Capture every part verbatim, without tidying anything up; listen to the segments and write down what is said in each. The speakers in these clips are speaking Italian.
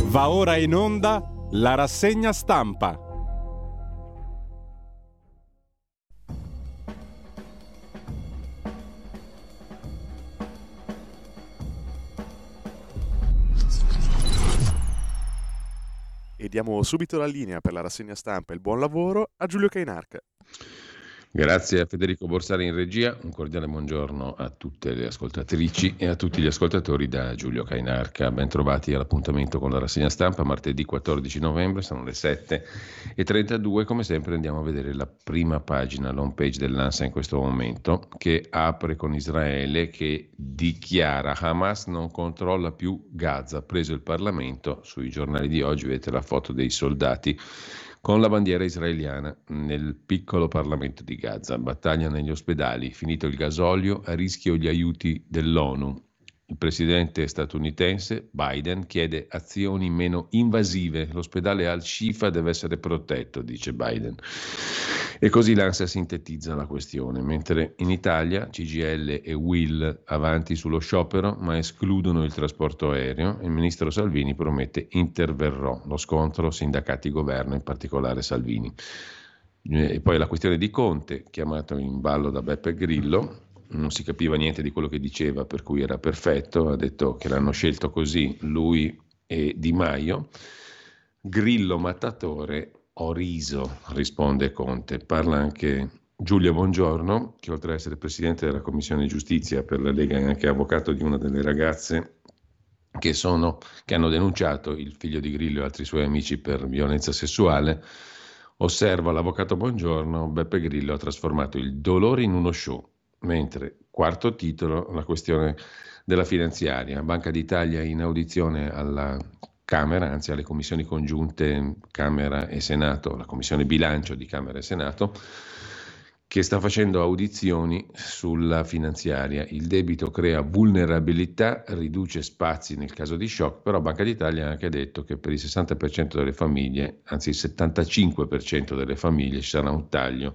Va ora in onda la rassegna stampa. E diamo subito la linea per la rassegna stampa e il buon lavoro a Giulio Cainarca. Grazie a Federico Borsari in regia, un cordiale buongiorno a tutte le ascoltatrici e a tutti gli ascoltatori da Giulio Cainarca. Ben trovati all'appuntamento con la rassegna stampa, martedì quattordici novembre, sono le sette e trentadue. Come sempre andiamo a vedere la prima pagina, l'home page dell'ANSA in questo momento, che apre con Israele che dichiara Hamas non controlla più Gaza, preso il Parlamento. Sui giornali di oggi vedete la foto dei soldati con la bandiera israeliana nel piccolo Parlamento di Gaza. Battaglia negli ospedali, finito il gasolio, a rischio gli aiuti dell'ONU. Il presidente statunitense Biden chiede azioni meno invasive. L'ospedale Al-Shifa deve essere protetto, dice Biden. E così l'ANSA sintetizza la questione. Mentre in Italia C G I L e U I L avanti sullo sciopero, ma escludono il trasporto aereo, il ministro Salvini promette interverrò. Lo scontro sindacati-governo, in particolare Salvini. E poi la questione di Conte, chiamato in ballo da Beppe Grillo. Non si capiva niente di quello che diceva, per cui era perfetto. Ha detto che l'hanno scelto così lui e Di Maio. Grillo mattatore, ho riso, risponde Conte. Parla anche Giulia Bongiorno, che oltre ad essere presidente della Commissione Giustizia per la Lega è anche avvocato di una delle ragazze che, sono, che hanno denunciato il figlio di Grillo e altri suoi amici per violenza sessuale. Osserva l'avvocato Bongiorno, Beppe Grillo ha trasformato il dolore in uno show. Mentre, quarto titolo, la questione della finanziaria. Banca d'Italia in audizione alla Camera, anzi alle commissioni congiunte Camera e Senato, la commissione bilancio di Camera e Senato, che sta facendo audizioni sulla finanziaria. Il debito crea vulnerabilità, riduce spazi nel caso di shock, però Banca d'Italia ha anche detto che per il sessanta per cento delle famiglie, anzi il settantacinque per cento delle famiglie, ci sarà un taglio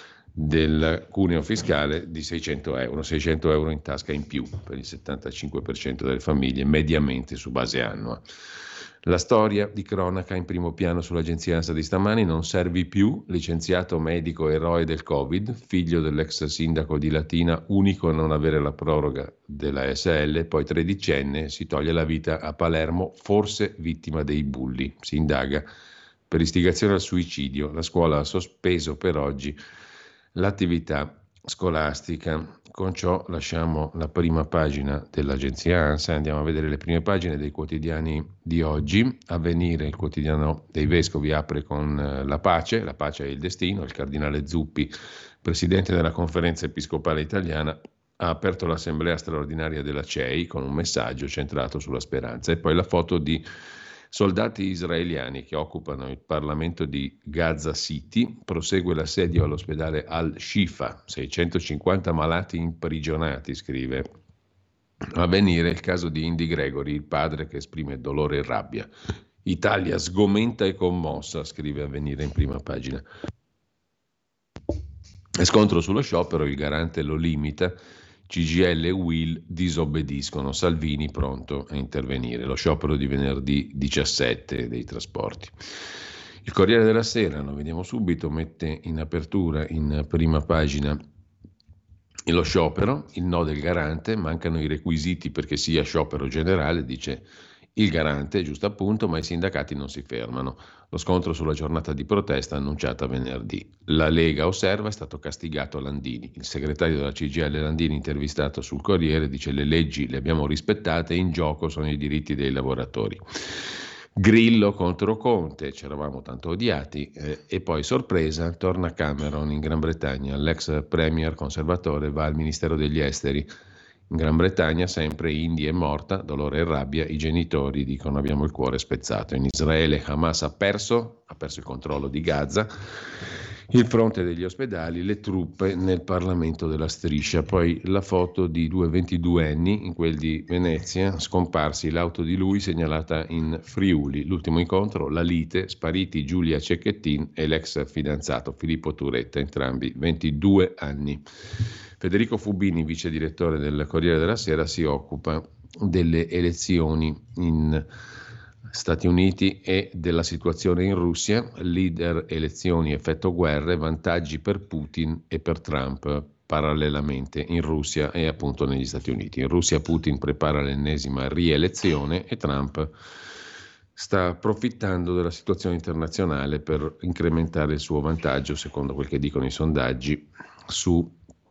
del cuneo fiscale di seicento euro, seicento euro in tasca in più per il settantacinque per cento delle famiglie, mediamente su base annua. La storia di cronaca in primo piano sull'agenzia ANSA di stamani: non servi più, licenziato medico eroe del Covid, figlio dell'ex sindaco di Latina, unico a non avere la proroga della A S L, poi tredicenne, si toglie la vita a Palermo, forse vittima dei bulli. Si indaga per istigazione al suicidio. La scuola ha sospeso per oggi l'attività scolastica. Con ciò lasciamo la prima pagina dell'agenzia ANSA e andiamo a vedere le prime pagine dei quotidiani di oggi. Avvenire, il quotidiano dei vescovi, apre con la pace, la pace è il destino. Il cardinale Zuppi, presidente della Conferenza Episcopale Italiana, ha aperto l'assemblea straordinaria della C E I con un messaggio centrato sulla speranza. E poi la foto di soldati israeliani che occupano il Parlamento di Gaza City. Prosegue l'assedio all'ospedale Al-Shifa, seicentocinquanta malati imprigionati, scrive Avvenire. Il caso di Indy Gregory, il padre che esprime dolore e rabbia. Italia sgomenta e commossa, scrive Avvenire in prima pagina. E scontro sullo sciopero, il garante lo limita. C G I L e U I L disobbediscono, Salvini pronto a intervenire. Lo sciopero di venerdì diciassette dei trasporti. Il Corriere della Sera, lo vediamo subito, mette in apertura, in prima pagina, lo sciopero, il no del garante, mancano i requisiti perché sia sciopero generale, dice il garante, giusto appunto, ma i sindacati non si fermano. Lo scontro sulla giornata di protesta annunciata venerdì. La Lega osserva, è stato castigato Landini. Il segretario della C G I L Landini, intervistato sul Corriere, dice le leggi le abbiamo rispettate, in gioco sono i diritti dei lavoratori. Grillo contro Conte, ci eravamo tanto odiati, eh, e poi sorpresa, torna Cameron in Gran Bretagna. L'ex premier conservatore va al Ministero degli Esteri. In Gran Bretagna sempre Indy è morta, dolore e rabbia, i genitori dicono abbiamo il cuore spezzato. In Israele Hamas ha perso, ha perso il controllo di Gaza, il fronte degli ospedali, le truppe nel Parlamento della Striscia. Poi la foto di due ventiduenni, in quel di Venezia, scomparsi l'auto di lui segnalata in Friuli. L'ultimo incontro, la lite, spariti Giulia Cecchettin e l'ex fidanzato Filippo Turetta, entrambi ventidue anni. Federico Fubini, vice direttore del Corriere della Sera, si occupa delle elezioni in Stati Uniti e della situazione in Russia, leader, elezioni, effetto guerre, vantaggi per Putin e per Trump parallelamente in Russia e appunto negli Stati Uniti. In Russia Putin prepara l'ennesima rielezione e Trump sta approfittando della situazione internazionale per incrementare il suo vantaggio, secondo quel che dicono i sondaggi, su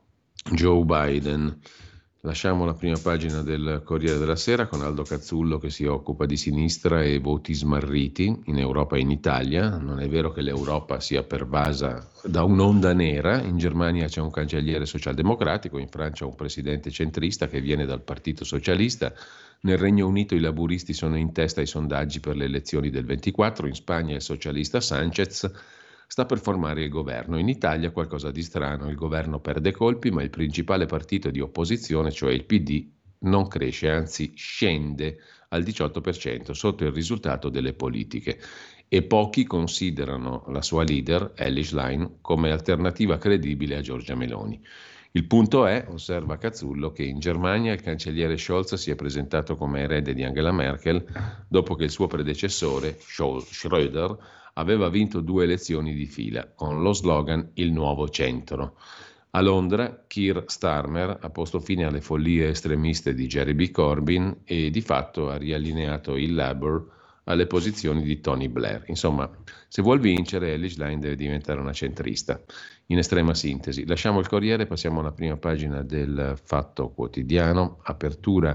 Joe Biden. Lasciamo la prima pagina del Corriere della Sera con Aldo Cazzullo che si occupa di sinistra e voti smarriti in Europa e in Italia. Non è vero che l'Europa sia pervasa da un'onda nera. In Germania c'è un cancelliere socialdemocratico, in Francia un presidente centrista che viene dal Partito Socialista. Nel Regno Unito i laburisti sono in testa ai sondaggi per le elezioni del ventiquattro. In Spagna il socialista Sánchez sta per formare il governo. In Italia qualcosa di strano, il governo perde colpi, ma il principale partito di opposizione, cioè il P D, non cresce, anzi scende al diciotto per cento sotto il risultato delle politiche. E pochi considerano la sua leader, Elly Schlein, come alternativa credibile a Giorgia Meloni. Il punto è, osserva Cazzullo, che in Germania il cancelliere Scholz si è presentato come erede di Angela Merkel dopo che il suo predecessore, Schröder, aveva vinto due elezioni di fila con lo slogan Il nuovo centro. A Londra Keir Starmer ha posto fine alle follie estremiste di Jeremy Corbyn e di fatto ha riallineato il Labour alle posizioni di Tony Blair. Insomma, se vuol vincere, Elly Schlein deve diventare una centrista. In estrema sintesi. Lasciamo il Corriere, passiamo alla prima pagina del Fatto Quotidiano. Apertura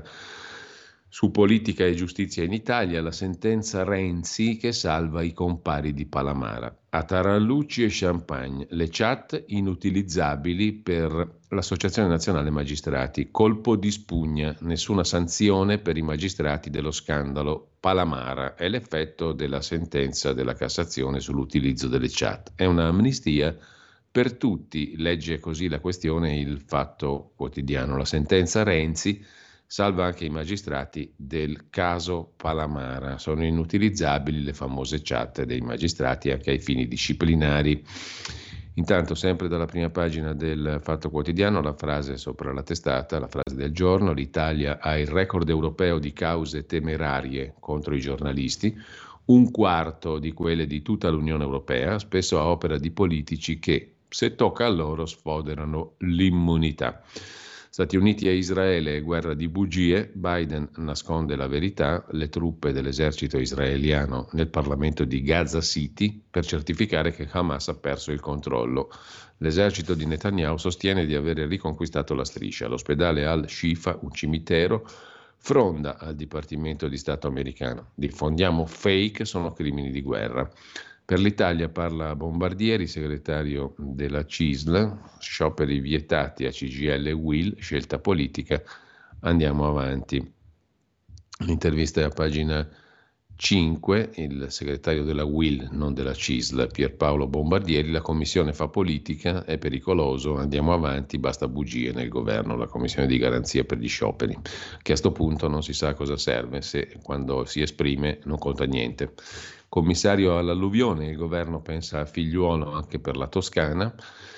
su politica e giustizia in Italia, la sentenza Renzi che salva i compari di Palamara. A tarallucci e champagne, le chat inutilizzabili per l'Associazione Nazionale Magistrati. Colpo di spugna, nessuna sanzione per i magistrati dello scandalo Palamara. È l'effetto della sentenza della Cassazione sull'utilizzo delle chat. È una amnistia per tutti, legge così la questione il Fatto Quotidiano. La sentenza Renzi salva anche i magistrati del caso Palamara. Sono inutilizzabili le famose chat dei magistrati anche ai fini disciplinari. Intanto, sempre dalla prima pagina del Fatto Quotidiano, la frase sopra la testata, la frase del giorno: l'Italia ha il record europeo di cause temerarie contro i giornalisti, un quarto di quelle di tutta l'Unione Europea, spesso a opera di politici che, se tocca a loro, sfoderano l'immunità. Stati Uniti e Israele, guerra di bugie, Biden nasconde la verità, le truppe dell'esercito israeliano nel Parlamento di Gaza City per certificare che Hamas ha perso il controllo. L'esercito di Netanyahu sostiene di aver riconquistato la striscia. L'ospedale Al-Shifa, un cimitero, fronda al Dipartimento di Stato americano. Diffondiamo fake, sono crimini di guerra. Per l'Italia parla Bombardieri, segretario della C I S L, scioperi vietati a C G I L e U I L, scelta politica, andiamo avanti. L'intervista è a pagina cinque, il segretario della U I L, non della C I S L, Pierpaolo Bombardieri, la commissione fa politica, è pericoloso, andiamo avanti, basta bugie nel governo, la commissione di garanzia per gli scioperi, che a sto punto non si sa cosa serve, se quando si esprime non conta niente. Commissario all'alluvione, il governo pensa a Figliuolo anche per la Toscana.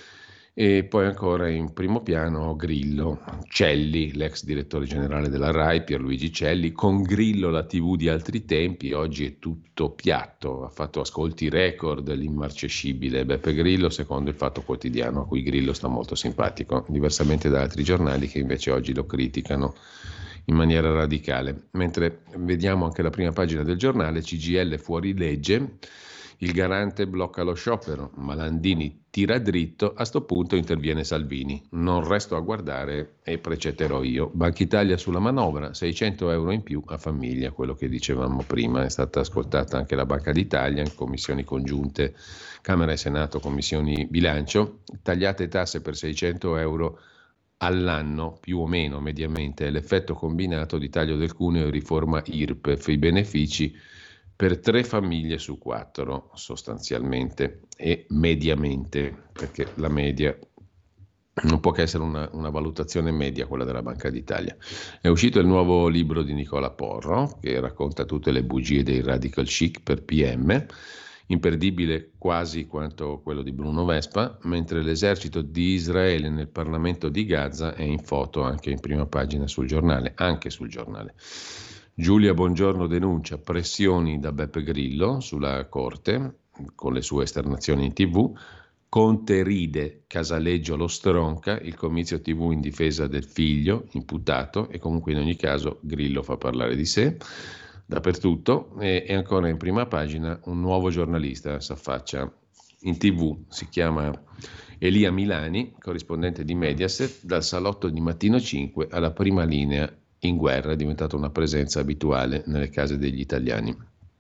E poi ancora in primo piano Grillo, Celli, l'ex direttore generale della RAI, Pierluigi Celli, con Grillo la tivù di altri tempi, oggi è tutto piatto, ha fatto ascolti record, l'immarcescibile Beppe Grillo, secondo il Fatto Quotidiano, a cui Grillo sta molto simpatico, diversamente da altri giornali che invece oggi lo criticano in maniera radicale. Mentre vediamo anche la prima pagina del giornale, C G I L fuori legge, il garante blocca lo sciopero, Malandini tira dritto, a sto punto interviene Salvini. Non resto a guardare e precetterò io. Banca Italia sulla manovra, seicento euro in più a famiglia, quello che dicevamo prima. È stata ascoltata anche la Banca d'Italia in commissioni congiunte, Camera e Senato, commissioni bilancio. Tagliate tasse per seicento euro all'anno, più o meno mediamente, è l'effetto combinato di taglio del cuneo e riforma I R P E F, i benefici per tre famiglie su quattro sostanzialmente e mediamente, perché la media non può che essere una, una valutazione media quella della Banca d'Italia. È uscito il nuovo libro di Nicola Porro che racconta tutte le bugie dei radical chic per P M, imperdibile quasi quanto quello di Bruno Vespa, mentre l'esercito di Israele nel Parlamento di Gaza è in foto anche in prima pagina sul giornale, anche sul giornale. Giulia Bongiorno denuncia pressioni da Beppe Grillo sulla Corte con le sue esternazioni in tivù. Conte ride, Casaleggio lo stronca, il comizio tivù in difesa del figlio imputato, e comunque in ogni caso Grillo fa parlare di sé dappertutto. E, e ancora in prima pagina un nuovo giornalista s'affaccia in tivù, si chiama Elia Milani, corrispondente di Mediaset, dal salotto di Mattino cinque alla prima linea in guerra, è diventata una presenza abituale nelle case degli italiani.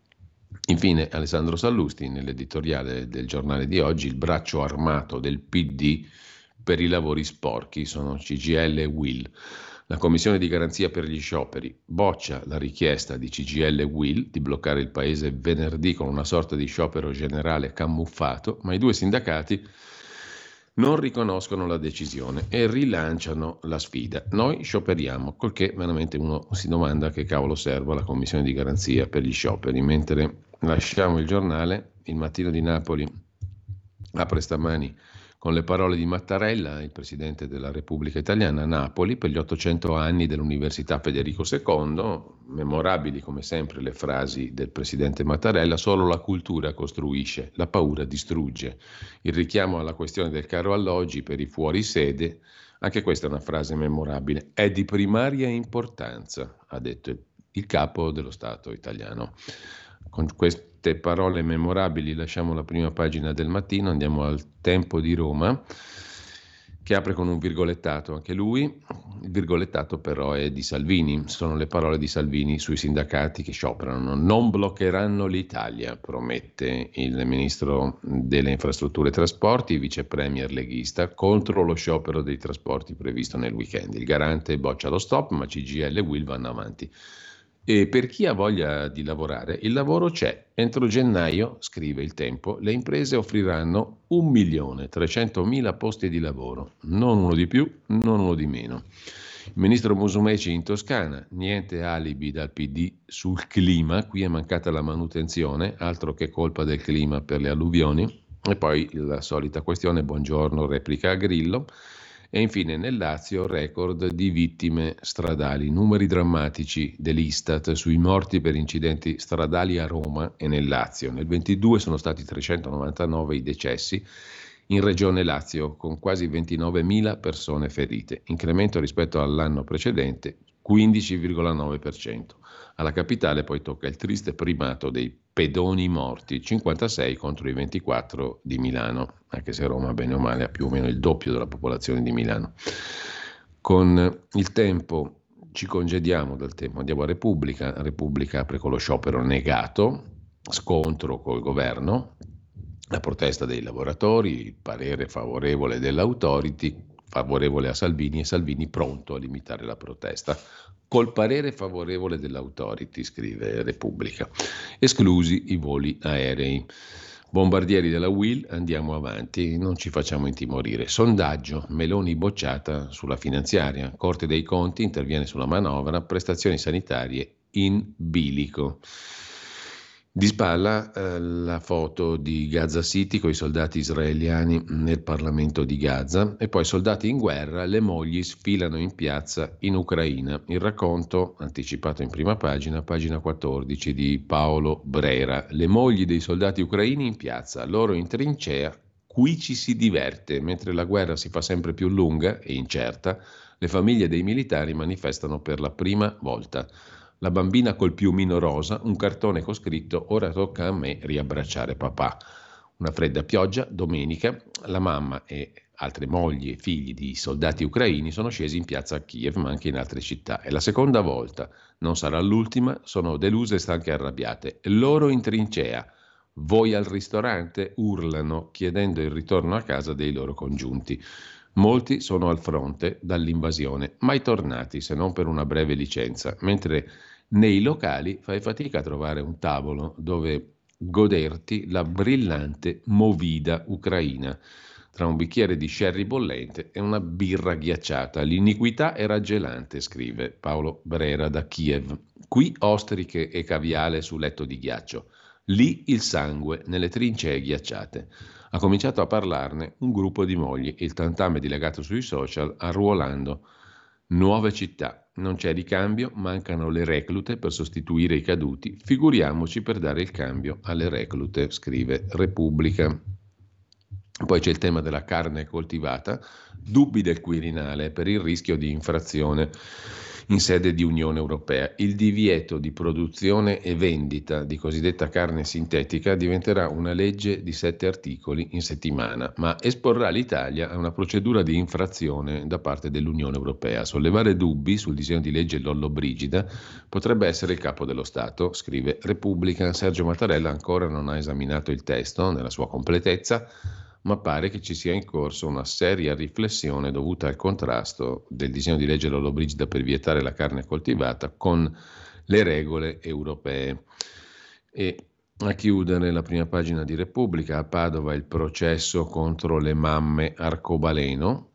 Infine Alessandro Sallusti, nell'editoriale del giornale di oggi, il braccio armato del P D per i lavori sporchi sono C G I L e U I L. La Commissione di garanzia per gli scioperi boccia la richiesta di C G I L e U I L di bloccare il paese venerdì con una sorta di sciopero generale camuffato, ma i due sindacati non riconoscono la decisione e rilanciano la sfida. Noi scioperiamo, col che veramente uno si domanda che cavolo serva la Commissione di garanzia per gli scioperi. Mentre lasciamo il giornale, Il Mattino di Napoli apre stamani con le parole di Mattarella, il Presidente della Repubblica Italiana, a Napoli per gli ottocento anni dell'Università Federico secondo. Memorabili come sempre le frasi del Presidente Mattarella: solo la cultura costruisce, la paura distrugge. Il richiamo alla questione del caro alloggi per i fuori sede, anche questa è una frase memorabile. È di primaria importanza, ha detto il capo dello Stato italiano. Con queste parole memorabili lasciamo la prima pagina del Mattino, andiamo al Tempo di Roma, che apre con un virgolettato anche lui. Il virgolettato però è di Salvini, sono le parole di Salvini sui sindacati che scioperano. Non bloccheranno l'Italia, promette il ministro delle infrastrutture e trasporti, vice premier leghista, contro lo sciopero dei trasporti previsto nel weekend. Il garante boccia lo stop, ma C G I L e U I L vanno avanti. E per chi ha voglia di lavorare, il lavoro c'è. Entro gennaio, scrive il Tempo, le imprese offriranno un milione trecentomila posti di lavoro, non uno di più, non uno di meno. Il ministro Musumeci in Toscana, niente alibi dal P D sul clima, qui è mancata la manutenzione, altro che colpa del clima per le alluvioni. E poi la solita questione, Buongiorno replica a Grillo. E infine nel Lazio record di vittime stradali, numeri drammatici dell'Istat sui morti per incidenti stradali a Roma e nel Lazio. Nel ventidue sono stati trecentonovantanove i decessi in regione Lazio, con quasi ventinovemila persone ferite, incremento rispetto all'anno precedente quindici virgola nove per cento. Alla capitale poi tocca il triste primato dei pedoni morti, cinquantasei contro i ventiquattro di Milano, anche se Roma bene o male ha più o meno il doppio della popolazione di Milano. Con il Tempo ci congediamo dal Tempo, andiamo a Repubblica. Repubblica apre con lo sciopero negato, scontro col governo, la protesta dei lavoratori, il parere favorevole dell'Authority, favorevole a Salvini, e Salvini pronto a limitare la protesta. Col parere favorevole dell'Authority, scrive Repubblica, esclusi i voli aerei. Bombardieri della U I L, andiamo avanti, non ci facciamo intimorire. Sondaggio, Meloni bocciata sulla finanziaria, Corte dei Conti interviene sulla manovra, prestazioni sanitarie in bilico. Di spalla eh, la foto di Gaza City con i soldati israeliani nel Parlamento di Gaza, e poi soldati in guerra, le mogli sfilano in piazza in Ucraina. Il racconto anticipato in prima pagina, pagina quattordici, di Paolo Brera. Le mogli dei soldati ucraini in piazza, loro in trincea, qui ci si diverte. Mentre la guerra si fa sempre più lunga e incerta, le famiglie dei militari manifestano per la prima volta. La bambina col piumino rosa, un cartone con scritto «Ora tocca a me riabbracciare papà». Una fredda pioggia, domenica, la mamma e altre mogli e figli di soldati ucraini sono scesi in piazza a Kiev, ma anche in altre città. È la seconda volta, non sarà l'ultima, sono deluse e stanche e arrabbiate. Loro in trincea, voi al ristorante, urlano, chiedendo il ritorno a casa dei loro congiunti. Molti sono al fronte dall'invasione, mai tornati se non per una breve licenza, mentre nei locali fai fatica a trovare un tavolo dove goderti la brillante movida ucraina, tra un bicchiere di sherry bollente e una birra ghiacciata. L'iniquità è raggelante, scrive Paolo Brera da Kiev. Qui ostriche e caviale su letto di ghiaccio, lì il sangue nelle trincee ghiacciate. Ha cominciato a parlarne un gruppo di mogli, il tantame dilegato sui social, arruolando nuove città. non c'è ricambio, mancano le reclute per sostituire i caduti, figuriamoci per dare il cambio alle reclute, scrive Repubblica. Poi c'è il tema della carne coltivata, dubbi del Quirinale per il rischio di infrazione in sede di Unione Europea. Il divieto di produzione e vendita di cosiddetta carne sintetica diventerà una legge di sette articoli in settimana, ma esporrà l'Italia a una procedura di infrazione da parte dell'Unione Europea. Sollevare dubbi sul disegno di legge Lollobrigida potrebbe essere il capo dello Stato, scrive Repubblica. Sergio Mattarella ancora non ha esaminato il testo nella sua completezza, ma pare che ci sia in corso una seria riflessione dovuta al contrasto del disegno di legge Lollobrigida per vietare la carne coltivata con le regole europee. E a chiudere la prima pagina di Repubblica, a Padova il processo contro le mamme arcobaleno,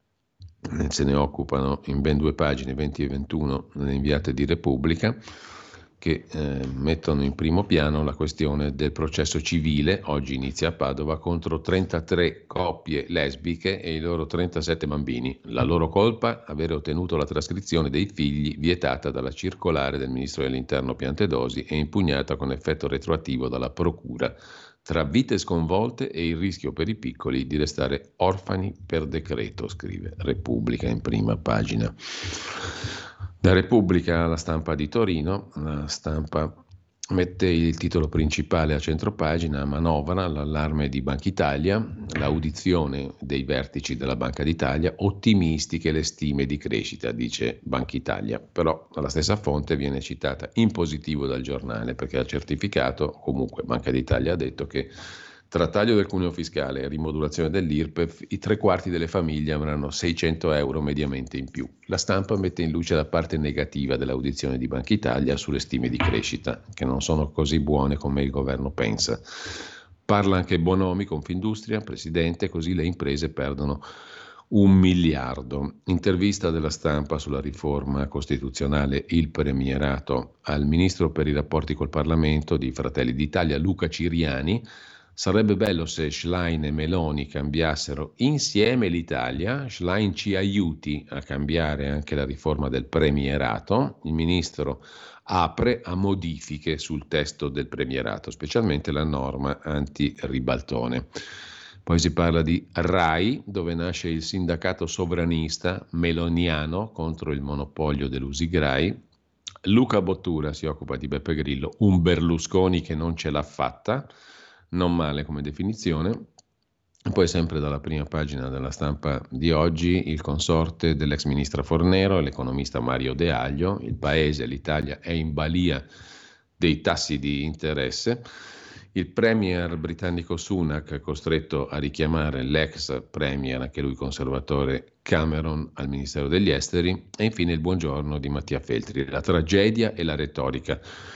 se ne occupano in ben due pagine, venti e ventuno, nelle inviate di Repubblica, che eh, mettono in primo piano la questione del processo civile, oggi inizia a Padova, contro trentatré coppie lesbiche e i loro trentasette bambini. La loro colpa? Avere ottenuto la trascrizione dei figli vietata dalla circolare del ministro dell'Interno Piantedosi e impugnata con effetto retroattivo dalla Procura, tra vite sconvolte e il rischio per i piccoli di restare orfani per decreto, scrive Repubblica in prima pagina. Da Repubblica alla Stampa di Torino, la Stampa mette il titolo principale a centropagina: manovra, l'allarme di Banca Italia, l'audizione dei vertici della Banca d'Italia, ottimistiche le stime di crescita, dice Banca Italia. Però la stessa fonte viene citata in positivo dal giornale, perché ha certificato, comunque Banca d'Italia ha detto che tra taglio del cuneo fiscale e rimodulazione dell'I R P E F, i tre quarti delle famiglie avranno seicento euro mediamente in più. La Stampa mette in luce la parte negativa dell'audizione di Banca Italia sulle stime di crescita, che non sono così buone come il governo pensa. Parla anche Bonomi, Confindustria, presidente, così le imprese perdono un miliardo. Intervista della Stampa sulla riforma costituzionale, il premierato, al ministro per i rapporti col Parlamento di Fratelli d'Italia, Luca Ciriani. Sarebbe bello se Schlein e Meloni cambiassero insieme l'Italia. Schlein ci aiuti a cambiare anche la riforma del premierato. Il ministro apre a modifiche sul testo del premierato, specialmente la norma anti-ribaltone. Poi si parla di RAI, dove nasce il sindacato sovranista meloniano contro il monopolio dell'Usigrai. Luca Bottura si occupa di Beppe Grillo, un Berlusconi che non ce l'ha fatta. Non male come definizione. Poi sempre dalla prima pagina della Stampa di oggi, il consorte dell'ex ministra Fornero e l'economista Mario De Aglio. Il paese, l'Italia, è in balia dei tassi di interesse. Il premier britannico Sunak costretto a richiamare l'ex premier, anche lui conservatore, Cameron al Ministero degli Esteri. E infine il buongiorno di Mattia Feltri, la tragedia e la retorica.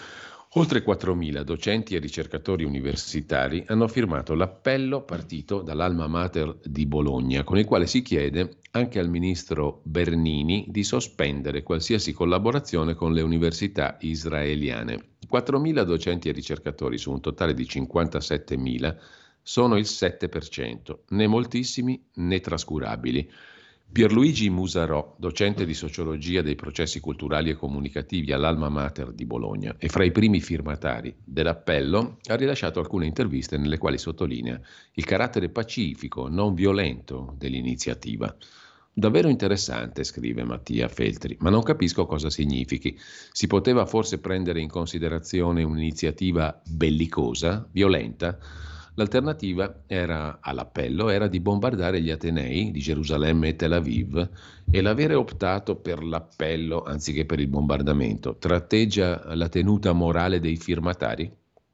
Oltre quattromila docenti e ricercatori universitari hanno firmato l'appello partito dall'Alma Mater di Bologna, con il quale si chiede anche al ministro Bernini di sospendere qualsiasi collaborazione con le università israeliane. quattromila docenti e ricercatori su un totale di cinquantasettemila sono il sette per cento, né moltissimi né trascurabili. Pierluigi Musarò, docente di sociologia dei processi culturali e comunicativi all'Alma Mater di Bologna e fra i primi firmatari dell'appello, ha rilasciato alcune interviste nelle quali sottolinea il carattere pacifico, non violento dell'iniziativa. Davvero interessante, scrive Mattia Feltri, ma non capisco cosa significhi. Si poteva forse prendere in considerazione un'iniziativa bellicosa, violenta? L'alternativa era, all'appello era di bombardare gli atenei di Gerusalemme e Tel Aviv, e l'avere optato per l'appello anziché per il bombardamento tratteggia la tenuta morale dei firmatari?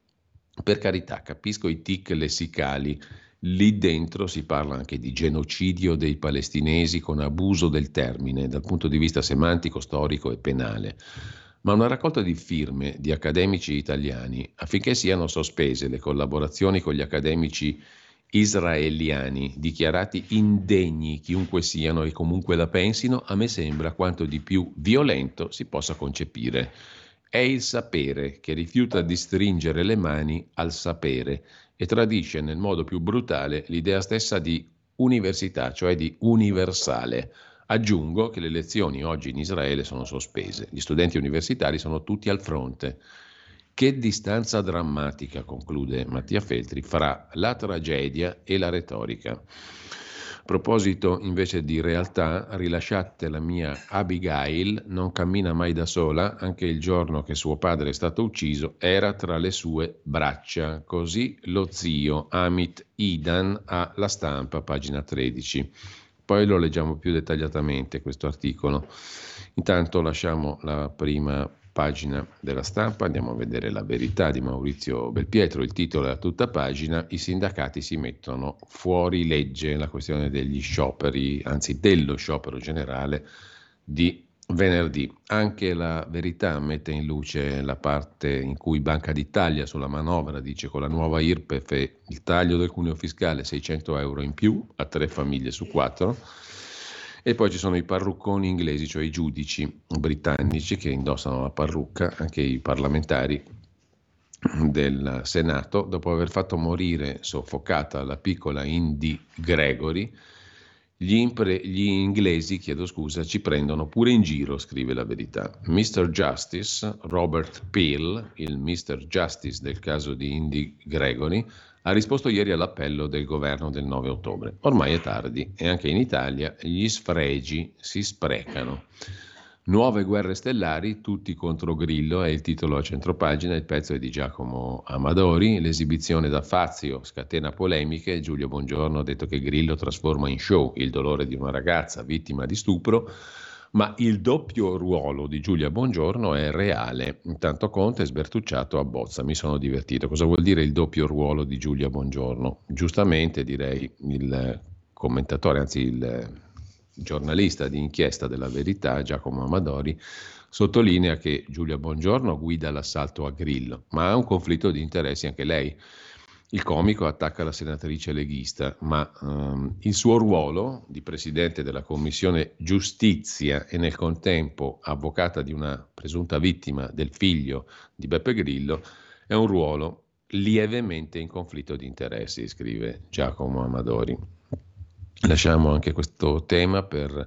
Per carità, capisco i tic lessicali. Lì dentro si parla anche di genocidio dei palestinesi con abuso del termine dal punto di vista semantico, storico e penale. Ma una raccolta di firme di accademici italiani affinché siano sospese le collaborazioni con gli accademici israeliani dichiarati indegni chiunque siano e comunque la pensino, a me sembra quanto di più violento si possa concepire. È il sapere che rifiuta di stringere le mani al sapere e tradisce nel modo più brutale l'idea stessa di università, cioè di universale. Aggiungo che le lezioni oggi in Israele sono sospese. Gli studenti universitari sono tutti al fronte. Che distanza drammatica, conclude Mattia Feltri, fra la tragedia e la retorica. A proposito invece di realtà, rilasciate la mia Abigail, non cammina mai da sola, anche il giorno che suo padre è stato ucciso era tra le sue braccia. Così lo zio Amit Idan a La Stampa, pagina tredici. Poi lo leggiamo più dettagliatamente questo articolo. Intanto lasciamo la prima pagina della Stampa, andiamo a vedere La Verità di Maurizio Belpietro. Il titolo è a tutta pagina: i sindacati si mettono fuori legge, la questione degli scioperi, anzi dello sciopero generale di venerdì. Anche La Verità mette in luce la parte in cui Banca d'Italia sulla manovra dice: con la nuova I R P E F il taglio del cuneo fiscale seicento euro in più a tre famiglie su quattro. E poi ci sono i parrucconi inglesi, cioè i giudici britannici che indossano la parrucca, anche i parlamentari del Senato, dopo aver fatto morire soffocata la piccola Indy Gregory. Gli, impre- gli inglesi, chiedo scusa, ci prendono pure in giro, scrive La Verità. mister Justice, Robert Peel, il mister Justice del caso di Indy Gregory, ha risposto ieri all'appello del governo del nove ottobre. Ormai è tardi e anche in Italia gli sfregi si sprecano. Nuove guerre stellari, tutti contro Grillo, è il titolo a centropagina, il pezzo è di Giacomo Amadori, l'esibizione da Fazio scatena polemiche, Giulio Bongiorno ha detto che Grillo trasforma in show il dolore di una ragazza vittima di stupro, ma il doppio ruolo di Giulia Bongiorno è reale. Intanto Conte è sbertucciato a bozza, mi sono divertito. Cosa vuol dire il doppio ruolo di Giulia Bongiorno? Giustamente direi il commentatore, anzi il giornalista di inchiesta della Verità, Giacomo Amadori, sottolinea che Giulia Bongiorno guida l'assalto a Grillo, ma ha un conflitto di interessi anche lei. Il comico attacca la senatrice leghista, ma um, il suo ruolo di presidente della Commissione Giustizia e nel contempo avvocata di una presunta vittima del figlio di Beppe Grillo è un ruolo lievemente in conflitto di interessi, scrive Giacomo Amadori. Lasciamo anche questo tema per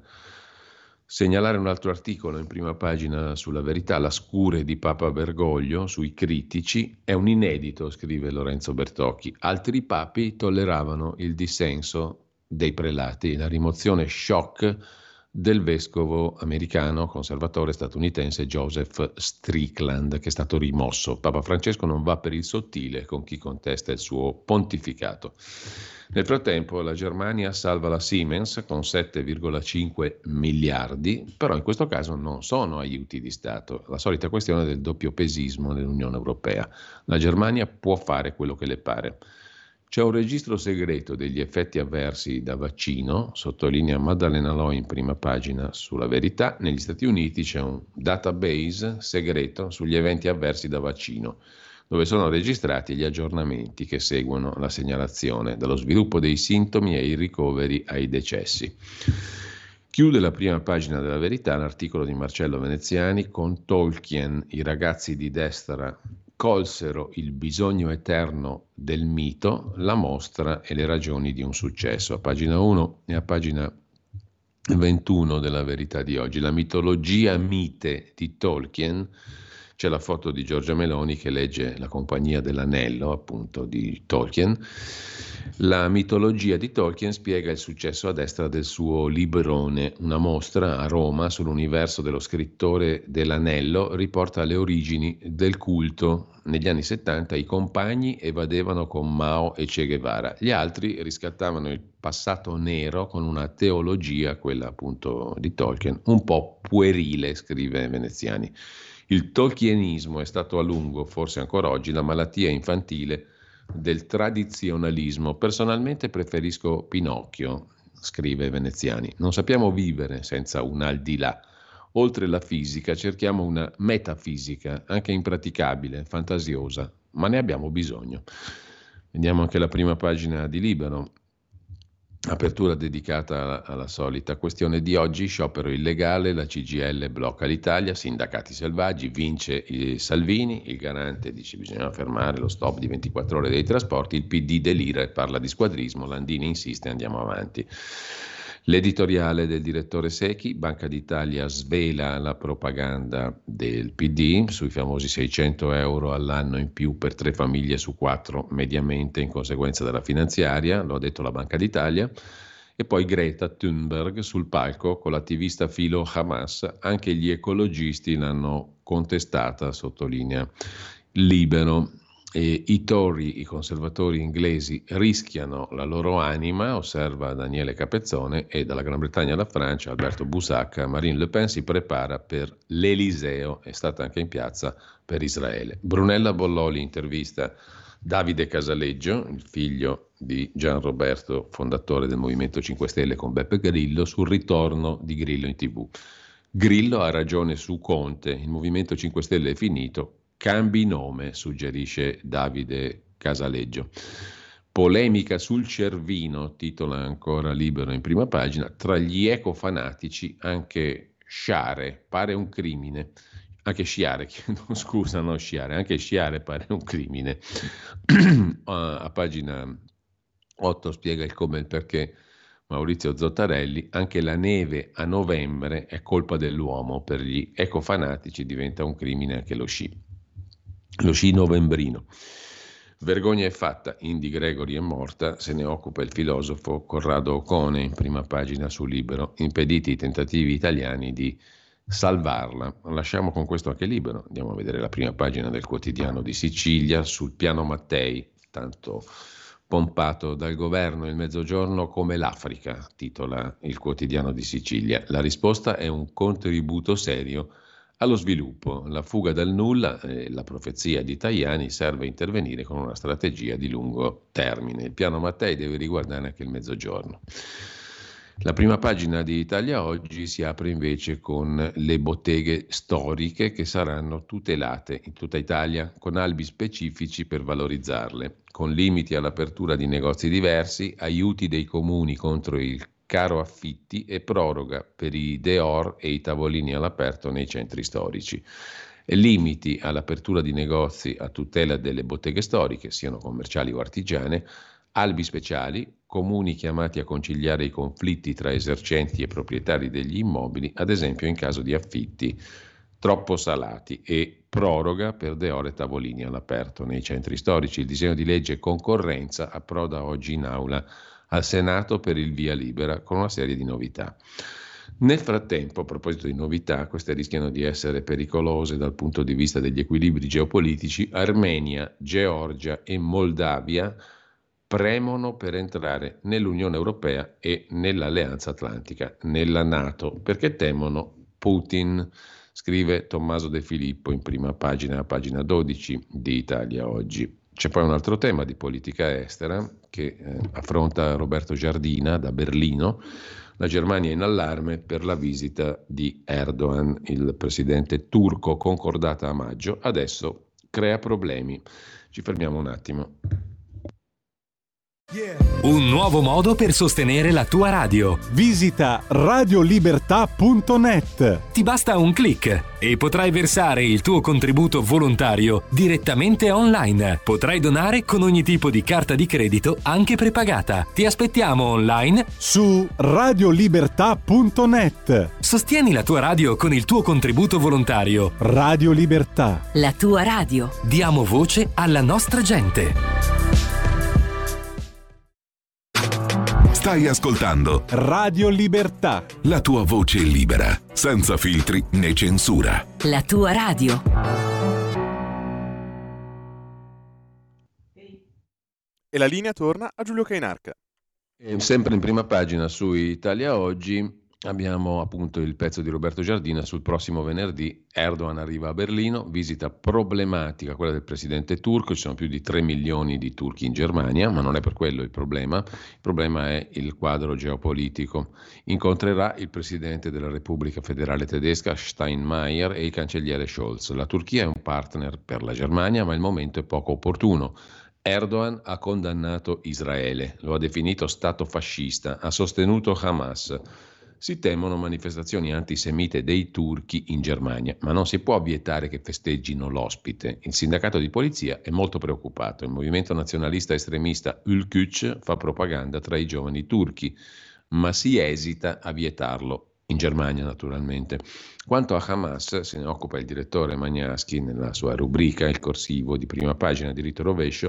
segnalare un altro articolo in prima pagina sulla Verità, La scure di Papa Bergoglio sui critici, è un inedito, scrive Lorenzo Bertocchi. Altri papi tolleravano il dissenso dei prelati, la rimozione shock del vescovo americano conservatore statunitense Joseph Strickland, che è stato rimosso. Papa Francesco non va per il sottile con chi contesta il suo pontificato. Nel frattempo la Germania salva la Siemens con sette virgola cinque miliardi, però in questo caso non sono aiuti di Stato, la solita questione del doppiopesismo nell'Unione Europea. La Germania può fare quello che le pare. C'è un registro segreto degli effetti avversi da vaccino, sottolinea Maddalena Loi in prima pagina sulla Verità. Negli Stati Uniti c'è un database segreto sugli eventi avversi da vaccino, dove sono registrati gli aggiornamenti che seguono la segnalazione, dallo sviluppo dei sintomi ai ricoveri ai decessi. Chiude la prima pagina della Verità l'articolo di Marcello Veneziani con Tolkien, i ragazzi di destra colsero il bisogno eterno del mito, la mostra e le ragioni di un successo. A pagina uno e a pagina ventuno della Verità di oggi, la mitologia mite di Tolkien. C'è la foto di Giorgia Meloni che legge La Compagnia dell'Anello, appunto, di Tolkien. La mitologia di Tolkien spiega il successo a destra del suo librone. Una mostra a Roma sull'universo dello scrittore dell'Anello riporta le origini del culto. Negli anni settanta i compagni evadevano con Mao e Che Guevara. Gli altri riscattavano il passato nero con una teologia, quella appunto di Tolkien, un po' puerile, scrive Veneziani. Il tolkienismo è stato a lungo, forse ancora oggi, la malattia infantile del tradizionalismo. Personalmente preferisco Pinocchio, scrive Veneziani. Non sappiamo vivere senza un al di là. Oltre la fisica cerchiamo una metafisica, anche impraticabile, fantasiosa, ma ne abbiamo bisogno. Vediamo anche la prima pagina di Libero. Apertura dedicata alla, alla solita questione di oggi, sciopero illegale, la C G I L blocca l'Italia, sindacati selvaggi, vince il Salvini, il garante dice bisogna fermare lo stop di ventiquattro ore dei trasporti, il P D delira e parla di squadrismo, Landini insiste, andiamo avanti. L'editoriale del direttore Secchi, Banca d'Italia svela la propaganda del P D sui famosi seicento euro all'anno in più per tre famiglie su quattro mediamente in conseguenza della finanziaria, lo ha detto la Banca d'Italia. E poi Greta Thunberg sul palco con l'attivista filo Hamas, anche gli ecologisti l'hanno contestata, sottolinea Libero. E i Tory, i conservatori inglesi, rischiano la loro anima, osserva Daniele Capezzone, e dalla Gran Bretagna alla Francia, Alberto Busacca, Marine Le Pen si prepara per l'Eliseo, è stata anche in piazza per Israele. Brunella Bolloli intervista Davide Casaleggio, il figlio di Gian Roberto, fondatore del Movimento cinque Stelle con Beppe Grillo, sul ritorno di Grillo in tivù. Grillo ha ragione su Conte, il Movimento cinque Stelle è finito, cambi nome, suggerisce Davide Casaleggio. Polemica sul Cervino, titola ancora Libero in prima pagina, tra gli ecofanatici anche sciare pare un crimine. Anche sciare, chiedo scusa, no sciare, anche sciare pare un crimine. A pagina otto spiega il come e il perché Maurizio Zottarelli, anche la neve a novembre è colpa dell'uomo, per gli ecofanatici diventa un crimine anche lo sci. Lo sci novembrino. Vergogna è fatta, Indy Gregory è morta, se ne occupa il filosofo Corrado Ocone in prima pagina su Libero, impediti i tentativi italiani di salvarla. Lasciamo con questo anche Libero, andiamo a vedere la prima pagina del Quotidiano di Sicilia sul piano Mattei, tanto pompato dal governo il Mezzogiorno come l'Africa, titola il Quotidiano di Sicilia. La risposta è un contributo serio allo sviluppo. La fuga dal nulla, eh, la profezia di Tajani, serve a intervenire con una strategia di lungo termine. Il piano Mattei deve riguardare anche il Mezzogiorno. La prima pagina di Italia Oggi si apre invece con le botteghe storiche che saranno tutelate in tutta Italia con albi specifici per valorizzarle, con limiti all'apertura di negozi diversi, aiuti dei comuni contro il caro affitti e proroga per i Deor e i tavolini all'aperto nei centri storici. E limiti all'apertura di negozi a tutela delle botteghe storiche, siano commerciali o artigiane, albi speciali, comuni chiamati a conciliare i conflitti tra esercenti e proprietari degli immobili, ad esempio in caso di affitti troppo salati, e proroga per Deor e tavolini all'aperto nei centri storici. Il disegno di legge concorrenza approda oggi in aula al Senato per il via libera con una serie di novità. Nel frattempo, a proposito di novità, queste rischiano di essere pericolose dal punto di vista degli equilibri geopolitici. Armenia, Georgia e Moldavia premono per entrare nell'Unione Europea e nell'Alleanza Atlantica, nella NATO, perché temono Putin, scrive Tommaso De Filippo in prima pagina, a pagina dodici di Italia Oggi. C'è poi un altro tema di politica estera che eh, affronta Roberto Giardina da Berlino. La Germania è in allarme per la visita di Erdogan, il presidente turco, concordata a maggio, adesso crea problemi. Ci fermiamo un attimo. Un nuovo modo per sostenere la tua radio. Visita radiolibertà punto net. Ti basta un click e potrai versare il tuo contributo volontario direttamente online. Potrai donare con ogni tipo di carta di credito, anche prepagata. Ti aspettiamo online su radiolibertà punto net. Sostieni la tua radio con il tuo contributo volontario. Radio Libertà. La tua radio. Diamo voce alla nostra gente. Stai ascoltando Radio Libertà. La tua voce libera, senza filtri né censura. La tua radio. E la linea torna a Giulio Cainarca. E sempre in prima pagina su Italia Oggi abbiamo appunto il pezzo di Roberto Giardina sul prossimo venerdì. Erdogan arriva a Berlino, visita problematica, quella del presidente turco. Ci sono più di tre milioni di turchi in Germania, ma non è per quello il problema. Il problema è il quadro geopolitico. Incontrerà il presidente della Repubblica Federale Tedesca Steinmeier e il cancelliere Scholz. La Turchia è un partner per la Germania, ma il momento è poco opportuno. Erdogan ha condannato Israele, lo ha definito stato fascista, ha sostenuto Hamas. Si temono manifestazioni antisemite dei turchi in Germania, ma non si può vietare che festeggino l'ospite. Il sindacato di polizia è molto preoccupato. Il movimento nazionalista estremista Ülküc fa propaganda tra i giovani turchi. ma si esita a vietarlo, in Germania naturalmente. Quanto a Hamas, se ne occupa il direttore Magnaschi nella sua rubrica Il corsivo di prima pagina diritto rovescio.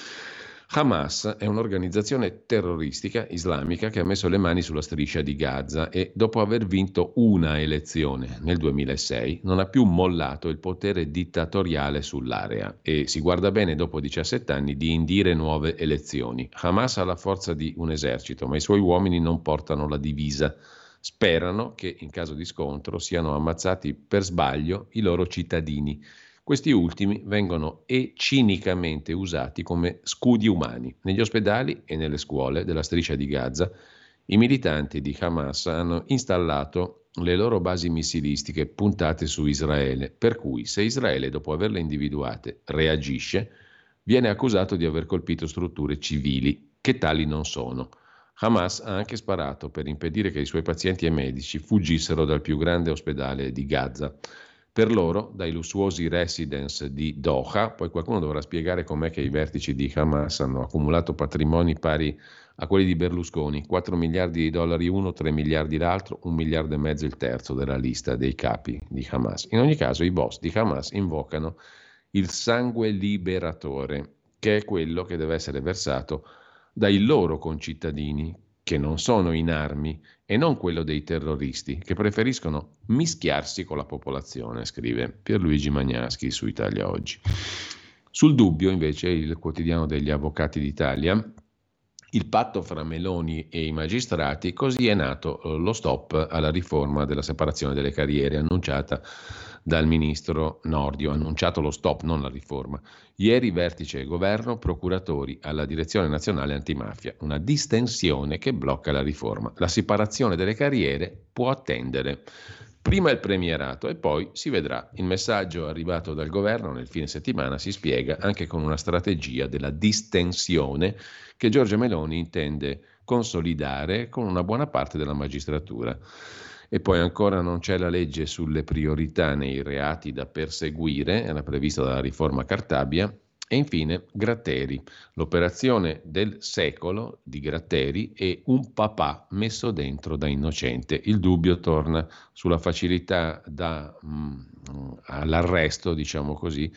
Hamas è un'organizzazione terroristica islamica che ha messo le mani sulla striscia di Gaza e, dopo aver vinto una elezione nel duemilasei, non ha più mollato il potere dittatoriale sull'area e si guarda bene, dopo diciassette anni, di indire nuove elezioni. Hamas ha la forza di un esercito, ma i suoi uomini non portano la divisa. Sperano che, in caso di scontro, siano ammazzati per sbaglio i loro cittadini. Questi ultimi vengono e cinicamente usati come scudi umani. Negli ospedali e nelle scuole della striscia di Gaza, i militanti di Hamas hanno installato le loro basi missilistiche puntate su Israele, per cui se Israele, dopo averle individuate, reagisce, viene accusato di aver colpito strutture civili, che tali non sono. Hamas ha anche sparato per impedire che i suoi pazienti e medici fuggissero dal più grande ospedale di Gaza. Per loro, dai lussuosi residence di Doha, poi qualcuno dovrà spiegare com'è che i vertici di Hamas hanno accumulato patrimoni pari a quelli di Berlusconi, quattro miliardi di dollari uno, tre miliardi l'altro, un miliardo e mezzo il terzo della lista dei capi di Hamas. In ogni caso, i boss di Hamas invocano il sangue liberatore, che è quello che deve essere versato dai loro concittadini, che non sono in armi, e non quello dei terroristi, che preferiscono mischiarsi con la popolazione, scrive Pierluigi Magnaschi su Italia Oggi. Sul Dubbio, invece, il quotidiano degli avvocati d'Italia, il patto fra Meloni e i magistrati, così è nato lo stop alla riforma della separazione delle carriere annunciata dal ministro Nordio, annunciato lo stop, non la riforma. Ieri vertice e governo, procuratori alla direzione nazionale antimafia, una distensione che blocca la riforma. La separazione delle carriere può attendere. Prima il premierato e poi si vedrà. Il messaggio arrivato dal governo nel fine settimana si spiega anche con una strategia della distensione che Giorgia Meloni intende consolidare con una buona parte della magistratura. E poi ancora non c'è la legge sulle priorità nei reati da perseguire, era prevista dalla riforma Cartabia. E infine Gratteri, l'operazione del secolo di Gratteri e un papà messo dentro da innocente. Il dubbio torna sulla facilità da, mh, all'arresto, diciamo così,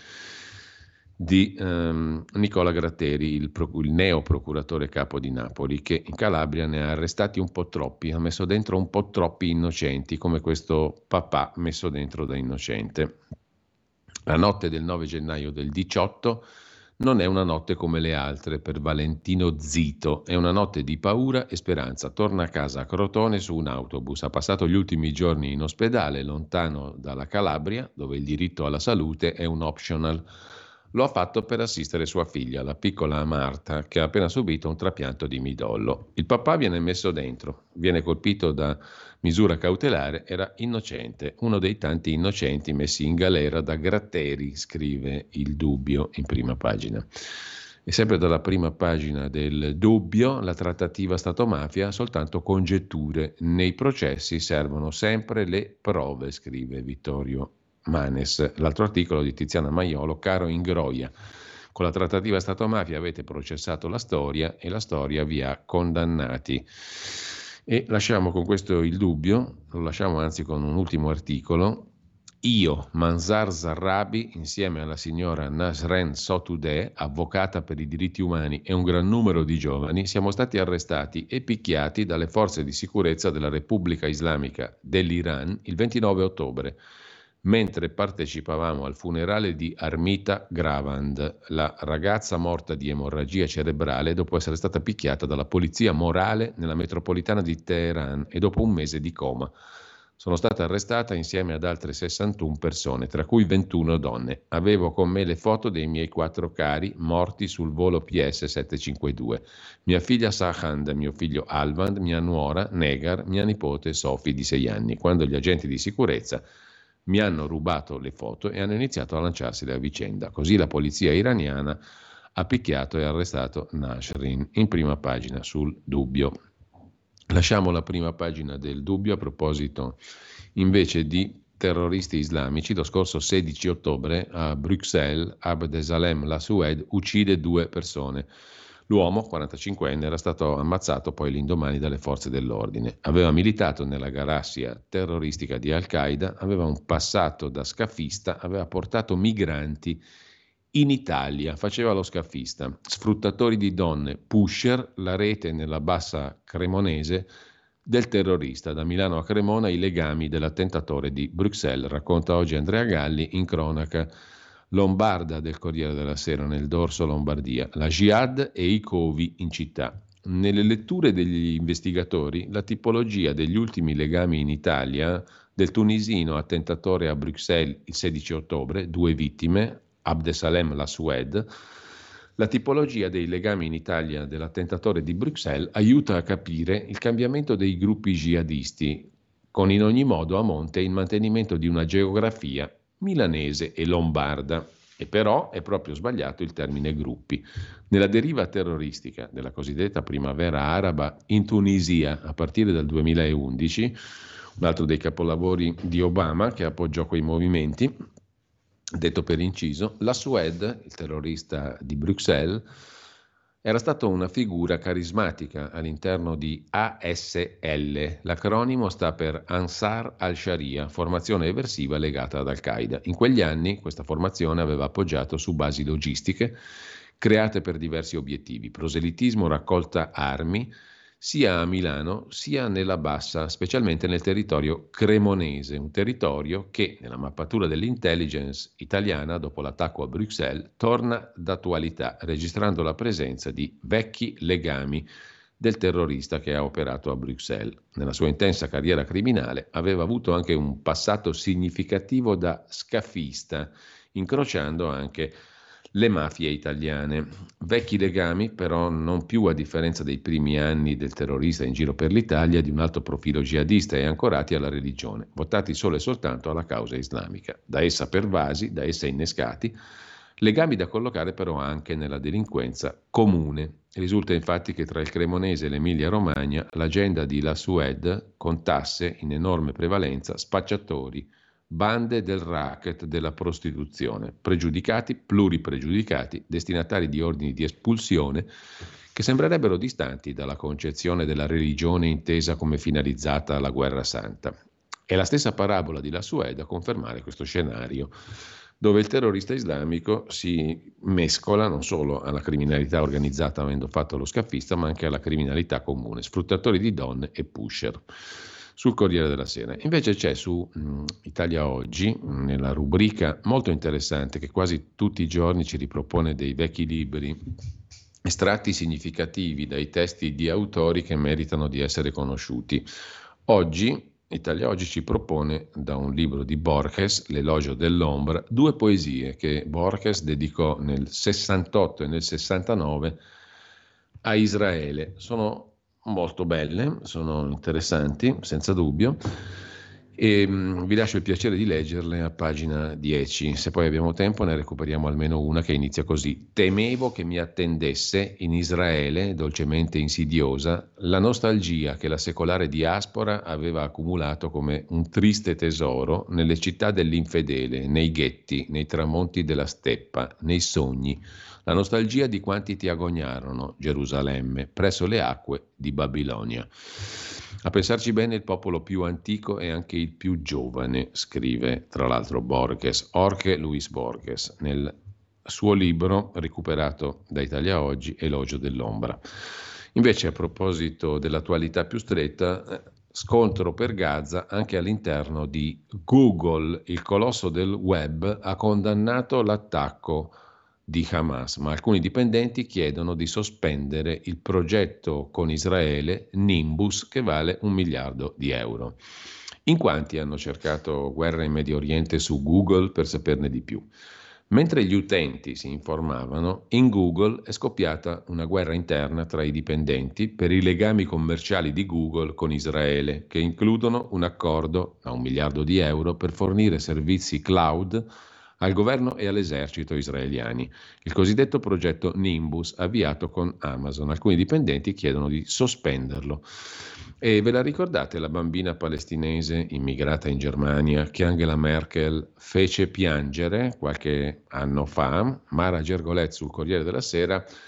di um, Nicola Gratteri, il, pro, il neo procuratore capo di Napoli, che in Calabria ne ha arrestati un po' troppi, ha messo dentro un po' troppi innocenti, come questo papà messo dentro da innocente. La notte del nove gennaio del diciotto non è una notte come le altre per Valentino Zito, è una notte di paura e speranza. Torna a casa a Crotone su un autobus, ha passato gli ultimi giorni in ospedale, lontano dalla Calabria, dove il diritto alla salute è un optional. Lo ha fatto per assistere sua figlia, la piccola Marta, che ha appena subito un trapianto di midollo. Il papà viene messo dentro, viene colpito da misura cautelare, era innocente, uno dei tanti innocenti messi in galera da Gratteri, scrive il Dubbio in prima pagina. E sempre dalla prima pagina del Dubbio, la trattativa Stato-mafia, soltanto congetture. Nei processi servono sempre le prove, scrive Vittorio Manes. L'altro articolo di Tiziana Maiolo, caro Ingroia, con la trattativa Stato-mafia avete processato la storia e la storia vi ha condannati. E lasciamo con questo il Dubbio, lo lasciamo anzi con un ultimo articolo. Io, Manzar Zarrabi, insieme alla signora Nasren Sotoudeh, avvocata per i diritti umani, e un gran numero di giovani, siamo stati arrestati e picchiati dalle forze di sicurezza della Repubblica Islamica dell'Iran il ventinove ottobre. Mentre partecipavamo al funerale di Armita Gravand, la ragazza morta di emorragia cerebrale dopo essere stata picchiata dalla polizia morale nella metropolitana di Teheran e dopo un mese di coma. Sono stata arrestata insieme ad altre sessantuno persone, tra cui ventuno donne. Avevo con me le foto dei miei quattro cari morti sul volo P S settecentocinquantadue. Mia figlia Sahand, mio figlio Alvand, mia nuora Negar, mia nipote Sofi di sei anni, quando gli agenti di sicurezza mi hanno rubato le foto e hanno iniziato a lanciarsi la vicenda. Così la polizia iraniana ha picchiato e arrestato Nasrin, in prima pagina sul Dubbio. Lasciamo la prima pagina del Dubbio a proposito invece di terroristi islamici. Lo scorso sedici ottobre a Bruxelles Abdesalem Lassued uccide due persone. L'uomo, quarantacinquenne, era stato ammazzato poi l'indomani dalle forze dell'ordine. Aveva militato nella galassia terroristica di Al-Qaeda, aveva un passato da scaffista, aveva portato migranti in Italia, faceva lo scaffista. Sfruttatori di donne, pusher, la rete nella bassa cremonese del terrorista. Da Milano a Cremona i legami dell'attentatore di Bruxelles, racconta oggi Andrea Galli in cronaca lombarda del Corriere della Sera, nel dorso Lombardia. La jihad e i covi in città. Nelle letture degli investigatori, la tipologia degli ultimi legami in Italia del tunisino attentatore a Bruxelles il sedici ottobre, due vittime, Abdesalem Lassued. La tipologia dei legami in Italia dell'attentatore di Bruxelles aiuta a capire il cambiamento dei gruppi jihadisti, con in ogni modo a monte il mantenimento di una geografia milanese e lombarda. E però è proprio sbagliato il termine gruppi. Nella deriva terroristica della cosiddetta primavera araba in Tunisia a partire dal duemilaundici, un altro dei capolavori di Obama che appoggiò quei movimenti, detto per inciso, Lassued, il terrorista di Bruxelles, era stato una figura carismatica all'interno di A S L. L'acronimo sta per Ansar al-Sharia, formazione eversiva legata ad Al-Qaeda. In quegli anni questa formazione aveva appoggiato su basi logistiche create per diversi obiettivi: proselitismo, raccolta armi, sia a Milano sia nella bassa, specialmente nel territorio cremonese, un territorio che nella mappatura dell'intelligence italiana dopo l'attacco a Bruxelles torna d'attualità, registrando la presenza di vecchi legami del terrorista che ha operato a Bruxelles. Nella sua intensa carriera criminale aveva avuto anche un passato significativo da scaffista, incrociando anche le mafie italiane. Vecchi legami, però non più, a differenza dei primi anni del terrorista in giro per l'Italia, di un alto profilo jihadista e ancorati alla religione, votati solo e soltanto alla causa islamica, da essa pervasi, da essa innescati, legami da collocare però anche nella delinquenza comune. Risulta infatti che tra il Cremonese e l'Emilia-Romagna l'agenda di Lassued contasse in enorme prevalenza spacciatori, bande del racket della prostituzione, pregiudicati, pluripregiudicati, destinatari di ordini di espulsione che sembrerebbero distanti dalla concezione della religione intesa come finalizzata alla guerra santa. È la stessa parabola di Lassued a confermare questo scenario, dove il terrorista islamico si mescola non solo alla criminalità organizzata avendo fatto lo scaffista, ma anche alla criminalità comune, sfruttatori di donne e pusher. Sul Corriere della Sera. Invece c'è su mh, Italia Oggi, mh, nella rubrica molto interessante che quasi tutti i giorni ci ripropone dei vecchi libri, estratti significativi dai testi di autori che meritano di essere conosciuti. Oggi Italia Oggi ci propone da un libro di Borges, L'Elogio dell'Ombra, due poesie che Borges dedicò nel sessantotto e nel sessantanove a Israele. Sono molto belle, sono interessanti, senza dubbio, e mh, vi lascio il piacere di leggerle a pagina dieci. Se poi abbiamo tempo ne recuperiamo almeno una che inizia così: temevo che mi attendesse in Israele, dolcemente insidiosa, la nostalgia che la secolare diaspora aveva accumulato come un triste tesoro nelle città dell'infedele, nei ghetti, nei tramonti della steppa, nei sogni. La nostalgia di quanti ti agognarono, Gerusalemme, presso le acque di Babilonia. A pensarci bene, il popolo più antico è anche il più giovane, scrive tra l'altro Borges, Jorge Luis Borges, nel suo libro recuperato da Italia Oggi, Elogio dell'Ombra. Invece, a proposito dell'attualità più stretta, scontro per Gaza anche all'interno di Google. Il colosso del web ha condannato l'attacco di Hamas, ma alcuni dipendenti chiedono di sospendere il progetto con Israele Nimbus, che vale un miliardo di euro. In quanti hanno cercato guerra in Medio Oriente su Google per saperne di più. Mentre gli utenti si informavano, in Google è scoppiata una guerra interna tra i dipendenti per i legami commerciali di Google con Israele, che includono un accordo a un miliardo di euro per fornire servizi cloud al governo e all'esercito israeliani. Il cosiddetto progetto Nimbus, avviato con Amazon. Alcuni dipendenti chiedono di sospenderlo. E ve la ricordate la bambina palestinese immigrata in Germania che Angela Merkel fece piangere qualche anno fa? Mara Gergolet sul Corriere della Sera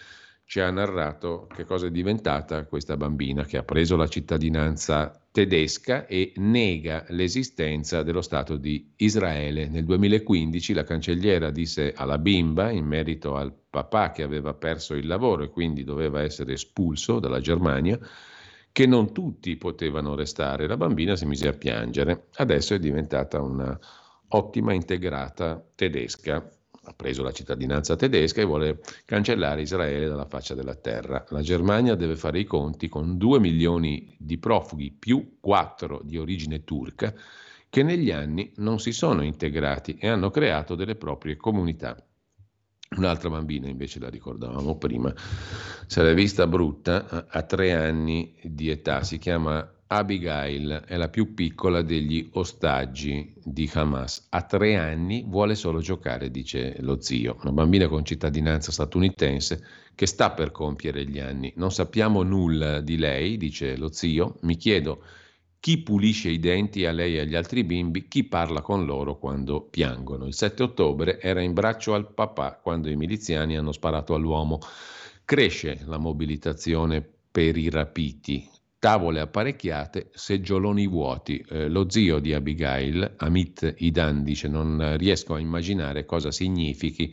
ci ha narrato che cosa è diventata questa bambina che ha preso la cittadinanza tedesca e nega l'esistenza dello Stato di Israele. Nel duemilaquindici la cancelliera disse alla bimba, in merito al papà che aveva perso il lavoro e quindi doveva essere espulso dalla Germania, che non tutti potevano restare. La bambina si mise a piangere. Adesso è diventata una ottima integrata tedesca. Ha preso la cittadinanza tedesca e vuole cancellare Israele dalla faccia della terra. La Germania deve fare i conti con due milioni di profughi più quattro di origine turca che negli anni non si sono integrati e hanno creato delle proprie comunità. Un'altra bambina, invece, la ricordavamo prima, se l'è vista brutta, ha tre anni di età, si chiama Abigail, è la più piccola degli ostaggi di Hamas. A tre anni vuole solo giocare, dice lo zio. Una bambina con cittadinanza statunitense che sta per compiere gli anni. Non sappiamo nulla di lei, dice lo zio. Mi chiedo chi pulisce i denti a lei e agli altri bimbi, chi parla con loro quando piangono. Il sette ottobre era in braccio al papà quando i miliziani hanno sparato all'uomo. Cresce la mobilitazione per i rapiti. Tavole apparecchiate, seggioloni vuoti. Eh, lo zio di Abigail, Amit Idan, dice: non riesco a immaginare cosa significhi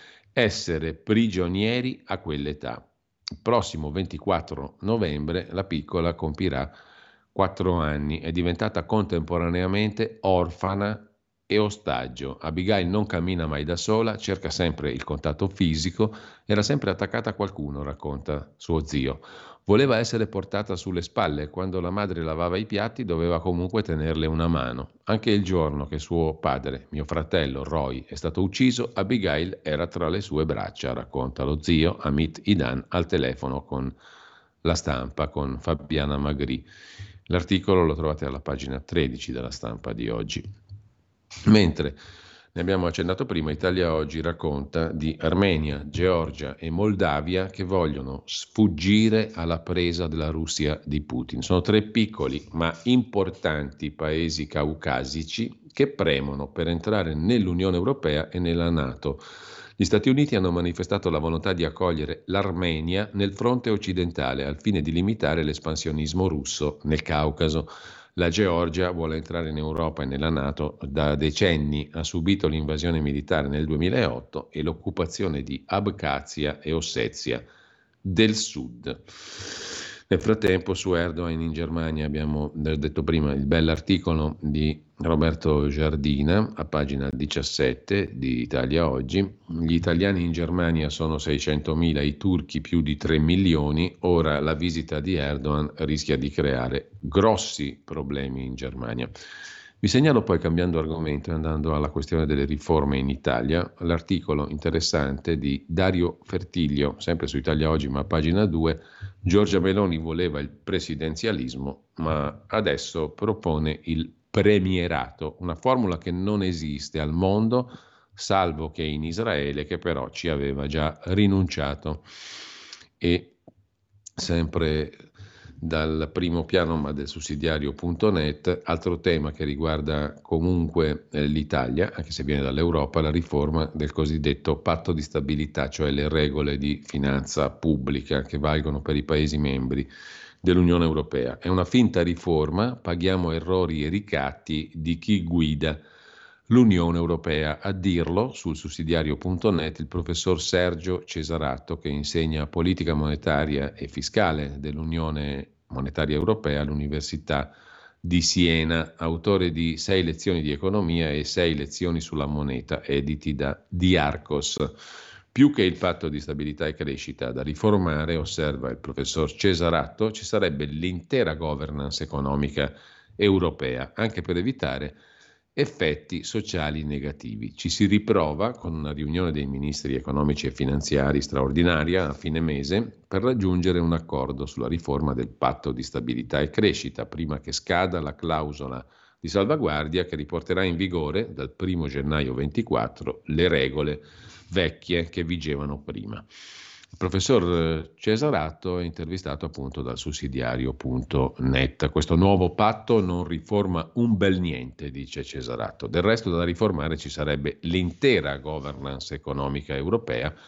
essere prigionieri a quell'età. Il prossimo ventiquattro novembre la piccola compirà quattro anni, è diventata contemporaneamente orfana e ostaggio. Abigail non cammina mai da sola, cerca sempre il contatto fisico, era sempre attaccata a qualcuno, racconta suo zio. Voleva essere portata sulle spalle, quando la madre lavava i piatti doveva comunque tenerle una mano. Anche il giorno che suo padre, mio fratello Roy, è stato ucciso, Abigail era tra le sue braccia, racconta lo zio Amit Idan al telefono con La Stampa, con Fabiana Magri. L'articolo lo trovate alla pagina tredici della Stampa di oggi. Mentre ne abbiamo accennato prima, Italia Oggi racconta di Armenia, Georgia e Moldavia che vogliono sfuggire alla presa della Russia di Putin. Sono tre piccoli ma importanti paesi caucasici che premono per entrare nell'Unione Europea e nella NATO. Gli Stati Uniti hanno manifestato la volontà di accogliere l'Armenia nel fronte occidentale al fine di limitare l'espansionismo russo nel Caucaso. La Georgia vuole entrare in Europa e nella NATO da decenni, ha subito l'invasione militare nel duemilaotto e l'occupazione di Abkhazia e Ossetia del Sud. Nel frattempo su Erdogan in Germania abbiamo detto prima il bell'articolo di Roberto Giardina a pagina diciassette di Italia Oggi. Gli italiani in Germania sono seicentomila, i turchi più di tre milioni. Ora la visita di Erdogan rischia di creare grossi problemi in Germania. Vi segnalo poi, cambiando argomento e andando alla questione delle riforme in Italia, l'articolo interessante di Dario Fertiglio, sempre su Italia Oggi ma a pagina due. Giorgia Meloni voleva il presidenzialismo ma adesso propone il premierato, una formula che non esiste al mondo salvo che in Israele, che però ci aveva già rinunciato. E sempre dal primo piano ma del sussidiario punto net, altro tema che riguarda comunque eh, l'Italia, anche se viene dall'Europa, la riforma del cosiddetto patto di stabilità, cioè le regole di finanza pubblica che valgono per i Paesi membri dell'Unione Europea. È una finta riforma, paghiamo errori e ricatti di chi guida l'Unione Europea. A dirlo sul sussidiario punto net il professor Sergio Cesarato, che insegna politica monetaria e fiscale dell'Unione Monetaria Europea all'Università di Siena, autore di sei lezioni di economia e sei lezioni sulla moneta, editi da Diarcos. Più che il patto di stabilità e crescita da riformare, osserva il professor Cesarato, ci sarebbe l'intera governance economica europea, anche per evitare effetti sociali negativi. Ci si riprova con una riunione dei ministri economici e finanziari straordinaria a fine mese per raggiungere un accordo sulla riforma del patto di stabilità e crescita, prima che scada la clausola di salvaguardia che riporterà in vigore dal primo gennaio ventiquattro le regole vecchie che vigevano prima. Il professor Cesarato è intervistato appunto dal sussidiario punto net. Questo nuovo patto non riforma un bel niente, dice Cesarato. Del resto da riformare ci sarebbe l'intera governance economica europea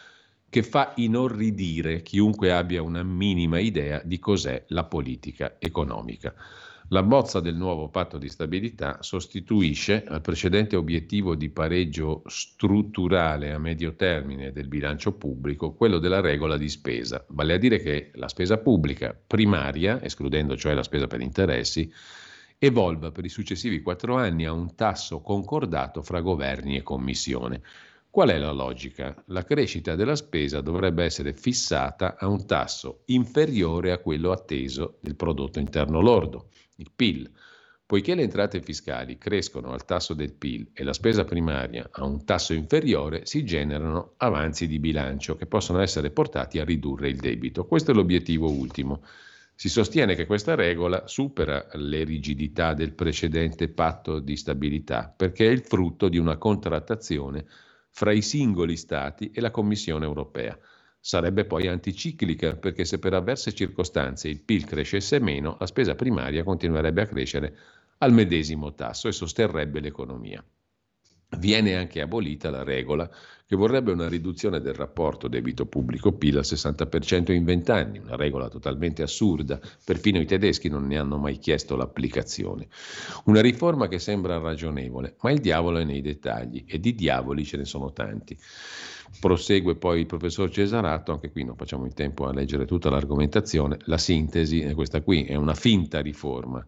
che fa inorridire chiunque abbia una minima idea di cos'è la politica economica. La bozza del nuovo patto di stabilità sostituisce al precedente obiettivo di pareggio strutturale a medio termine del bilancio pubblico quello della regola di spesa, vale a dire che la spesa pubblica primaria, escludendo cioè la spesa per interessi, evolva per i successivi quattro anni a un tasso concordato fra governi e commissione. Qual è la logica? La crescita della spesa dovrebbe essere fissata a un tasso inferiore a quello atteso del prodotto interno lordo, il P I L. Poiché le entrate fiscali crescono al tasso del P I L e la spesa primaria a un tasso inferiore, si generano avanzi di bilancio che possono essere portati a ridurre il debito. Questo è l'obiettivo ultimo. Si sostiene che questa regola supera le rigidità del precedente patto di stabilità perché è il frutto di una contrattazione fra i singoli stati e la Commissione europea. Sarebbe poi anticiclica perché se per avverse circostanze il P I L crescesse meno, la spesa primaria continuerebbe a crescere al medesimo tasso e sosterrebbe l'economia. Viene anche abolita la regola che vorrebbe una riduzione del rapporto debito pubblico-P I L al sessanta per cento in vent'anni, una regola totalmente assurda, perfino i tedeschi non ne hanno mai chiesto l'applicazione. Una riforma che sembra ragionevole, ma il diavolo è nei dettagli e di diavoli ce ne sono tanti. Prosegue poi il professor Cesarato, anche qui non facciamo in tempo a leggere tutta l'argomentazione, la sintesi è questa qui, è una finta riforma.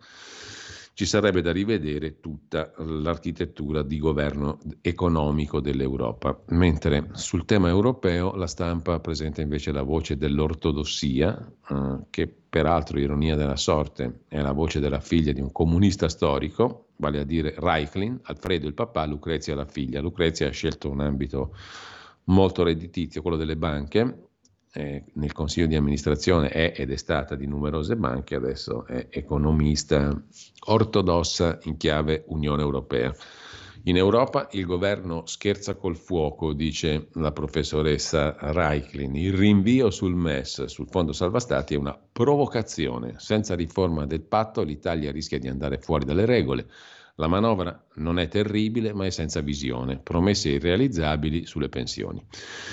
Ci sarebbe da rivedere tutta l'architettura di governo economico dell'Europa, mentre sul tema europeo la stampa presenta invece la voce dell'ortodossia, eh, che peraltro, ironia della sorte, è la voce della figlia di un comunista storico, vale a dire Raiklin, Alfredo il papà, Lucrezia la figlia. Lucrezia ha scelto un ambito molto redditizio, quello delle banche. Eh, nel consiglio di amministrazione è ed è stata di numerose banche, adesso è economista ortodossa in chiave Unione Europea. In Europa il governo scherza col fuoco, dice la professoressa Raiklin. Il rinvio sul M E S, sul Fondo Salva Stati, è una provocazione. Senza riforma del patto l'Italia rischia di andare fuori dalle regole. La manovra non è terribile, ma è senza visione. Promesse irrealizzabili sulle pensioni.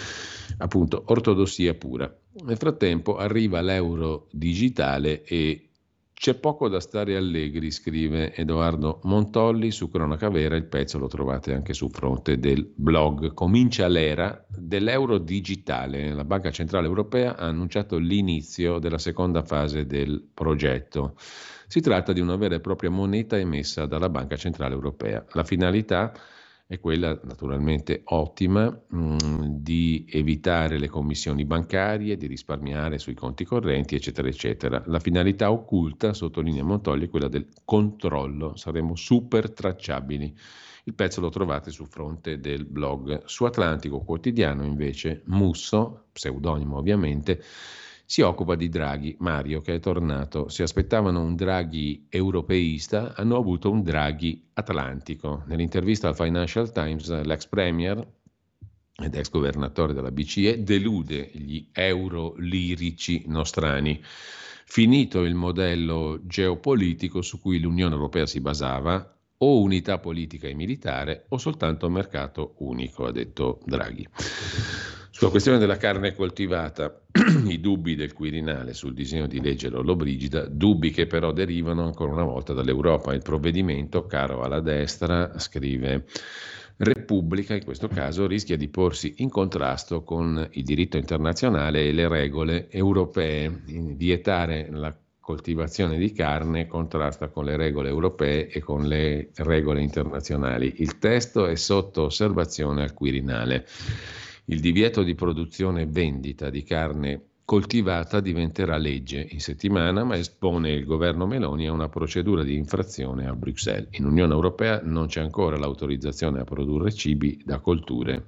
Appunto, ortodossia pura. Nel frattempo arriva l'euro digitale e c'è poco da stare allegri, scrive Edoardo Montolli su Cronaca Vera, il pezzo lo trovate anche sul fronte del blog. Comincia l'era dell'euro digitale. La Banca Centrale Europea ha annunciato l'inizio della seconda fase del progetto. Si tratta di una vera e propria moneta emessa dalla Banca Centrale Europea. La finalità è quella naturalmente ottima mh, di evitare le commissioni bancarie, di risparmiare sui conti correnti, eccetera, eccetera. La finalità occulta, sottolinea Montolli, è quella del controllo. Saremo super tracciabili. Il pezzo lo trovate sul fronte del blog. Su Atlantico Quotidiano, invece, Musso, pseudonimo ovviamente, si occupa di Draghi. Mario, che è tornato. Si aspettavano un Draghi europeista, hanno avuto un Draghi atlantico. Nell'intervista al Financial Times, l'ex premier ed ex governatore della B C E delude gli euro lirici nostrani. Finito il modello geopolitico su cui l'Unione Europea si basava, o unità politica e militare o soltanto mercato unico, ha detto Draghi. Sulla questione della carne coltivata, i dubbi del Quirinale sul disegno di legge Lollobrigida, dubbi che però derivano ancora una volta dall'Europa. Il provvedimento, caro alla destra, scrive Repubblica, in questo caso rischia di porsi in contrasto con il diritto internazionale e le regole europee. Vietare la coltivazione di carne contrasta con le regole europee e con le regole internazionali. Il testo è sotto osservazione al Quirinale. Il divieto di produzione e vendita di carne coltivata diventerà legge in settimana, ma espone il governo Meloni a una procedura di infrazione a Bruxelles. In Unione Europea non c'è ancora l'autorizzazione a produrre cibi da colture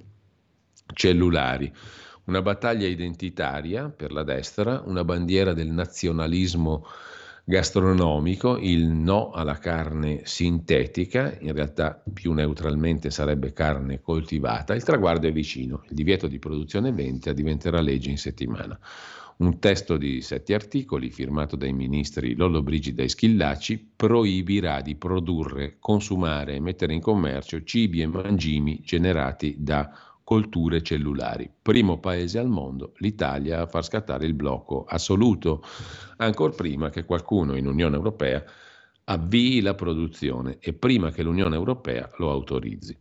cellulari. Una battaglia identitaria per la destra, una bandiera del nazionalismo gastronomico, il no alla carne sintetica, in realtà più neutralmente sarebbe carne coltivata. Il traguardo è vicino, il divieto di produzione e vendita diventerà legge in settimana. Un testo di sette articoli firmato dai ministri Lollobrigida e Schillaci proibirà di produrre, consumare e mettere in commercio cibi e mangimi generati da colture cellulari. Primo paese al mondo, l'Italia, a far scattare il blocco assoluto, ancor prima che qualcuno in Unione Europea avvii la produzione e prima che l'Unione Europea lo autorizzi.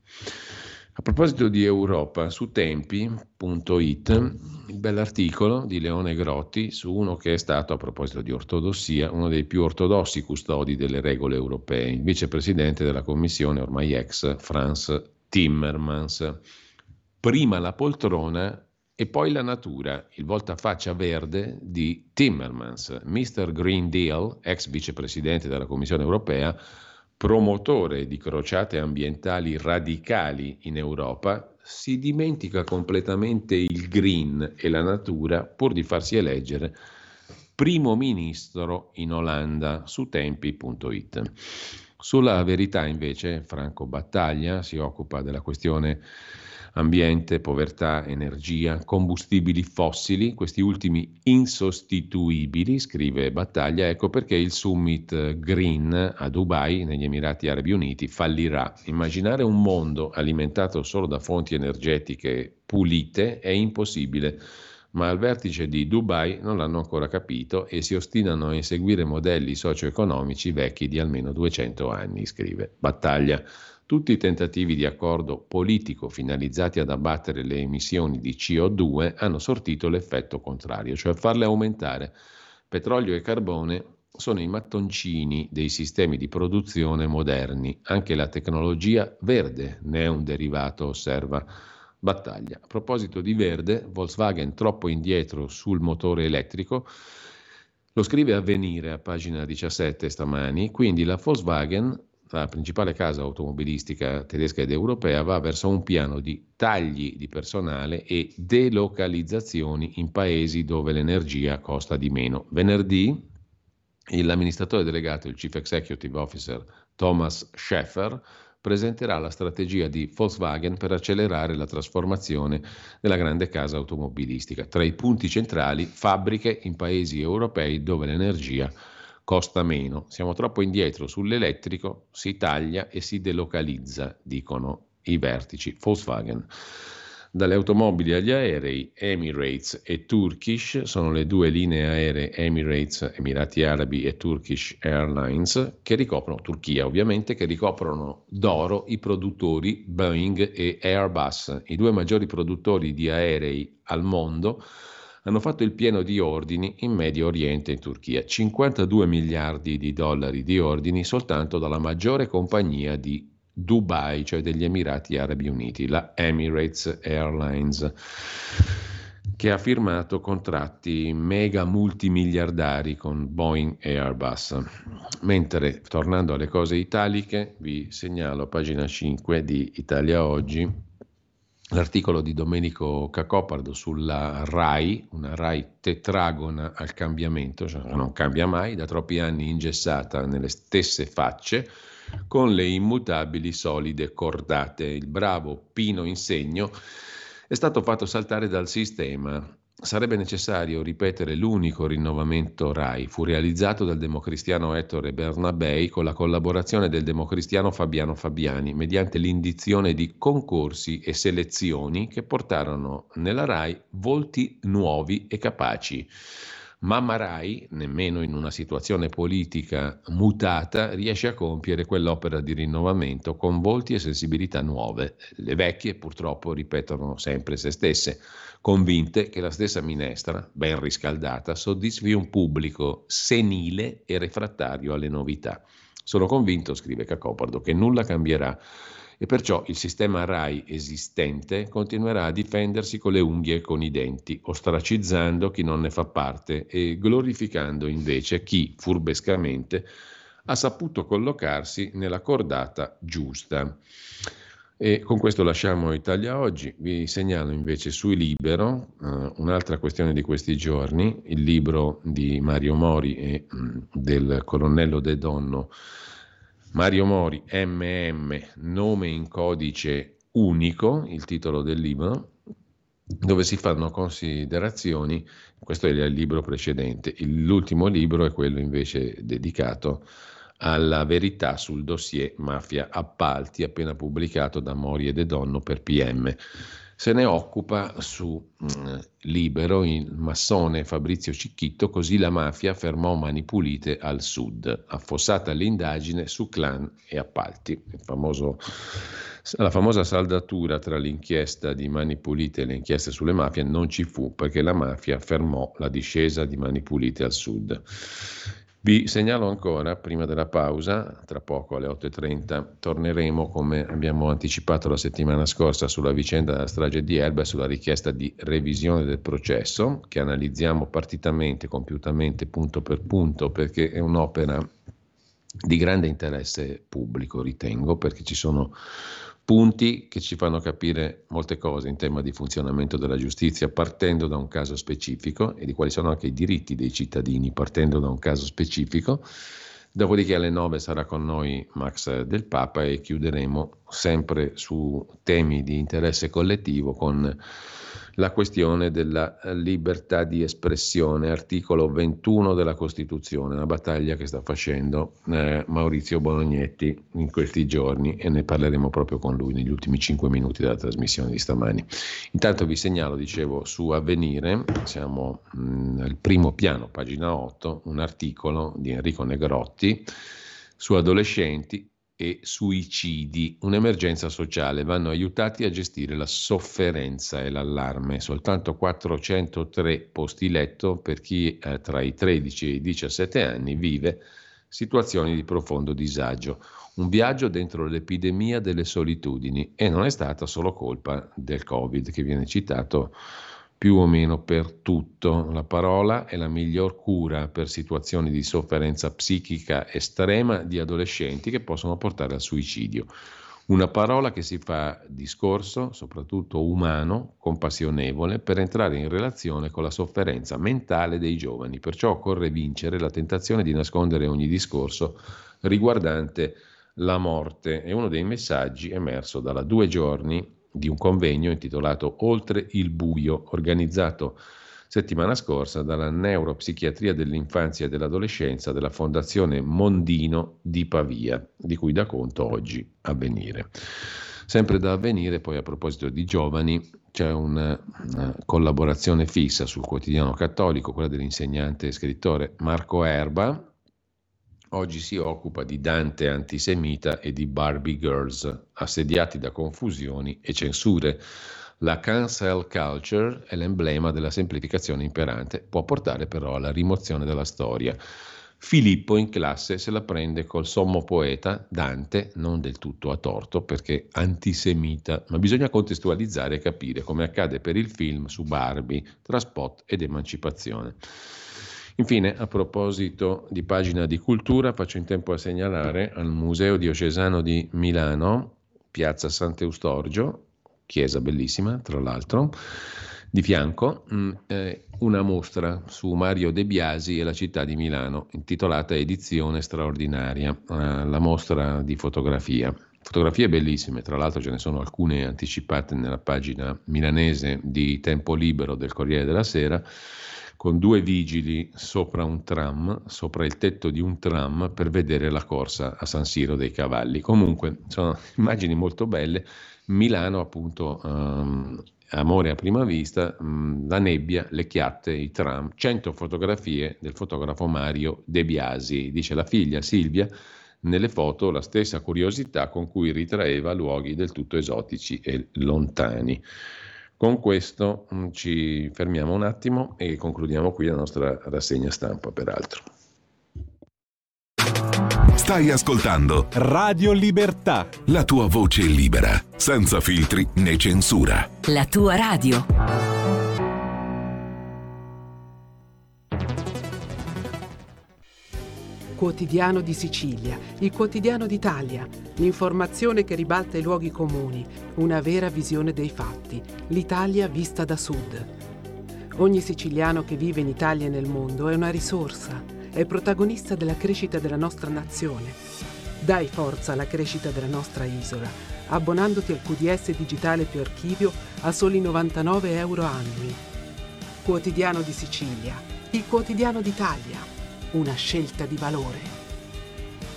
A proposito di Europa, su tempi punto it, il bell'articolo di Leone Grotti su uno che è stato, a proposito di ortodossia, uno dei più ortodossi custodi delle regole europee, il vicepresidente della Commissione, ormai ex, Frans Timmermans. Prima la poltrona e poi la natura, il voltafaccia verde di Timmermans, mister Green Deal, ex vicepresidente della Commissione europea, promotore di crociate ambientali radicali in Europa, si dimentica completamente il green e la natura pur di farsi eleggere primo ministro in Olanda, su tempi punto it. Sulla Verità invece Franco Battaglia si occupa della questione ambiente, povertà, energia, combustibili fossili, questi ultimi insostituibili, scrive Battaglia, ecco perché il summit Green a Dubai, negli Emirati Arabi Uniti, fallirà. Immaginare un mondo alimentato solo da fonti energetiche pulite è impossibile, ma al vertice di Dubai non l'hanno ancora capito e si ostinano a inseguire modelli socio-economici vecchi di almeno duecento anni, scrive Battaglia. Tutti i tentativi di accordo politico finalizzati ad abbattere le emissioni di C O due hanno sortito l'effetto contrario, cioè farle aumentare. Petrolio e carbone sono i mattoncini dei sistemi di produzione moderni. Anche la tecnologia verde ne è un derivato, osserva Battaglia. A proposito di verde, Volkswagen troppo indietro sul motore elettrico, lo scrive Avvenire a pagina diciassette stamani, quindi la Volkswagen, la principale casa automobilistica tedesca ed europea, va verso un piano di tagli di personale e delocalizzazioni in paesi dove l'energia costa di meno. Venerdì l'amministratore delegato, il Chief Executive Officer Thomas Schäfer, presenterà la strategia di Volkswagen per accelerare la trasformazione della grande casa automobilistica. Tra i punti centrali, fabbriche in paesi europei dove l'energia costa meno. Siamo troppo indietro sull'elettrico, si taglia e si delocalizza, dicono i vertici Volkswagen. Dalle automobili agli aerei, Emirates e Turkish sono le due linee aeree Emirates, Emirati Arabi e Turkish Airlines, che ricoprono, Turchia ovviamente, che ricoprono d'oro i produttori Boeing e Airbus, i due maggiori produttori di aerei al mondo. Hanno fatto il pieno di ordini in Medio Oriente e in Turchia, cinquantadue miliardi di dollari di ordini soltanto dalla maggiore compagnia di Dubai, cioè degli Emirati Arabi Uniti, la Emirates Airlines, che ha firmato contratti mega multimiliardari con Boeing e Airbus. Mentre, tornando alle cose italiche, vi segnalo a pagina cinque di Italia Oggi l'articolo di Domenico Cacopardo sulla RAI, una RAI tetragona al cambiamento, cioè non cambia mai, da troppi anni ingessata nelle stesse facce, con le immutabili solide cordate. Il bravo Pino Insegno è stato fatto saltare dal sistema. Sarebbe necessario ripetere l'unico rinnovamento RAI. Fu realizzato dal democristiano Ettore Bernabei con la collaborazione del democristiano Fabiano Fabiani, mediante l'indizione di concorsi e selezioni che portarono nella RAI volti nuovi e capaci. Mamma RAI, nemmeno in una situazione politica mutata, riesce a compiere quell'opera di rinnovamento con volti e sensibilità nuove. Le vecchie purtroppo ripetono sempre se stesse, convinte che la stessa minestra, ben riscaldata, soddisfi un pubblico senile e refrattario alle novità. Sono convinto, scrive Cacopardo, che nulla cambierà e perciò il sistema RAI esistente continuerà a difendersi con le unghie e con i denti, ostracizzando chi non ne fa parte e glorificando invece chi, furbescamente, ha saputo collocarsi nella cordata giusta. E con questo lasciamo Italia Oggi. Vi segnalo invece sui Libero uh, un'altra questione di questi giorni, il libro di Mario Mori e mh, del colonnello De Donno. Mario Mori, M M, nome in codice unico, il titolo del libro, dove si fanno considerazioni. Questo è il libro precedente. L'ultimo libro è quello invece dedicato alla verità sul dossier Mafia Appalti, appena pubblicato da Mori e De Donno per P M. Se ne occupa su mh, Libero il massone Fabrizio Cicchitto, così la mafia fermò Mani Pulite al sud, affossata l'indagine su clan e appalti. Il famoso, la famosa saldatura tra l'inchiesta di Mani Pulite e le inchieste sulle mafie non ci fu perché la mafia fermò la discesa di Mani Pulite al sud. Vi segnalo ancora, prima della pausa, tra poco alle otto e trenta, torneremo, come abbiamo anticipato la settimana scorsa, sulla vicenda della strage di Elba e sulla richiesta di revisione del processo, che analizziamo partitamente, compiutamente, punto per punto, perché è un'opera di grande interesse pubblico, ritengo, perché ci sono punti che ci fanno capire molte cose in tema di funzionamento della giustizia, partendo da un caso specifico e di quali sono anche i diritti dei cittadini, partendo da un caso specifico. Dopodiché alle nove sarà con noi Max Del Papa e chiuderemo sempre su temi di interesse collettivo con la questione della libertà di espressione, articolo ventuno della Costituzione, una battaglia che sta facendo eh, Maurizio Bolognetti in questi giorni, e ne parleremo proprio con lui negli ultimi cinque minuti della trasmissione di stamani. Intanto vi segnalo, dicevo, su Avvenire, siamo mh, al primo piano, pagina otto, un articolo di Enrico Negrotti su adolescenti e suicidi, un'emergenza sociale, vanno aiutati a gestire la sofferenza e l'allarme, soltanto quattrocentotré posti letto per chi eh, tra i tredici e i diciassette anni vive situazioni di profondo disagio, un viaggio dentro l'epidemia delle solitudini, e non è stata solo colpa del Covid, che viene citato più o meno per tutto. La parola è la miglior cura per situazioni di sofferenza psichica estrema di adolescenti che possono portare al suicidio. Una parola che si fa discorso, soprattutto umano, compassionevole, per entrare in relazione con la sofferenza mentale dei giovani. Perciò occorre vincere la tentazione di nascondere ogni discorso riguardante la morte. È uno dei messaggi emerso dalla due giorni di un convegno intitolato Oltre il buio, organizzato settimana scorsa dalla Neuropsichiatria dell'infanzia e dell'adolescenza della Fondazione Mondino di Pavia, di cui dà conto oggi Avvenire. Sempre da Avvenire, poi, a proposito di giovani, c'è una, una collaborazione fissa sul quotidiano cattolico, quella dell'insegnante e scrittore Marco Erba. Oggi si occupa di Dante antisemita e di Barbie Girls, assediati da confusioni e censure. La cancel culture è l'emblema della semplificazione imperante, può portare però alla rimozione della storia. Filippo in classe se la prende col sommo poeta Dante, non del tutto a torto perché antisemita, ma bisogna contestualizzare e capire, come accade per il film su Barbie, tra spot ed emancipazione. Infine, a proposito di pagina di cultura, faccio in tempo a segnalare al Museo Diocesano di Milano, piazza Sant'Eustorgio, chiesa bellissima tra l'altro, di fianco, mh, eh, una mostra su Mario De Biasi e la città di Milano, intitolata Edizione straordinaria, eh, la mostra di fotografia. Fotografie bellissime, tra l'altro ce ne sono alcune anticipate nella pagina milanese di Tempo Libero del Corriere della Sera, con due vigili sopra un tram, sopra il tetto di un tram, per vedere la corsa a San Siro dei Cavalli. Comunque sono immagini molto belle. Milano, appunto, um, amore a prima vista, um, la nebbia, le chiatte, i tram, cento fotografie del fotografo Mario De Biasi. Dice la figlia Silvia, nelle foto la stessa curiosità con cui ritraeva luoghi del tutto esotici e lontani. Con questo mh, ci fermiamo un attimo e concludiamo qui la nostra rassegna stampa, peraltro. Stai ascoltando Radio Libertà, la tua voce libera, senza filtri né censura. La tua radio. Quotidiano di Sicilia, il quotidiano d'Italia, l'informazione che ribalta i luoghi comuni, una vera visione dei fatti, l'Italia vista da sud. Ogni siciliano che vive in Italia e nel mondo è una risorsa, è protagonista della crescita della nostra nazione. Dai forza alla crescita della nostra isola, abbonandoti al Q D S digitale più archivio a soli novantanove euro annui. Quotidiano di Sicilia, il quotidiano d'Italia. Una scelta di valore.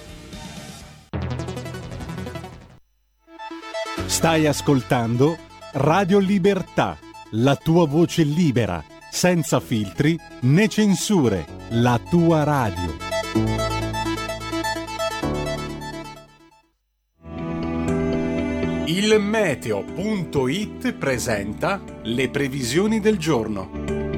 stai ascoltando Radio Libertà, la tua voce libera, senza filtri né censure, la tua radio. Il meteo punto it presenta le previsioni del giorno.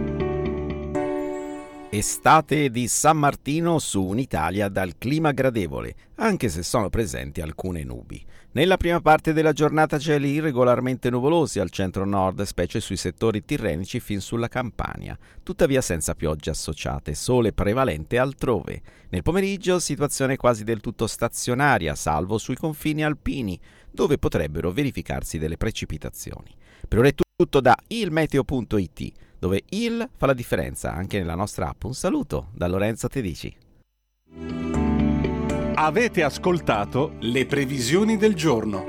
Estate di San Martino su un'Italia dal clima gradevole, anche se sono presenti alcune nubi. Nella prima parte della giornata cieli irregolarmente nuvolosi al centro-nord, specie sui settori tirrenici fin sulla Campania, tuttavia senza piogge associate, sole prevalente altrove. Nel pomeriggio situazione quasi del tutto stazionaria, salvo sui confini alpini, dove potrebbero verificarsi delle precipitazioni. Per ora è tutto da il meteo punto it, dove il fa la differenza anche nella nostra app. Un saluto da Lorenzo Tedici. Avete ascoltato le previsioni del giorno.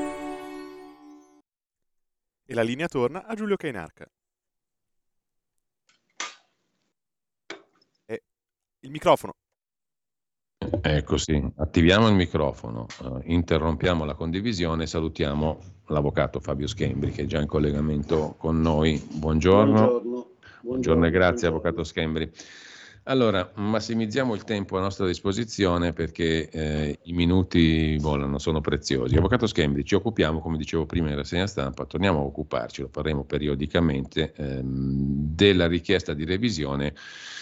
E la linea torna a Giulio Cainarca. E il microfono. Ecco sì, attiviamo il microfono, uh, interrompiamo la condivisione e salutiamo l'avvocato Fabio Schembri che è già in collegamento con noi. Buongiorno. Buongiorno, buongiorno, buongiorno e grazie buongiorno. Avvocato Schembri. Allora, massimizziamo il tempo a nostra disposizione perché eh, i minuti volano, sono preziosi. Avvocato Schembri, ci occupiamo, come dicevo prima in rassegna stampa, torniamo a occuparci, lo faremo periodicamente, ehm, della richiesta di revisione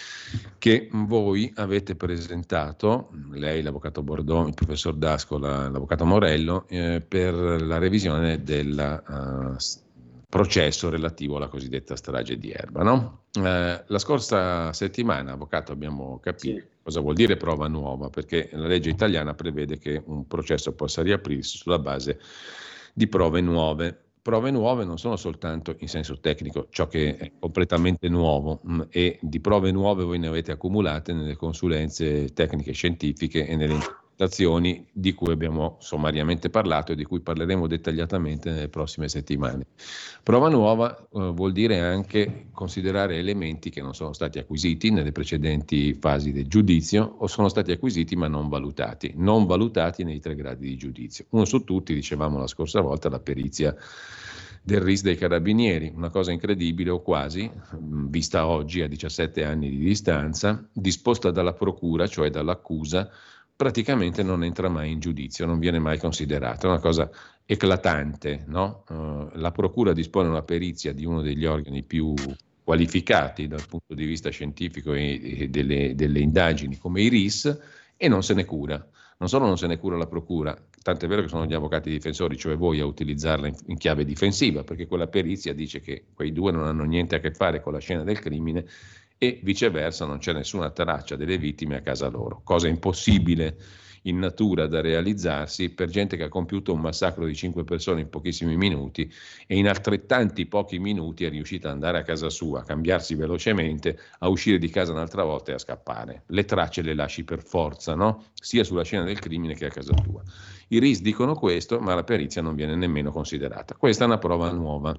che voi avete presentato, lei, l'avvocato Bordon, il professor D'Ascola, l'avvocato Morello, eh, per la revisione del uh, processo relativo alla cosiddetta strage di Erba. No? Eh, la scorsa settimana, avvocato, abbiamo capito sì. cosa vuol dire prova nuova, perché la legge italiana prevede che un processo possa riaprirsi sulla base di prove nuove. Prove nuove non sono soltanto in senso tecnico, ciò che è completamente nuovo, mh, e di prove nuove voi ne avete accumulate nelle consulenze tecniche scientifiche e nelle interpretazioni di cui abbiamo sommariamente parlato e di cui parleremo dettagliatamente nelle prossime settimane. Prova nuova eh, vuol dire anche considerare elementi che non sono stati acquisiti nelle precedenti fasi del giudizio o sono stati acquisiti ma non valutati, non valutati nei tre gradi di giudizio. Uno su tutti, dicevamo la scorsa volta, la perizia del R I S dei Carabinieri, una cosa incredibile o quasi, vista oggi a diciassette anni di distanza, disposta dalla procura, cioè dall'accusa, praticamente non entra mai in giudizio, non viene mai considerata, è una cosa eclatante, no? Uh, la procura dispone una perizia di uno degli organi più qualificati dal punto di vista scientifico e, e delle, delle indagini come i R I S e non se ne cura. Non solo non se ne cura la procura, tant'è vero che sono gli avvocati difensori, cioè voi, a utilizzarla in, in chiave difensiva, perché quella perizia dice che quei due non hanno niente a che fare con la scena del crimine e viceversa non c'è nessuna traccia delle vittime a casa loro, cosa impossibile in natura da realizzarsi per gente che ha compiuto un massacro di cinque persone in pochissimi minuti e in altrettanti pochi minuti è riuscita ad andare a casa sua, a cambiarsi velocemente, a uscire di casa un'altra volta e a scappare. Le tracce le lasci per forza, no? Sia sulla scena del crimine che a casa tua. I R I S dicono questo, ma la perizia non viene nemmeno considerata. Questa è una prova nuova.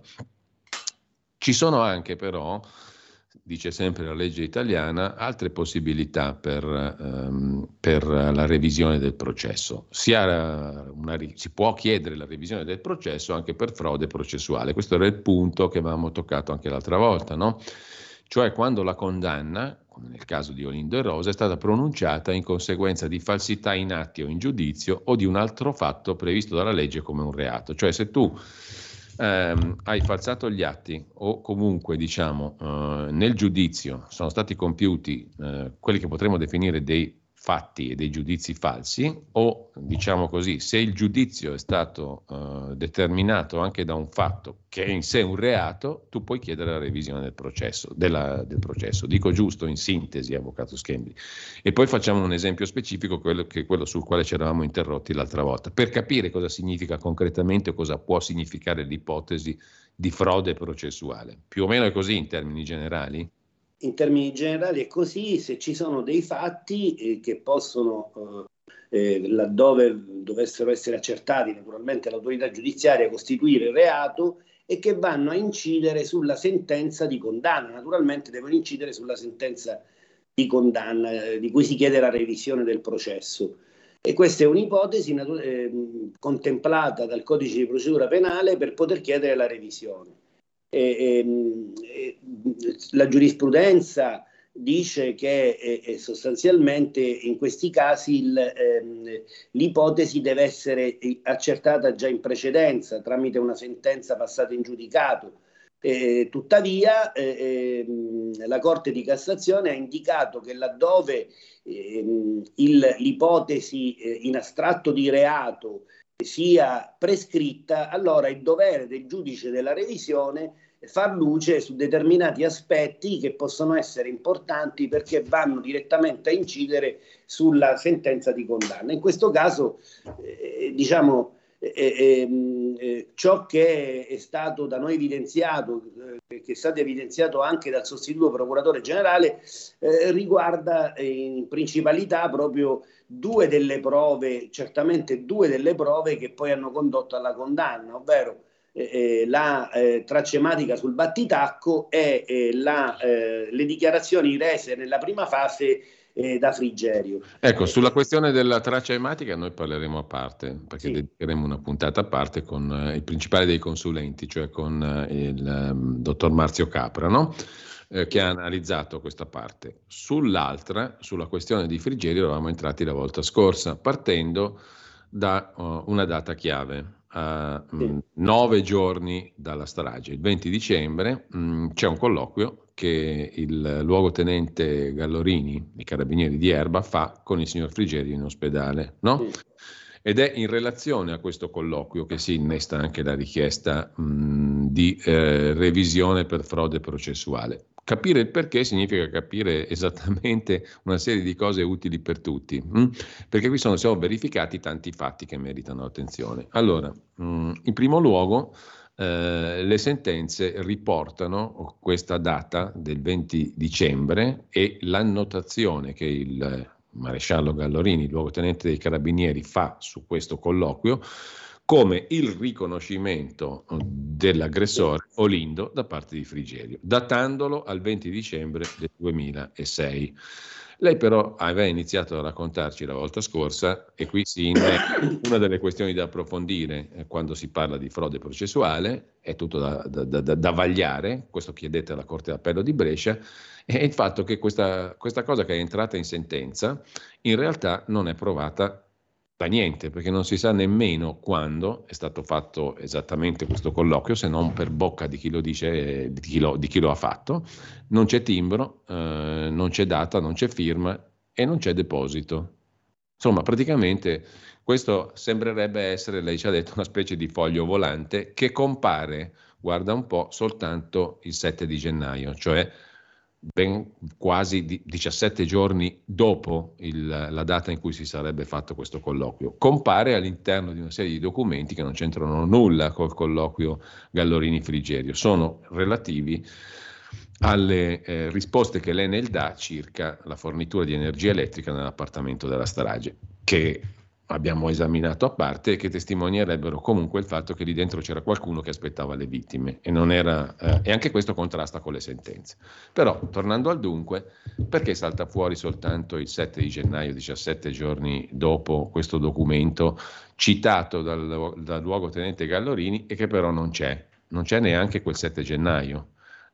Ci sono anche però, dice sempre la legge italiana, altre possibilità per, um, per la revisione del processo. Si, ha una, si può chiedere la revisione del processo anche per frode processuale. Questo era il punto che avevamo toccato anche l'altra volta, no? Cioè quando la condanna, come nel caso di Olindo e Rosa, è stata pronunciata in conseguenza di falsità in atti o in giudizio o di un altro fatto previsto dalla legge come un reato. Cioè se tu ehm, hai falsato gli atti o comunque diciamo eh, nel giudizio sono stati compiuti eh, quelli che potremmo definire dei fatti e dei giudizi falsi, o diciamo così, se il giudizio è stato uh, determinato anche da un fatto che è in sé un reato, tu puoi chiedere la revisione del processo, della, del processo. Dico giusto in sintesi, avvocato Schembri. E poi facciamo un esempio specifico, quello, che è quello sul quale ci eravamo interrotti l'altra volta, per capire cosa significa concretamente o cosa può significare l'ipotesi di frode processuale. Più o meno è così in termini generali? In termini generali è così. Se ci sono dei fatti eh, che possono, eh, laddove dovessero essere accertati, naturalmente l'autorità giudiziaria, costituire reato e che vanno a incidere sulla sentenza di condanna, naturalmente devono incidere sulla sentenza di condanna eh, di cui si chiede la revisione del processo. E questa è un'ipotesi natu- eh, contemplata dal codice di procedura penale per poter chiedere la revisione. E, e, la giurisprudenza dice che eh, sostanzialmente in questi casi il, ehm, l'ipotesi deve essere accertata già in precedenza tramite una sentenza passata in giudicato. Eh, tuttavia eh, la Corte di Cassazione ha indicato che laddove eh, il, l'ipotesi eh, in astratto di reato sia prescritta, allora il dovere del giudice della revisione è far luce su determinati aspetti che possono essere importanti perché vanno direttamente a incidere sulla sentenza di condanna. In questo caso, eh, diciamo, eh, eh, eh, ciò che è stato da noi evidenziato, eh, che è stato evidenziato anche dal sostituto procuratore generale, eh, riguarda eh, in principalità proprio due delle prove, certamente due delle prove che poi hanno condotto alla condanna, ovvero eh, la eh, tracematica sul battitacco e eh, la, eh, le dichiarazioni rese nella prima fase eh, da Frigerio. Ecco, sulla questione della traccia ematica noi parleremo a parte, perché Sì. dedicheremo una puntata a parte con eh, il principale dei consulenti, cioè con eh, il um, dottor Marzio Capra, no? eh, che ha analizzato questa parte. Sull'altra, sulla questione di Frigerio, eravamo entrati la volta scorsa, partendo da uh, una data chiave. A uh, nove giorni dalla strage, il venti dicembre, mh, c'è un colloquio che il luogotenente Gallorini, i carabinieri di Erba, fa con il signor Frigerio in ospedale, no? Sì. Ed è in relazione a questo colloquio che si innesta anche la richiesta mh, di eh, revisione per frode processuale. Capire il perché significa capire esattamente una serie di cose utili per tutti, mh? perché qui sono, sono verificati tanti fatti che meritano attenzione. Allora, mh, in primo luogo, eh, le sentenze riportano questa data del venti dicembre e l'annotazione che il maresciallo Gallorini, luogotenente dei carabinieri, fa su questo colloquio come il riconoscimento dell'aggressore Olindo da parte di Frigerio, datandolo al venti dicembre del duemilasei. Lei però aveva iniziato a raccontarci la volta scorsa, e qui si innesca una delle questioni da approfondire eh, quando si parla di frode processuale, è tutto da, da, da, da vagliare, questo chiedete alla Corte d'Appello di Brescia, è il fatto che questa, questa cosa che è entrata in sentenza in realtà non è provata da niente, perché non si sa nemmeno quando è stato fatto esattamente questo colloquio, se non per bocca di chi lo dice, di chi lo, di chi lo ha fatto. Non c'è timbro, eh, non c'è data, non c'è firma e non c'è deposito. Insomma, praticamente questo sembrerebbe essere, lei ci ha detto, una specie di foglio volante che compare, guarda un po', soltanto il sette di gennaio, cioè ben quasi diciassette giorni dopo il, la data in cui si sarebbe fatto questo colloquio. Compare all'interno di una serie di documenti che non c'entrano nulla col colloquio Gallorini-Frigerio, sono relativi alle eh, risposte che l'Enel dà circa la fornitura di energia elettrica nell'appartamento della strage, che abbiamo esaminato a parte e che testimonierebbero comunque il fatto che lì dentro c'era qualcuno che aspettava le vittime e non era eh, e anche questo contrasta con le sentenze. Però, tornando al dunque, perché salta fuori soltanto il sette di gennaio, diciassette giorni dopo, questo documento citato dal, dal luogotenente Gallorini e che però non c'è, non c'è neanche quel sette gennaio.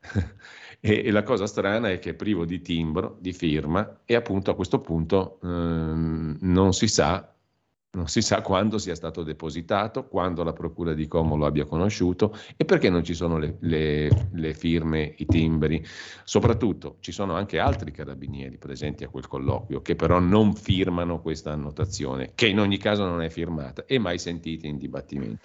E, e la cosa strana è che è privo di timbro, di firma, e appunto a questo punto ehm, non si sa Non si sa quando sia stato depositato, quando la procura di Como lo abbia conosciuto e perché non ci sono le, le, le firme, i timbri. Soprattutto ci sono anche altri carabinieri presenti a quel colloquio che però non firmano questa annotazione, che in ogni caso non è firmata e mai sentiti in dibattimento.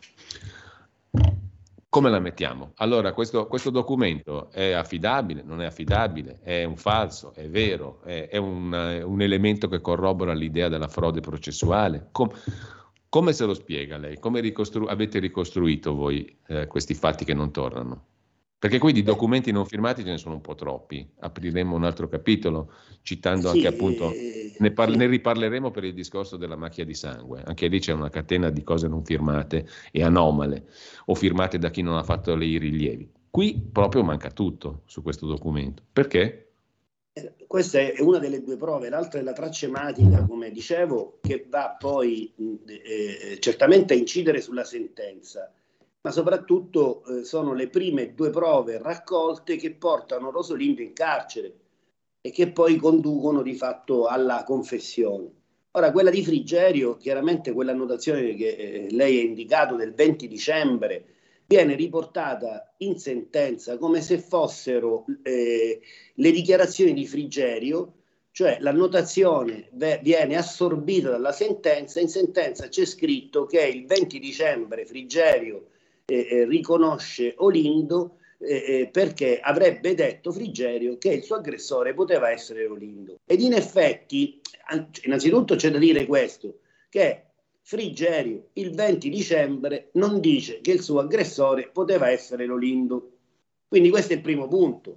Come la mettiamo? Allora, questo, questo documento è affidabile, non è affidabile, è un falso, è vero, è, è un, un elemento che corrobora l'idea della frode processuale? Com- come se lo spiega lei? Come ricostru- avete ricostruito voi eh, questi fatti che non tornano? Perché qui di documenti non firmati ce ne sono un po' troppi. Apriremo un altro capitolo citando sì, anche appunto, ne, par- sì. ne riparleremo per il discorso della macchia di sangue. Anche lì c'è una catena di cose non firmate e anomale o firmate da chi non ha fatto i rilievi. Qui proprio manca tutto su questo documento. Perché? Questa è una delle due prove, l'altra è la traccia ematica, come dicevo, che va poi eh, certamente a incidere sulla sentenza, ma soprattutto eh, sono le prime due prove raccolte che portano Rosolindo in carcere e che poi conducono di fatto alla confessione. Ora, quella di Frigerio, chiaramente quell'annotazione che eh, lei ha indicato del venti dicembre, viene riportata in sentenza come se fossero eh, le dichiarazioni di Frigerio, cioè l'annotazione v- viene assorbita dalla sentenza. In sentenza c'è scritto che il venti dicembre Frigerio eh, eh, riconosce Olindo eh, eh, perché avrebbe detto Frigerio che il suo aggressore poteva essere Olindo. Ed in effetti, an- innanzitutto c'è da dire questo, che Frigerio il venti dicembre non dice che il suo aggressore poteva essere Olindo. Quindi questo è il primo punto.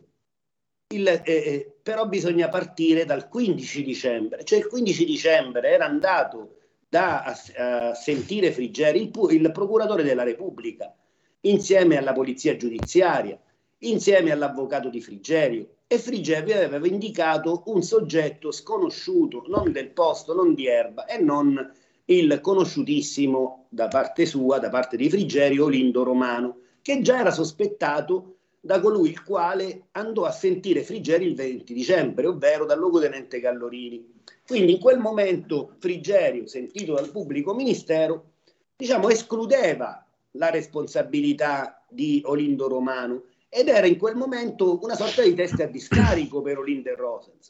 Il, eh, però bisogna partire dal quindici dicembre, cioè il quindici dicembre era andato da, a, a sentire Frigerio il, il procuratore della Repubblica insieme alla polizia giudiziaria, insieme all'avvocato di Frigerio, e Frigerio aveva indicato un soggetto sconosciuto, non del posto, non di Erba, e non il conosciutissimo da parte sua, da parte di Frigerio, Olindo Romano, che già era sospettato da colui il quale andò a sentire Frigerio il venti dicembre, ovvero dal luogotenente Gallorini. Quindi in quel momento Frigerio, sentito dal pubblico ministero, diciamo escludeva la responsabilità di Olindo Romano ed era in quel momento una sorta di testa a discarico per Olindo e Rosas.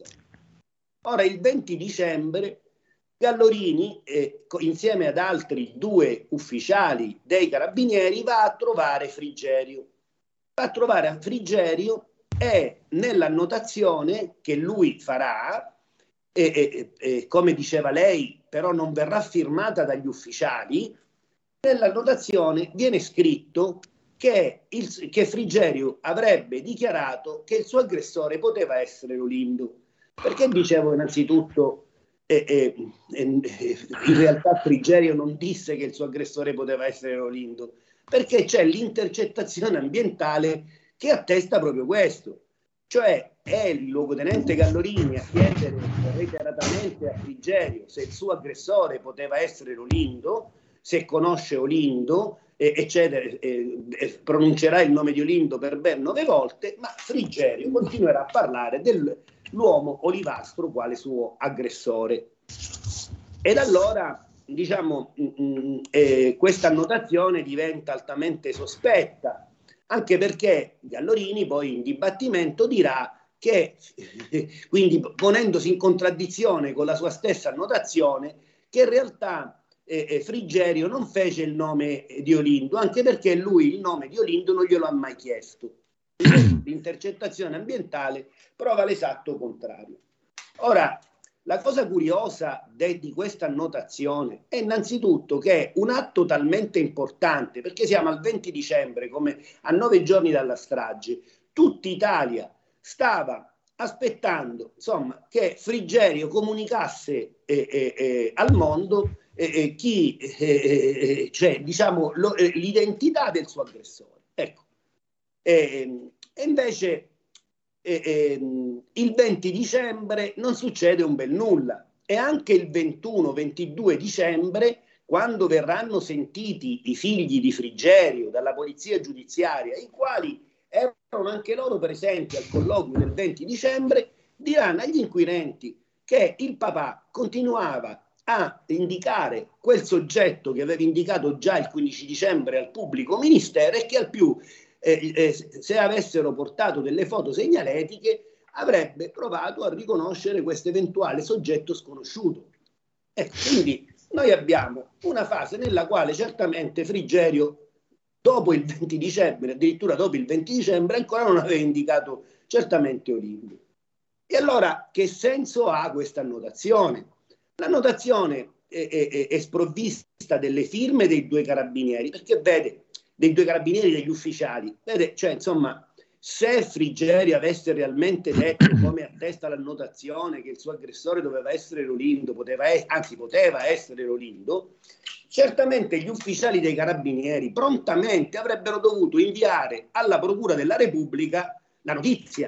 Ora il venti dicembre Gallorini, eh, insieme ad altri due ufficiali dei Carabinieri, va a trovare Frigerio. Va a trovare a Frigerio e nell'annotazione che lui farà, eh, eh, eh, come diceva lei, però non verrà firmata dagli ufficiali, nell'annotazione viene scritto che, il, che Frigerio avrebbe dichiarato che il suo aggressore poteva essere Olindo. Perché dicevo innanzitutto E, e, e, in realtà Frigerio non disse che il suo aggressore poteva essere Olindo, perché c'è l'intercettazione ambientale che attesta proprio questo, cioè è il luogotenente Gallorini a chiedere reiteratamente a Frigerio se il suo aggressore poteva essere Olindo, se conosce Olindo, eh, eccetera, eh, eh, pronuncerà il nome di Olindo per ben nove volte, ma Frigerio continuerà a parlare dell'uomo olivastro quale suo aggressore. Ed allora, diciamo, mh, eh, questa annotazione diventa altamente sospetta, anche perché Gallorini poi in dibattimento dirà che, quindi ponendosi in contraddizione con la sua stessa annotazione, che in realtà eh, Frigerio non fece il nome di Olindo, anche perché lui il nome di Olindo non glielo ha mai chiesto. L'intercettazione ambientale prova l'esatto contrario. Ora, la cosa curiosa de, di questa annotazione è innanzitutto che è un atto talmente importante, perché siamo al venti dicembre, come a nove giorni dalla strage, tutta Italia stava aspettando, insomma, che Frigerio comunicasse eh, eh, eh, al mondo eh, eh, chi, eh, eh, cioè, diciamo, lo, eh, l'identità del suo aggressore. Ecco. E, e invece eh, eh, il venti dicembre non succede un bel nulla, e anche il ventuno ventidue dicembre, quando verranno sentiti i figli di Frigerio dalla polizia giudiziaria, i quali erano anche loro presenti al colloquio del venti dicembre, diranno agli inquirenti che il papà continuava a indicare quel soggetto che aveva indicato già il quindici dicembre al pubblico ministero, e che al più Eh, eh, se avessero portato delle foto segnaletiche avrebbe provato a riconoscere questo eventuale soggetto sconosciuto. Ecco, quindi noi abbiamo una fase nella quale certamente Frigerio dopo il venti dicembre, addirittura dopo il venti dicembre, ancora non aveva indicato certamente Olindo. E allora che senso ha questa annotazione? L'annotazione è, è, è sprovvista delle firme dei due carabinieri, perché vede, dei due carabinieri, degli ufficiali, vede, cioè insomma, se Frigerio avesse realmente detto, come attesta l'annotazione, che il suo aggressore doveva essere Olindo, poteva, anzi poteva essere Olindo, certamente gli ufficiali dei carabinieri prontamente avrebbero dovuto inviare alla Procura della Repubblica la notizia,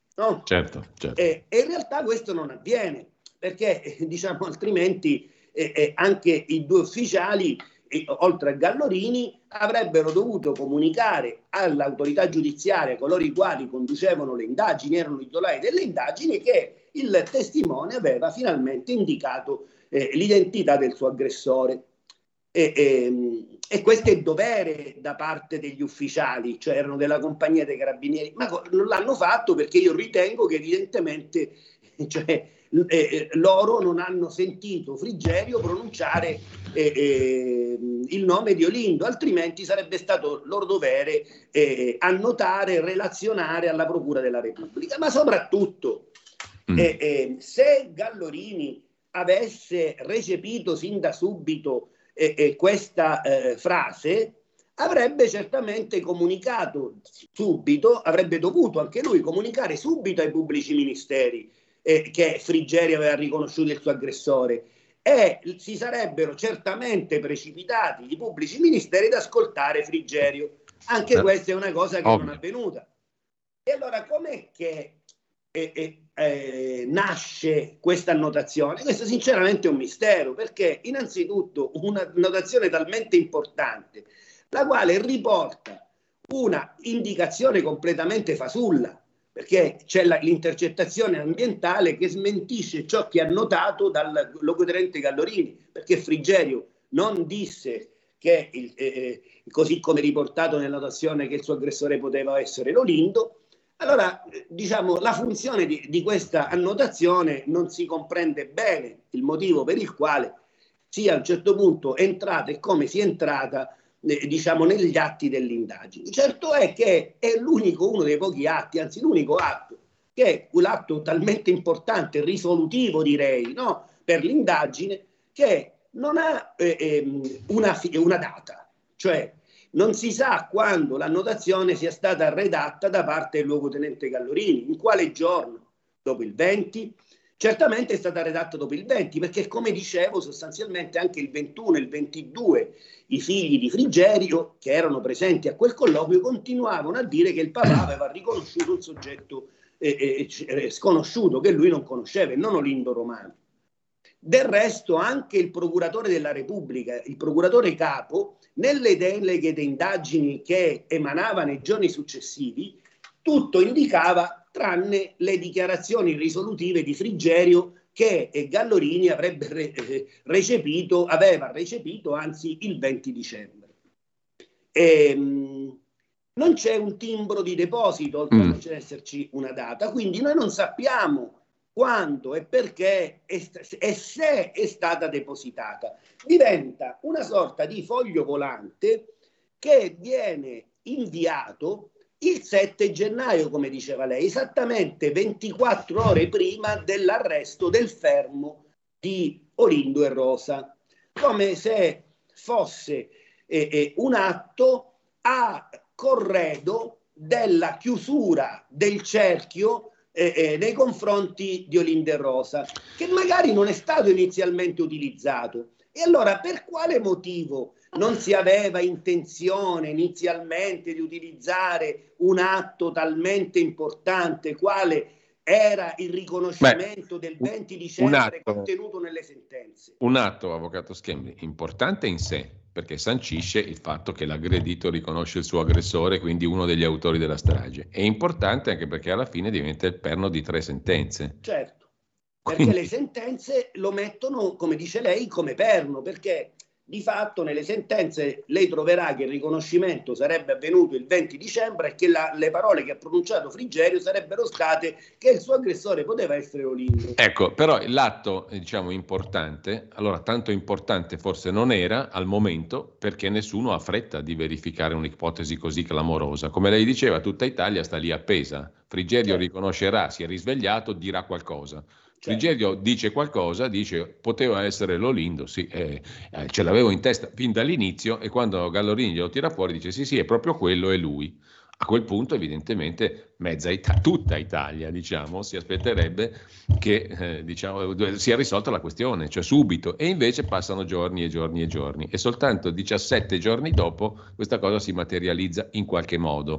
no? Certo, certo. E, e in realtà questo non avviene, perché diciamo altrimenti eh, eh, anche i due ufficiali, eh, oltre a Gallorini, avrebbero dovuto comunicare all'autorità giudiziaria, coloro i quali conducevano le indagini, erano i titolari delle indagini, che il testimone aveva finalmente indicato eh, l'identità del suo aggressore. E, e, e questo è dovere da parte degli ufficiali, cioè erano della compagnia dei carabinieri, ma non l'hanno fatto perché io ritengo che evidentemente cioè, eh, loro non hanno sentito Frigerio pronunciare eh, eh, il nome di Olindo, altrimenti sarebbe stato loro dovere eh, annotare, relazionare alla Procura della Repubblica. Ma soprattutto mm. eh, eh, se Gallorini avesse recepito sin da subito eh, eh, questa eh, frase, avrebbe certamente comunicato subito, avrebbe dovuto anche lui comunicare subito ai pubblici ministeri eh, che Frigerio aveva riconosciuto il suo aggressore, e si sarebbero certamente precipitati i pubblici ministeri ad ascoltare Frigerio. Anche eh, questa è una cosa che ovvio. non è avvenuta. E allora com'è che eh, eh, eh, nasce questa annotazione? Questo sinceramente è un mistero, perché innanzitutto una notazione talmente importante, la quale riporta una indicazione completamente fasulla, perché c'è la, l'intercettazione ambientale che smentisce ciò che ha notato dal locotenente Gallorini, perché Frigerio non disse che, il, eh, così come riportato nella notazione, che il suo aggressore poteva essere Lolindo. Allora, diciamo, la funzione di, di questa annotazione non si comprende bene, il motivo per il quale sia a un certo punto entrata e come sia entrata Eh, diciamo negli atti dell'indagine. Certo è che è l'unico, uno dei pochi atti, anzi l'unico atto, che è un atto talmente importante, risolutivo direi, no? Per l'indagine, che non ha eh, eh, una, una data, cioè non si sa quando l'annotazione sia stata redatta da parte del luogotenente Gallorini, in quale giorno, dopo il venti. Certamente è stata redatta dopo il venti, perché come dicevo sostanzialmente anche il ventuno e il ventidue i figli di Frigerio, che erano presenti a quel colloquio, continuavano a dire che il papà aveva riconosciuto un soggetto eh, eh, sconosciuto che lui non conosceva, e non Olindo Romano. Del resto anche il procuratore della Repubblica, il procuratore capo, nelle deleghe di indagini che emanava nei giorni successivi, tutto indicava, tranne le dichiarazioni risolutive di Frigerio, che eh, Gallorini avrebbe re, eh, recepito, aveva recepito anzi il venti dicembre. E, mh, non c'è un timbro di deposito, oltre mm. a non c'è esserci una data, quindi noi non sappiamo quando e perché e, e se è stata depositata. Diventa una sorta di foglio volante che viene inviato il sette gennaio, come diceva lei, esattamente ventiquattro ore prima dell'arresto, del fermo di Olindo e Rosa, come se fosse eh, eh, un atto a corredo della chiusura del cerchio eh, eh, nei confronti di Olindo e Rosa, che magari non è stato inizialmente utilizzato. E allora per quale motivo non si aveva intenzione inizialmente di utilizzare un atto talmente importante quale era il riconoscimento Beh, del venti dicembre atto, contenuto nelle sentenze? Un atto, avvocato Schembri, importante in sé, perché sancisce il fatto che l'aggredito riconosce il suo aggressore, quindi uno degli autori della strage. È importante anche perché alla fine diventa il perno di tre sentenze. Certo, perché quindi... le sentenze lo mettono, come dice lei, come perno, perché di fatto nelle sentenze lei troverà che il riconoscimento sarebbe avvenuto il venti dicembre e che la, le parole che ha pronunciato Frigerio sarebbero state che il suo aggressore poteva essere Olindo. Ecco, però l'atto, diciamo, importante, allora tanto importante forse non era al momento, perché nessuno ha fretta di verificare un'ipotesi così clamorosa. Come lei diceva, tutta Italia sta lì appesa. Frigerio certo. riconoscerà, si è risvegliato, dirà qualcosa. Frigerio dice qualcosa, dice poteva essere Lolindo, sì, eh, eh, ce l'avevo in testa fin dall'inizio, e quando Gallorini glielo tira fuori dice sì sì è proprio quello, è lui. A quel punto evidentemente mezza Italia, tutta Italia diciamo, si aspetterebbe che eh, diciamo, sia risolta la questione, cioè subito, e invece passano giorni e giorni e giorni e soltanto diciassette giorni dopo questa cosa si materializza in qualche modo.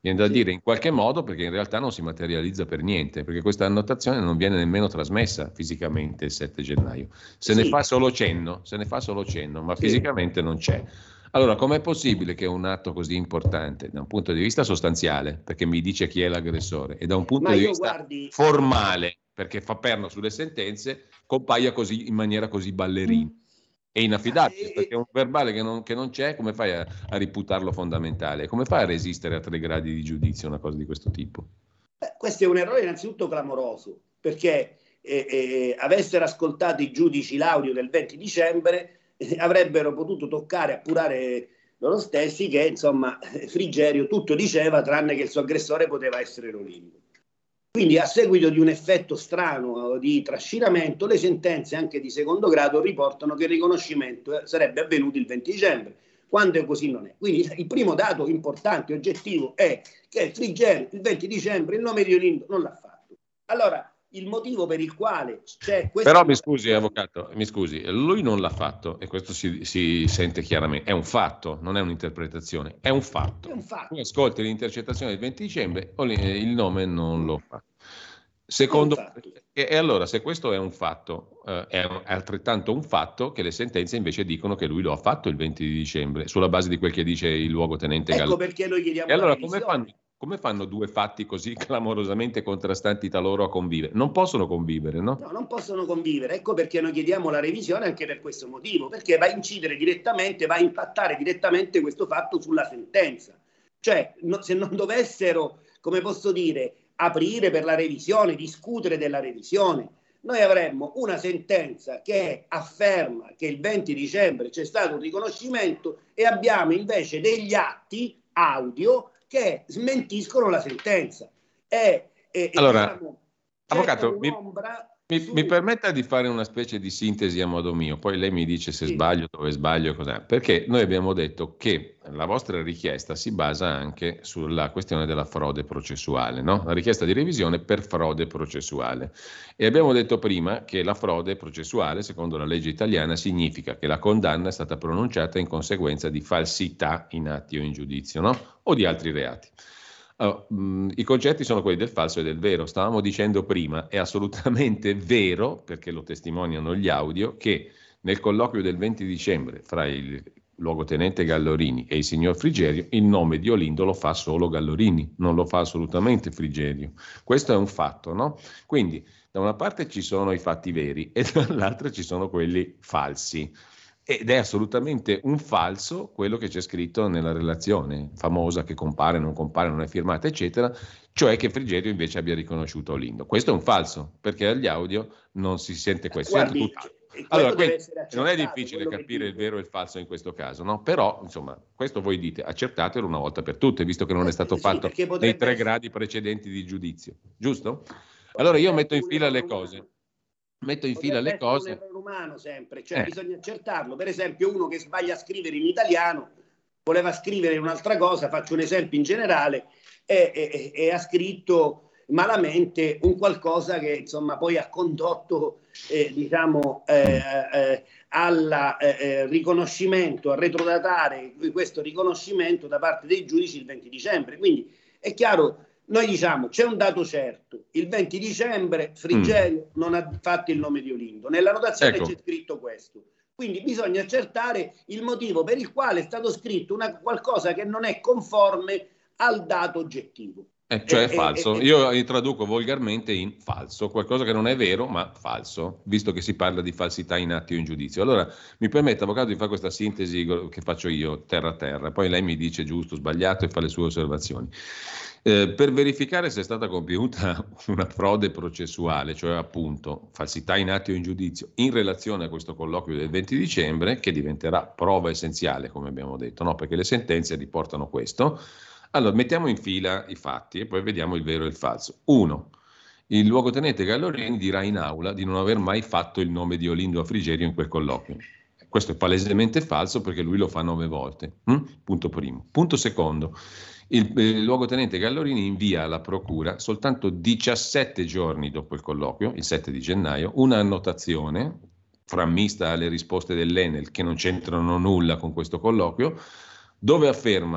Viene da Sì. dire in qualche modo, perché in realtà non si materializza per niente, perché questa annotazione non viene nemmeno trasmessa fisicamente il sette gennaio. Se ne Sì. fa solo cenno, se ne fa solo cenno, ma Sì. fisicamente non c'è. Allora, com'è possibile che un atto così importante, da un punto di vista sostanziale, perché mi dice chi è l'aggressore, e da un punto Ma di io, vista guardi, formale, perché fa perno sulle sentenze, compaia così in maniera così ballerina? È inaffidabile, Eh, perché un verbale che non, che non c'è, come fai a, a riputarlo fondamentale? Come fai a resistere a tre gradi di giudizio una cosa di questo tipo? eh, questo è un errore innanzitutto clamoroso, perché eh, eh, avessero ascoltato i giudici l'audio del venti dicembre, eh, avrebbero potuto toccare, appurare loro stessi che, insomma, Frigerio tutto diceva tranne che il suo aggressore poteva essere Lolindo. Quindi, a seguito di un effetto strano di trascinamento, le sentenze anche di secondo grado riportano che il riconoscimento sarebbe avvenuto il venti dicembre, quando così non è. Quindi il primo dato importante, oggettivo, è che Frigerio il venti dicembre il nome di Lolindo non l'ha fatto. Allora, il motivo per il quale c'è questo... Però mi scusi, avvocato, mi scusi, lui non l'ha fatto, e questo si, si sente chiaramente, è un fatto, non è un'interpretazione, è un fatto. È un fatto. Tu ascolti l'intercettazione del venti dicembre, il nome non lo fa. Secondo, e, e allora, se questo è un fatto, eh, è altrettanto un fatto che le sentenze invece dicono che lui lo ha fatto il venti di dicembre, sulla base di quel che dice il luogotenente Ecco Gallo. perché noi chiediamo E allora la come revisione. fanno, come fanno due fatti così clamorosamente contrastanti tra loro a convivere? Non possono convivere, no? No, non possono convivere. Ecco perché noi chiediamo la revisione anche per questo motivo, perché va a incidere direttamente, va a impattare direttamente questo fatto sulla sentenza. Cioè, no, se non dovessero, come posso dire, aprire per la revisione, discutere della revisione, noi avremmo una sentenza che afferma che il venti dicembre c'è stato un riconoscimento e abbiamo invece degli atti audio che smentiscono la sentenza. E, e, allora, e diciamo, avvocato, mi, mi, su... mi permetta di fare una specie di sintesi a modo mio, poi lei mi dice se Sì. sbaglio, dove sbaglio e cos'è, perché noi abbiamo detto che la vostra richiesta si basa anche sulla questione della frode processuale, no? La richiesta di revisione per frode processuale. E abbiamo detto prima che la frode processuale, secondo la legge italiana, significa che la condanna è stata pronunciata in conseguenza di falsità in atti o in giudizio, no? O di altri reati. Allora, mh, i concetti sono quelli del falso e del vero. Stavamo dicendo prima, è assolutamente vero, perché lo testimoniano gli audio, che nel colloquio del venti dicembre fra il luogotenente Gallorini e il signor Frigerio, il nome di Olindo lo fa solo Gallorini, non lo fa assolutamente Frigerio. Questo è un fatto, no? Quindi, da una parte ci sono i fatti veri e dall'altra ci sono quelli falsi. Ed è assolutamente un falso quello che c'è scritto nella relazione famosa che compare, non compare, non è firmata, eccetera, cioè che Frigerio invece abbia riconosciuto Olindo. Questo è un falso, perché agli audio non si sente questo. Guardi, sente tutto. quello Allora, deve que- essere accertato, non è difficile quello che capire il dico. vero e il falso in questo caso, no? Però, insomma, questo voi dite, accertatelo una volta per tutte, visto che non è stato Sì, fatto perché nei potrebbe tre essere- gradi precedenti di giudizio, giusto? Allora io metto in un fila le errore cose. umano. Metto in fila Potrebbe le essere cose. un errore umano sempre, cioè Eh. bisogna accertarlo. Per esempio, uno che sbaglia a scrivere in italiano voleva scrivere un'altra cosa, faccio un esempio in generale, e, e- e ha scritto malamente un qualcosa che insomma poi ha condotto eh, diciamo eh, eh, al eh, riconoscimento, a retrodatare questo riconoscimento da parte dei giudici il venti dicembre. Quindi è chiaro, noi diciamo c'è un dato certo, il venti dicembre Frigerio mm. non ha fatto il nome di Olindo, nella notazione ecco. C'è scritto questo, quindi bisogna accertare il motivo per il quale è stato scritto una, qualcosa che non è conforme al dato oggettivo. Eh, cioè eh, è falso, eh, io li traduco volgarmente in falso, qualcosa che non è vero ma falso, visto che si parla di falsità in atti o in giudizio. Allora mi permette, avvocato, di fare questa sintesi che faccio io terra a terra, poi lei mi dice giusto, sbagliato e fa le sue osservazioni. Eh, per verificare se è stata compiuta una frode processuale, cioè appunto falsità in atti o in giudizio, in relazione a questo colloquio del venti dicembre, che diventerà prova essenziale, come abbiamo detto, no? Perché le sentenze riportano questo. Allora, mettiamo in fila i fatti e poi vediamo il vero e il falso. Uno, il luogotenente Gallorini dirà in aula di non aver mai fatto il nome di Olindo a Frigerio in quel colloquio. Questo è palesemente falso perché lui lo fa nove volte. Hm? Punto primo. Punto secondo, il, il luogotenente Gallorini invia alla procura soltanto diciassette giorni dopo il colloquio, il sette di gennaio, una annotazione frammista alle risposte dell'Enel che non c'entrano nulla con questo colloquio, dove afferma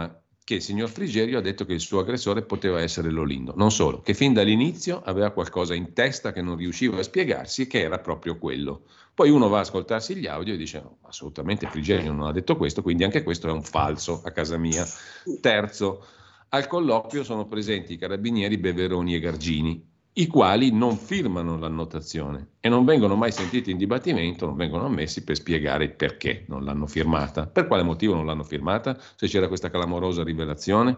che il signor Frigerio ha detto che il suo aggressore poteva essere Lolindo. Non solo, che fin dall'inizio aveva qualcosa in testa che non riusciva a spiegarsi e che era proprio quello. Poi uno va a ascoltarsi gli audio e dice no, assolutamente Frigerio non ha detto questo, quindi anche questo è un falso a casa mia. Terzo, al colloquio sono presenti i carabinieri Beveroni e Gargini, i quali non firmano l'annotazione e non vengono mai sentiti in dibattimento, non vengono ammessi per spiegare perché non l'hanno firmata, per quale motivo non l'hanno firmata, se c'era questa clamorosa rivelazione.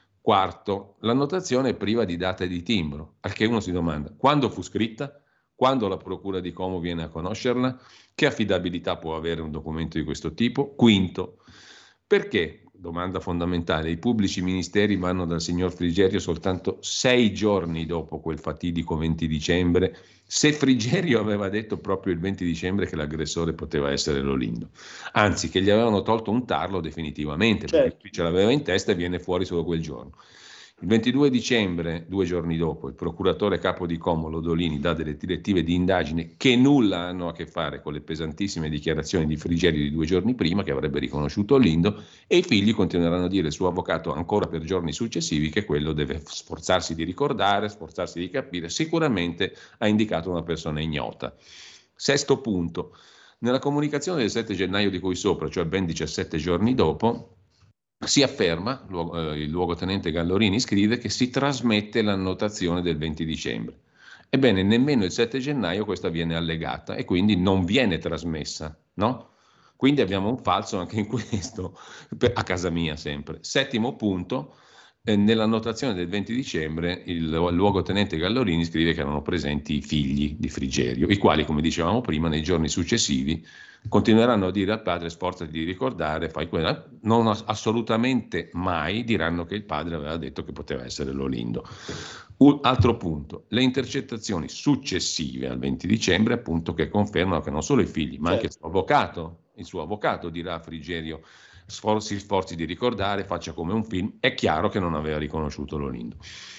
Quarto, l'annotazione è priva di data e di timbro, al che uno si domanda quando fu scritta, quando la procura di Como viene a conoscerla, che affidabilità può avere un documento di questo tipo. Quinto, perché, domanda fondamentale, i pubblici ministeri vanno dal signor Frigerio soltanto sei giorni dopo quel fatidico venti dicembre, se Frigerio aveva detto proprio il venti dicembre che l'aggressore poteva essere Lolindo, anzi che gli avevano tolto un tarlo definitivamente, certo, perché ce l'aveva in testa e viene fuori solo quel giorno. Il ventidue dicembre, due giorni dopo, il procuratore capo di Como, Lodolini, dà delle direttive di indagine che nulla hanno a che fare con le pesantissime dichiarazioni di Frigerio di due giorni prima, che avrebbe riconosciuto Lindo, e i figli continueranno a dire al suo avvocato ancora per giorni successivi che quello deve sforzarsi di ricordare, sforzarsi di capire, sicuramente ha indicato una persona ignota. Sesto punto, nella comunicazione del sette gennaio di cui sopra, cioè ben diciassette giorni dopo, si afferma, il luogotenente Gallorini scrive che si trasmette l'annotazione del venti dicembre. Ebbene, nemmeno il sette gennaio questa viene allegata e quindi non viene trasmessa, no? Quindi abbiamo un falso anche in questo, a casa mia sempre. Settimo punto, eh, nell'annotazione del venti dicembre il luogotenente Gallorini scrive che erano presenti i figli di Frigerio, i quali, come dicevamo prima, nei giorni successivi continueranno a dire al padre sforzati di ricordare, fai quella, non assolutamente mai diranno che il padre aveva detto che poteva essere Lolindo. Un altro punto, le intercettazioni successive al venti dicembre appunto che confermano che non solo i figli ma anche il suo avvocato, il suo avvocato dirà a Frigerio sforzi, sforzi di ricordare, faccia come un film, è chiaro che non aveva riconosciuto Lolindo.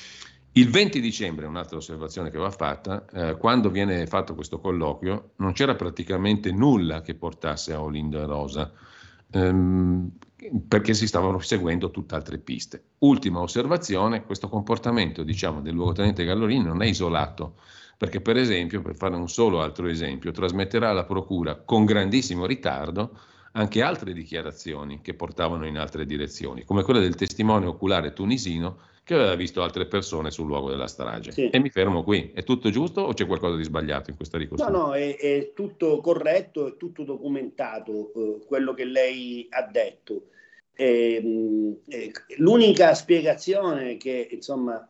Il venti dicembre, un'altra osservazione che va fatta, eh, quando viene fatto questo colloquio non c'era praticamente nulla che portasse a Olindo e Rosa, ehm, perché si stavano seguendo tutt'altre piste. Ultima osservazione, questo comportamento, diciamo, del luogotenente Gallorini non è isolato, perché per esempio, per fare un solo altro esempio, trasmetterà alla procura con grandissimo ritardo anche altre dichiarazioni che portavano in altre direzioni, come quella del testimone oculare tunisino che aveva visto altre persone sul luogo della strage. Sì. E mi fermo qui. È tutto giusto o c'è qualcosa di sbagliato in questa ricostruzione? No, no, è, è tutto corretto, è tutto documentato, eh, quello che lei ha detto. Eh, eh, l'unica spiegazione che, insomma,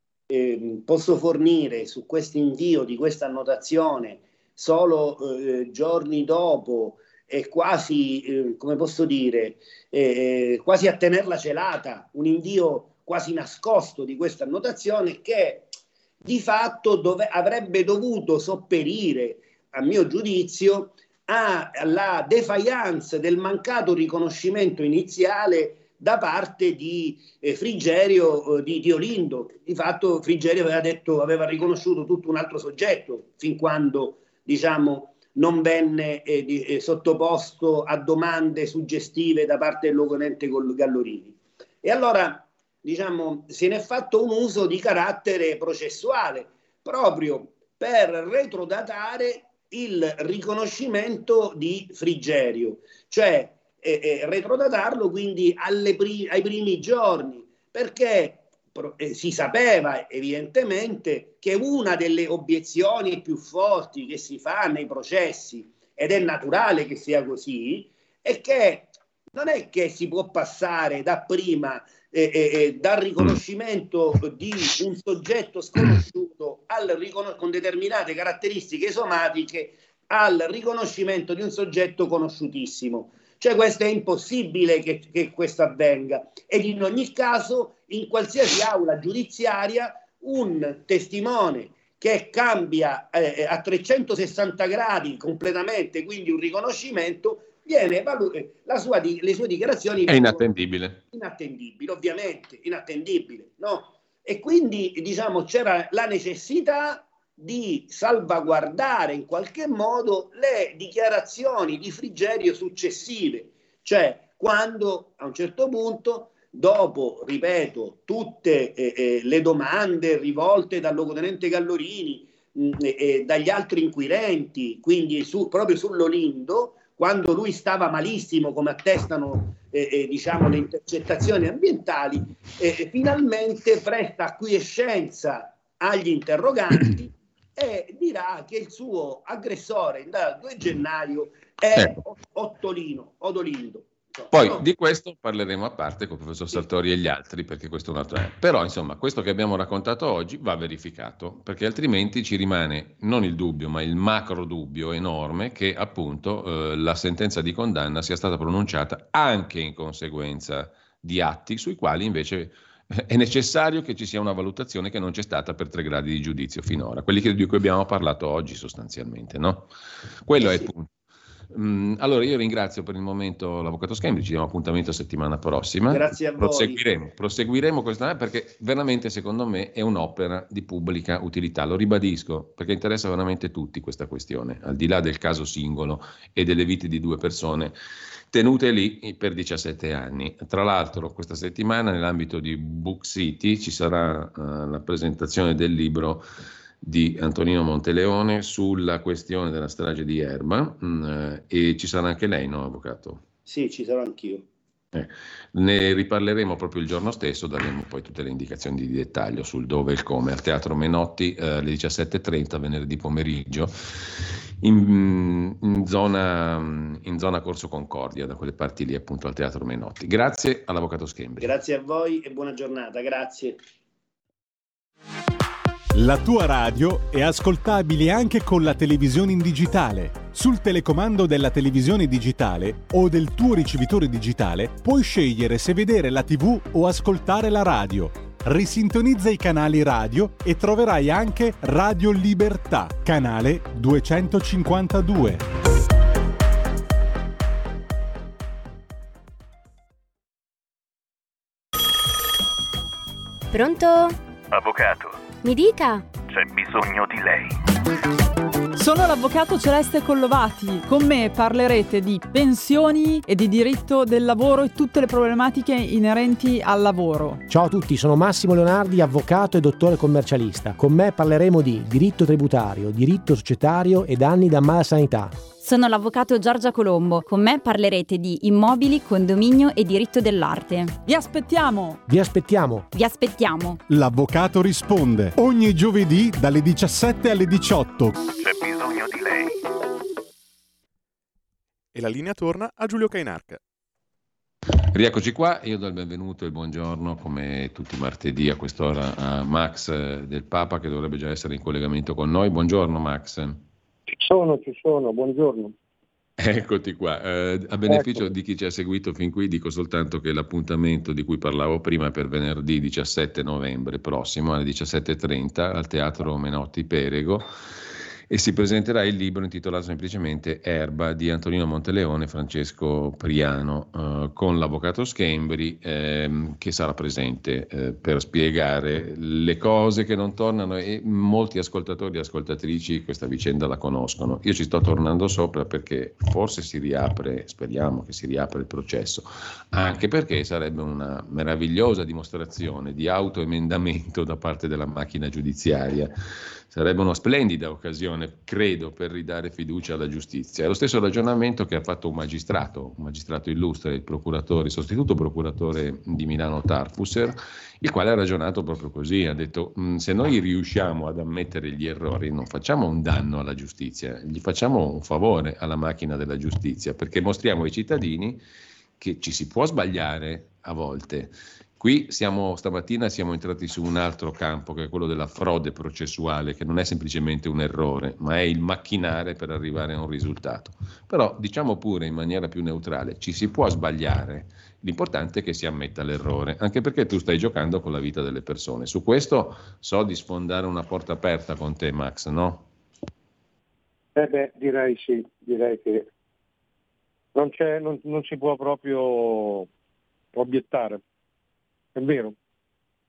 eh, posso fornire su questo invio di questa annotazione solo eh, giorni dopo è quasi, eh, come posso dire, eh, quasi a tenerla celata, un invio quasi nascosto di questa annotazione che di fatto dove, avrebbe dovuto sopperire, a mio giudizio, alla defiance del mancato riconoscimento iniziale da parte di eh, Frigerio eh, di, di Olindo. Di fatto Frigerio aveva detto, aveva riconosciuto tutto un altro soggetto fin quando, diciamo, non venne eh, di, eh, sottoposto a domande suggestive da parte del luogotenente Gallorini. E allora, diciamo, se ne è fatto un uso di carattere processuale proprio per retrodatare il riconoscimento di Frigerio, cioè eh, eh, retrodatarlo quindi alle pri- ai primi giorni, perché eh, si sapeva evidentemente che una delle obiezioni più forti che si fa nei processi, ed è naturale che sia così, è che non è che si può passare dapprima Eh, eh, dal riconoscimento di un soggetto sconosciuto al riconos- con determinate caratteristiche somatiche al riconoscimento di un soggetto conosciutissimo. Cioè questo è impossibile che, che questo avvenga, ed in ogni caso in qualsiasi aula giudiziaria un testimone che cambia eh, a trecentosessanta gradi completamente, quindi un riconoscimento, viene la sua di, le sue dichiarazioni è inattendibile inattendibile ovviamente inattendibile no? E quindi, diciamo, c'era la necessità di salvaguardare in qualche modo le dichiarazioni di Frigerio successive, cioè quando a un certo punto dopo, ripeto, tutte eh, eh, le domande rivolte dal locotenente Gallorini, mh, eh, dagli altri inquirenti, quindi su, proprio sull'Olindo, quando lui stava malissimo, come attestano eh, eh, diciamo, le intercettazioni ambientali, eh, finalmente presta acquiescenza agli interroganti e dirà che il suo aggressore dal due gennaio è Ecco. Ottolino, Odolindo. Poi No. di questo parleremo a parte con il professor Sartori e gli altri, perché questo è un altro. Però insomma, questo che abbiamo raccontato oggi va verificato, perché altrimenti ci rimane non il dubbio, ma il macro dubbio enorme che appunto eh, la sentenza di condanna sia stata pronunciata anche in conseguenza di atti sui quali invece eh, è necessario che ci sia una valutazione che non c'è stata per tre gradi di giudizio finora, quelli che, di cui abbiamo parlato oggi sostanzialmente, no? Quello è il punto. Mm, allora io ringrazio per il momento l'avvocato Schembri, ci diamo appuntamento settimana prossima. Grazie a voi. Proseguiremo, proseguiremo questa perché veramente secondo me è un'opera di pubblica utilità, lo ribadisco, perché interessa veramente tutti questa questione, al di là del caso singolo e delle vite di due persone tenute lì per diciassette anni. Tra l'altro questa settimana nell'ambito di Book City ci sarà uh, la presentazione del libro di Antonino Monteleone sulla questione della strage di Erba, mh, e ci sarà anche lei, no, avvocato? Sì, ci sarò anch'io. Eh, ne riparleremo proprio il giorno stesso, daremo poi tutte le indicazioni di dettaglio sul dove e il come. Al Teatro Menotti eh, alle diciassette e trenta, venerdì pomeriggio, in, in, zona, in zona Corso Concordia, da quelle parti lì appunto al Teatro Menotti. Grazie all'avvocato Schembri. Grazie a voi e buona giornata, grazie. La tua radio è ascoltabile anche con la televisione in digitale. Sul telecomando della televisione digitale o del tuo ricevitore digitale puoi scegliere se vedere la tivù o ascoltare la radio. Risintonizza i canali radio e troverai anche Radio Libertà, canale duecentocinquantadue. Pronto? Avvocato. Mi dica. C'è bisogno di lei. Sono l'avvocato Celeste Collovati. Con me parlerete di pensioni e di diritto del lavoro e tutte le problematiche inerenti al lavoro. Ciao a tutti, sono Massimo Leonardi, avvocato e dottore commercialista. Con me parleremo di diritto tributario, diritto societario e danni da malasanità. Sono l'avvocato Giorgia Colombo. Con me parlerete di immobili, condominio e diritto dell'arte. Vi aspettiamo! Vi aspettiamo! Vi aspettiamo! L'avvocato risponde ogni giovedì dalle diciassette alle diciotto. C'è bisogno di lei. E la linea torna a Giulio Cainarca. Rieccoci qua, io do il benvenuto e il buongiorno come tutti i martedì a quest'ora a Max del Papa che dovrebbe già essere in collegamento con noi. Buongiorno Max. Ci sono, ci sono, buongiorno. Eccoti qua, eh, a beneficio ecco. di chi ci ha seguito fin qui dico soltanto che l'appuntamento di cui parlavo prima è per venerdì diciassette novembre prossimo alle diciassette e trenta al Teatro Menotti Perego e si presenterà il libro intitolato semplicemente Erba di Antonino Monteleone e Francesco Priano eh, con l'avvocato Schembri ehm, che sarà presente eh, per spiegare le cose che non tornano e molti ascoltatori e ascoltatrici questa vicenda la conoscono. Io ci sto tornando sopra perché forse si riapre, speriamo che si riapra il processo, anche perché sarebbe una meravigliosa dimostrazione di autoemendamento da parte della macchina giudiziaria. Sarebbe una splendida occasione, credo, per ridare fiducia alla giustizia. È lo stesso ragionamento che ha fatto un magistrato, un magistrato illustre, il procuratore, il sostituto procuratore di Milano Tarfusser, il quale ha ragionato proprio così, ha detto se noi riusciamo ad ammettere gli errori non facciamo un danno alla giustizia, gli facciamo un favore alla macchina della giustizia, perché mostriamo ai cittadini che ci si può sbagliare a volte. Qui siamo, stamattina siamo entrati su un altro campo che è quello della frode processuale, che non è semplicemente un errore, ma è il macchinare per arrivare a un risultato. Però diciamo pure in maniera più neutrale, ci si può sbagliare, l'importante è che si ammetta l'errore, anche perché tu stai giocando con la vita delle persone. Su questo so di sfondare una porta aperta con te, Max, no? Eh beh, direi sì, direi che non, c'è, non, non si può proprio obiettare. È vero.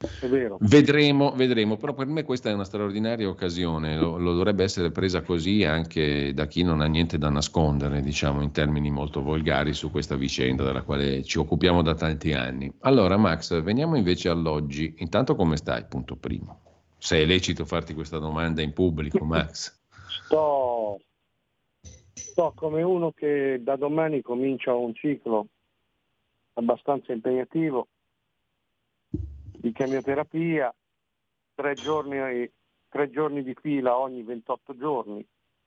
È vero. Vedremo, vedremo, però per me questa è una straordinaria occasione, lo, lo dovrebbe essere presa così anche da chi non ha niente da nascondere, diciamo in termini molto volgari su questa vicenda della quale ci occupiamo da tanti anni. Allora Max, veniamo invece all'oggi. Intanto come stai, punto primo? Se è lecito farti questa domanda in pubblico, Max. Sto, sto come uno che da domani comincia un ciclo abbastanza impegnativo di chemioterapia, tre giorni, tre giorni di fila ogni ventotto giorni,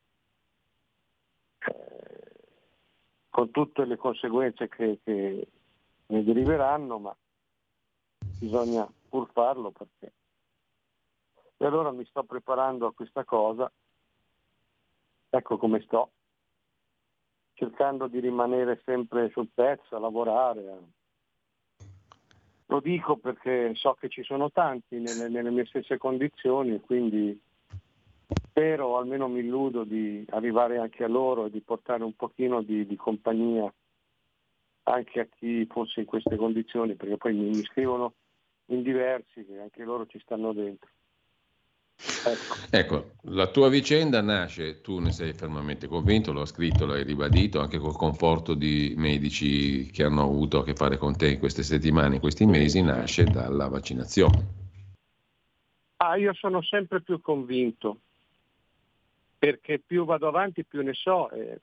eh, con tutte le conseguenze che, che ne deriveranno, ma bisogna pur farlo perché. E allora mi sto preparando a questa cosa, ecco come sto, cercando di rimanere sempre sul pezzo, a lavorare. A... Lo dico perché so che ci sono tanti nelle, nelle mie stesse condizioni e quindi spero, almeno mi illudo, di arrivare anche a loro e di portare un pochino di, di compagnia anche a chi fosse in queste condizioni, perché poi mi, mi scrivono in diversi che anche loro ci stanno dentro. Ecco. Ecco, la tua vicenda nasce, tu ne sei fermamente convinto, lo hai scritto, lo hai ribadito, anche col conforto di medici che hanno avuto a che fare con te in queste settimane, in questi mesi, nasce dalla vaccinazione. Ah, io sono sempre più convinto, perché più vado avanti più ne so. E,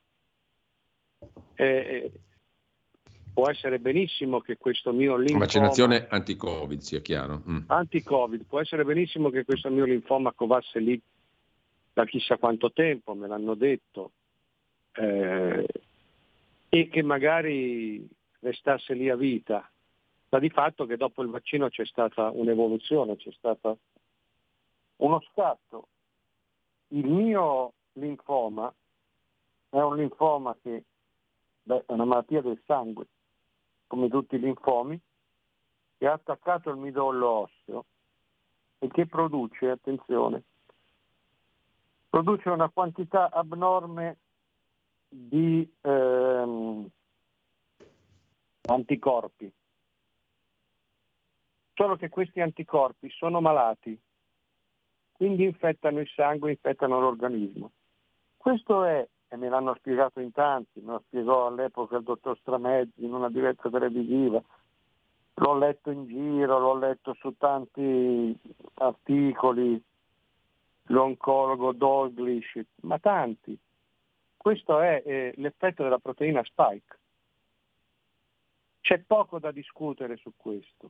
e, può essere benissimo che questo mio linfoma... Vaccinazione anti-Covid, sia chiaro. Mm. Anti-Covid, può essere benissimo che questo mio linfoma covasse lì da chissà quanto tempo, me l'hanno detto, eh, e che magari restasse lì a vita. Ma di fatto che dopo il vaccino c'è stata un'evoluzione, c'è stato uno scatto. Il mio linfoma è un linfoma che beh, è una malattia del sangue, come tutti i linfomi, che ha attaccato il midollo osseo e che produce, attenzione, produce una quantità abnorme di ehm, anticorpi. Solo che questi anticorpi sono malati, quindi infettano il sangue, infettano l'organismo. Questo è, e me l'hanno spiegato in tanti, me lo spiegò all'epoca il dottor Stramezzi in una diretta televisiva, l'ho letto in giro, l'ho letto su tanti articoli, l'oncologo Dalglish, ma tanti. Questo è eh, l'effetto della proteina spike. C'è poco da discutere su questo.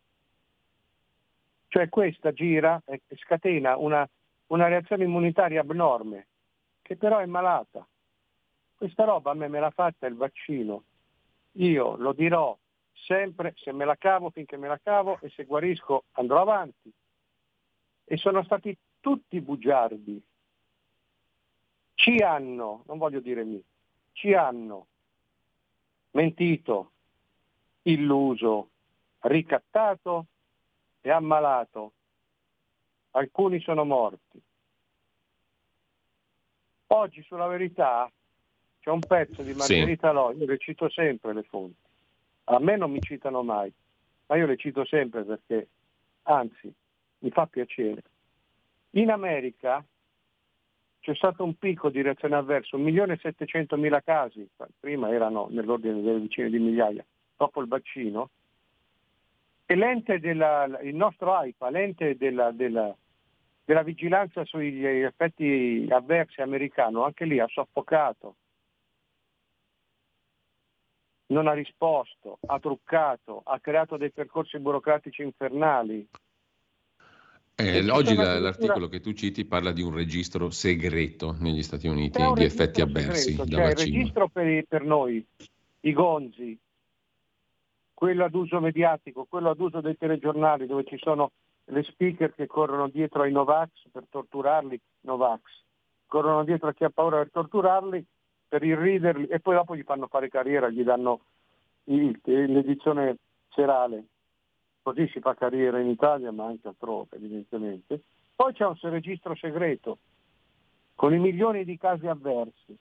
Cioè questa gira e scatena una, una reazione immunitaria abnorme, che però è malata. Questa roba a me me l'ha fatta il vaccino. Io lo dirò sempre, se me la cavo finché me la cavo, e se guarisco andrò avanti. E sono stati tutti bugiardi. Ci hanno, non voglio dire mi, ci hanno mentito, illuso, ricattato e ammalato. Alcuni sono morti. Oggi sulla Verità c'è un pezzo di Margherita sì. Loi, io le cito sempre le fonti. A me non mi citano mai, ma io le cito sempre perché, anzi, mi fa piacere. In America c'è stato un picco di reazione avversa, un milione e settecentomila casi, prima erano nell'ordine delle decine di migliaia, dopo il vaccino, e l'ente della, il nostro AIPA, l'ente della, della, della vigilanza sugli effetti avversi americano, anche lì ha soffocato, non ha risposto, ha truccato, ha creato dei percorsi burocratici infernali. Eh, oggi la, l'articolo che tu citi parla di un registro segreto negli Stati Uniti di effetti avversi segreto, da cioè vaccino. Il registro per, per noi, i gonzi, quello ad uso mediatico, quello ad uso dei telegiornali dove ci sono le speaker che corrono dietro ai Novax per torturarli, Novax, corrono dietro a chi ha paura per torturarli, per irriderli e poi dopo gli fanno fare carriera, gli danno il, l'edizione serale. Così si fa carriera in Italia ma anche altrove evidentemente. Poi c'è un registro segreto con i milioni di casi avversi.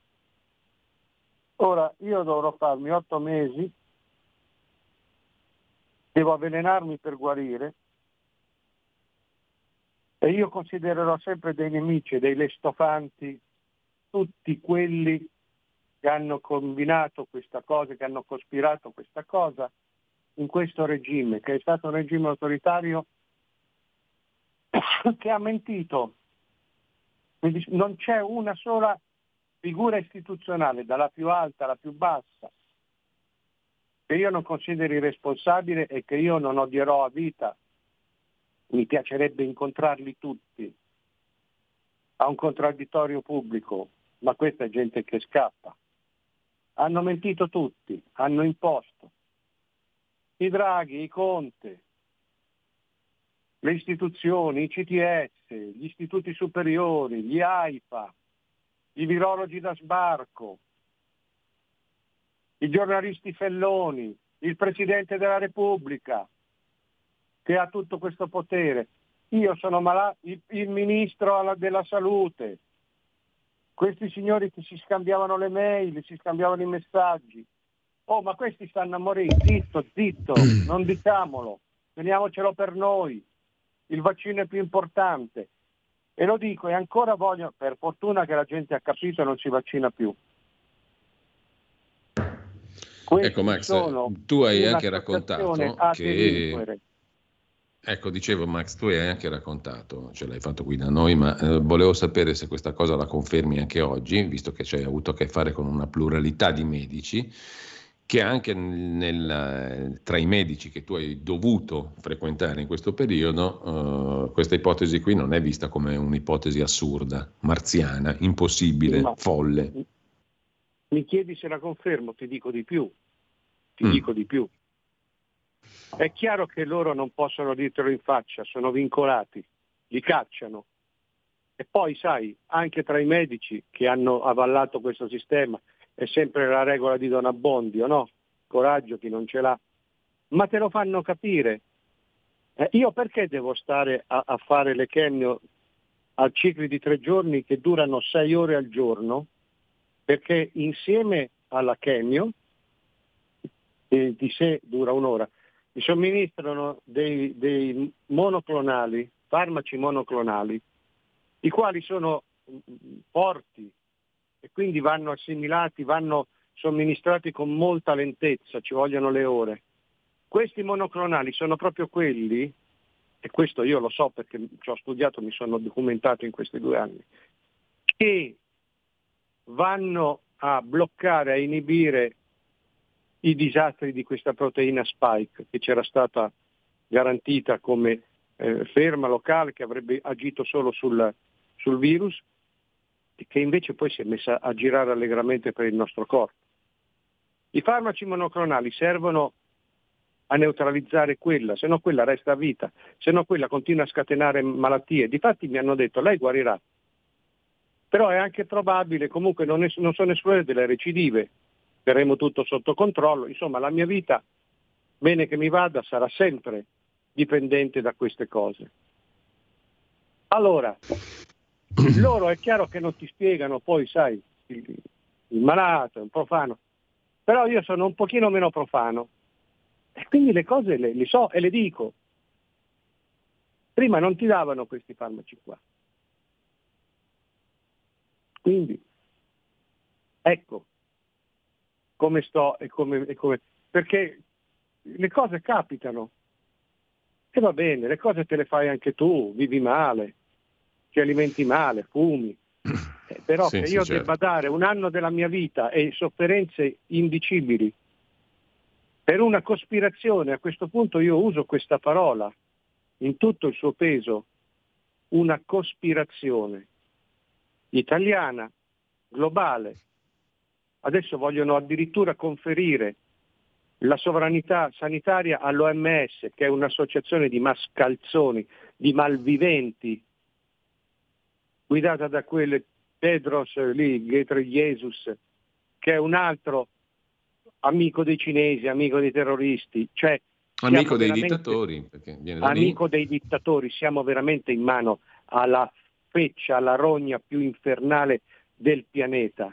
Ora io dovrò farmi otto mesi, devo avvelenarmi per guarire, E io considererò sempre dei nemici, dei lestofanti, tutti quelli che hanno combinato questa cosa, che hanno cospirato questa cosa in questo regime, che è stato un regime autoritario che ha mentito. Non c'è una sola figura istituzionale, dalla più alta alla più bassa, che io non consideri responsabile e che io non odierò a vita. Mi piacerebbe incontrarli tutti a un contraddittorio pubblico, ma questa è gente che scappa. Hanno mentito tutti, hanno imposto. I Draghi, i Conte, le istituzioni, i C T S, gli istituti superiori, gli AIFA, i virologi da sbarco, i giornalisti felloni, il Presidente della Repubblica, che ha tutto questo potere. Io sono malato, il, il Ministro della Salute, questi signori che si scambiavano le mail, si scambiavano i messaggi. Oh, ma questi stanno a morire, zitto, zitto, non diciamolo, teniamocelo per noi. Il vaccino è più importante. E lo dico, e ancora voglio, per fortuna che la gente ha capito e non si vaccina più. Questi ecco Max, tu hai anche raccontato che... delinquere. Ecco, dicevo Max, tu hai anche raccontato, ce l'hai fatto qui da noi, ma eh, volevo sapere se questa cosa la confermi anche oggi, visto che ci hai avuto a che fare con una pluralità di medici, che anche nel, tra i medici che tu hai dovuto frequentare in questo periodo, eh, questa ipotesi qui non è vista come un'ipotesi assurda, marziana, impossibile, Ma folle. Mi chiedi se la confermo, ti dico di più, ti Mm. dico di più. È chiaro che loro non possono dirtelo in faccia, sono vincolati, li cacciano. E poi, sai, anche tra i medici che hanno avallato questo sistema, è sempre la regola di Don Abbondio, no? Coraggio chi non ce l'ha. Ma te lo fanno capire. Eh, io perché devo stare a, a fare le chemio a cicli di tre giorni che durano sei ore al giorno? Perché insieme alla chemio, eh, di sé dura un'ora, mi somministrano dei, dei monoclonali, farmaci monoclonali, i quali sono forti e quindi vanno assimilati, vanno somministrati con molta lentezza, ci vogliono le ore. Questi monoclonali sono proprio quelli, e questo io lo so perché ci ho studiato, mi sono documentato in questi due anni, che vanno a bloccare, a inibire i disastri di questa proteina spike che c'era stata garantita come eh, ferma locale che avrebbe agito solo sul, sul virus, che invece poi si è messa a girare allegramente per il nostro corpo. I farmaci monoclonali servono a neutralizzare quella, se no quella resta a vita, se no quella continua a scatenare malattie. Difatti mi hanno detto, lei guarirà, però è anche probabile, comunque non, è, non sono escluse delle recidive, terremo tutto sotto controllo, insomma la mia vita, bene che mi vada, sarà sempre dipendente da queste cose. Allora, loro è chiaro che non ti spiegano, poi sai, il, il malato è un profano, però io sono un pochino meno profano e quindi le cose le, le so e le dico. Prima non ti davano questi farmaci qua. Quindi, ecco come sto e come, e come... perché le cose capitano e va bene, le cose te le fai anche tu, vivi male, ti alimenti male, fumi, eh, però sì, che sì, io certo. debba dare un anno della mia vita e sofferenze indicibili per una cospirazione, a questo punto io uso questa parola in tutto il suo peso, una cospirazione italiana, globale. Adesso vogliono addirittura conferire la sovranità sanitaria all'O M S, che è un'associazione di mascalzoni, di malviventi, guidata da quel Tedros lì, Ghebreyesus, che è un altro amico dei cinesi, amico dei terroristi, cioè amico dei dittatori, perché viene da amico lì. dei dittatori, siamo veramente in mano alla feccia, alla rogna più infernale del pianeta.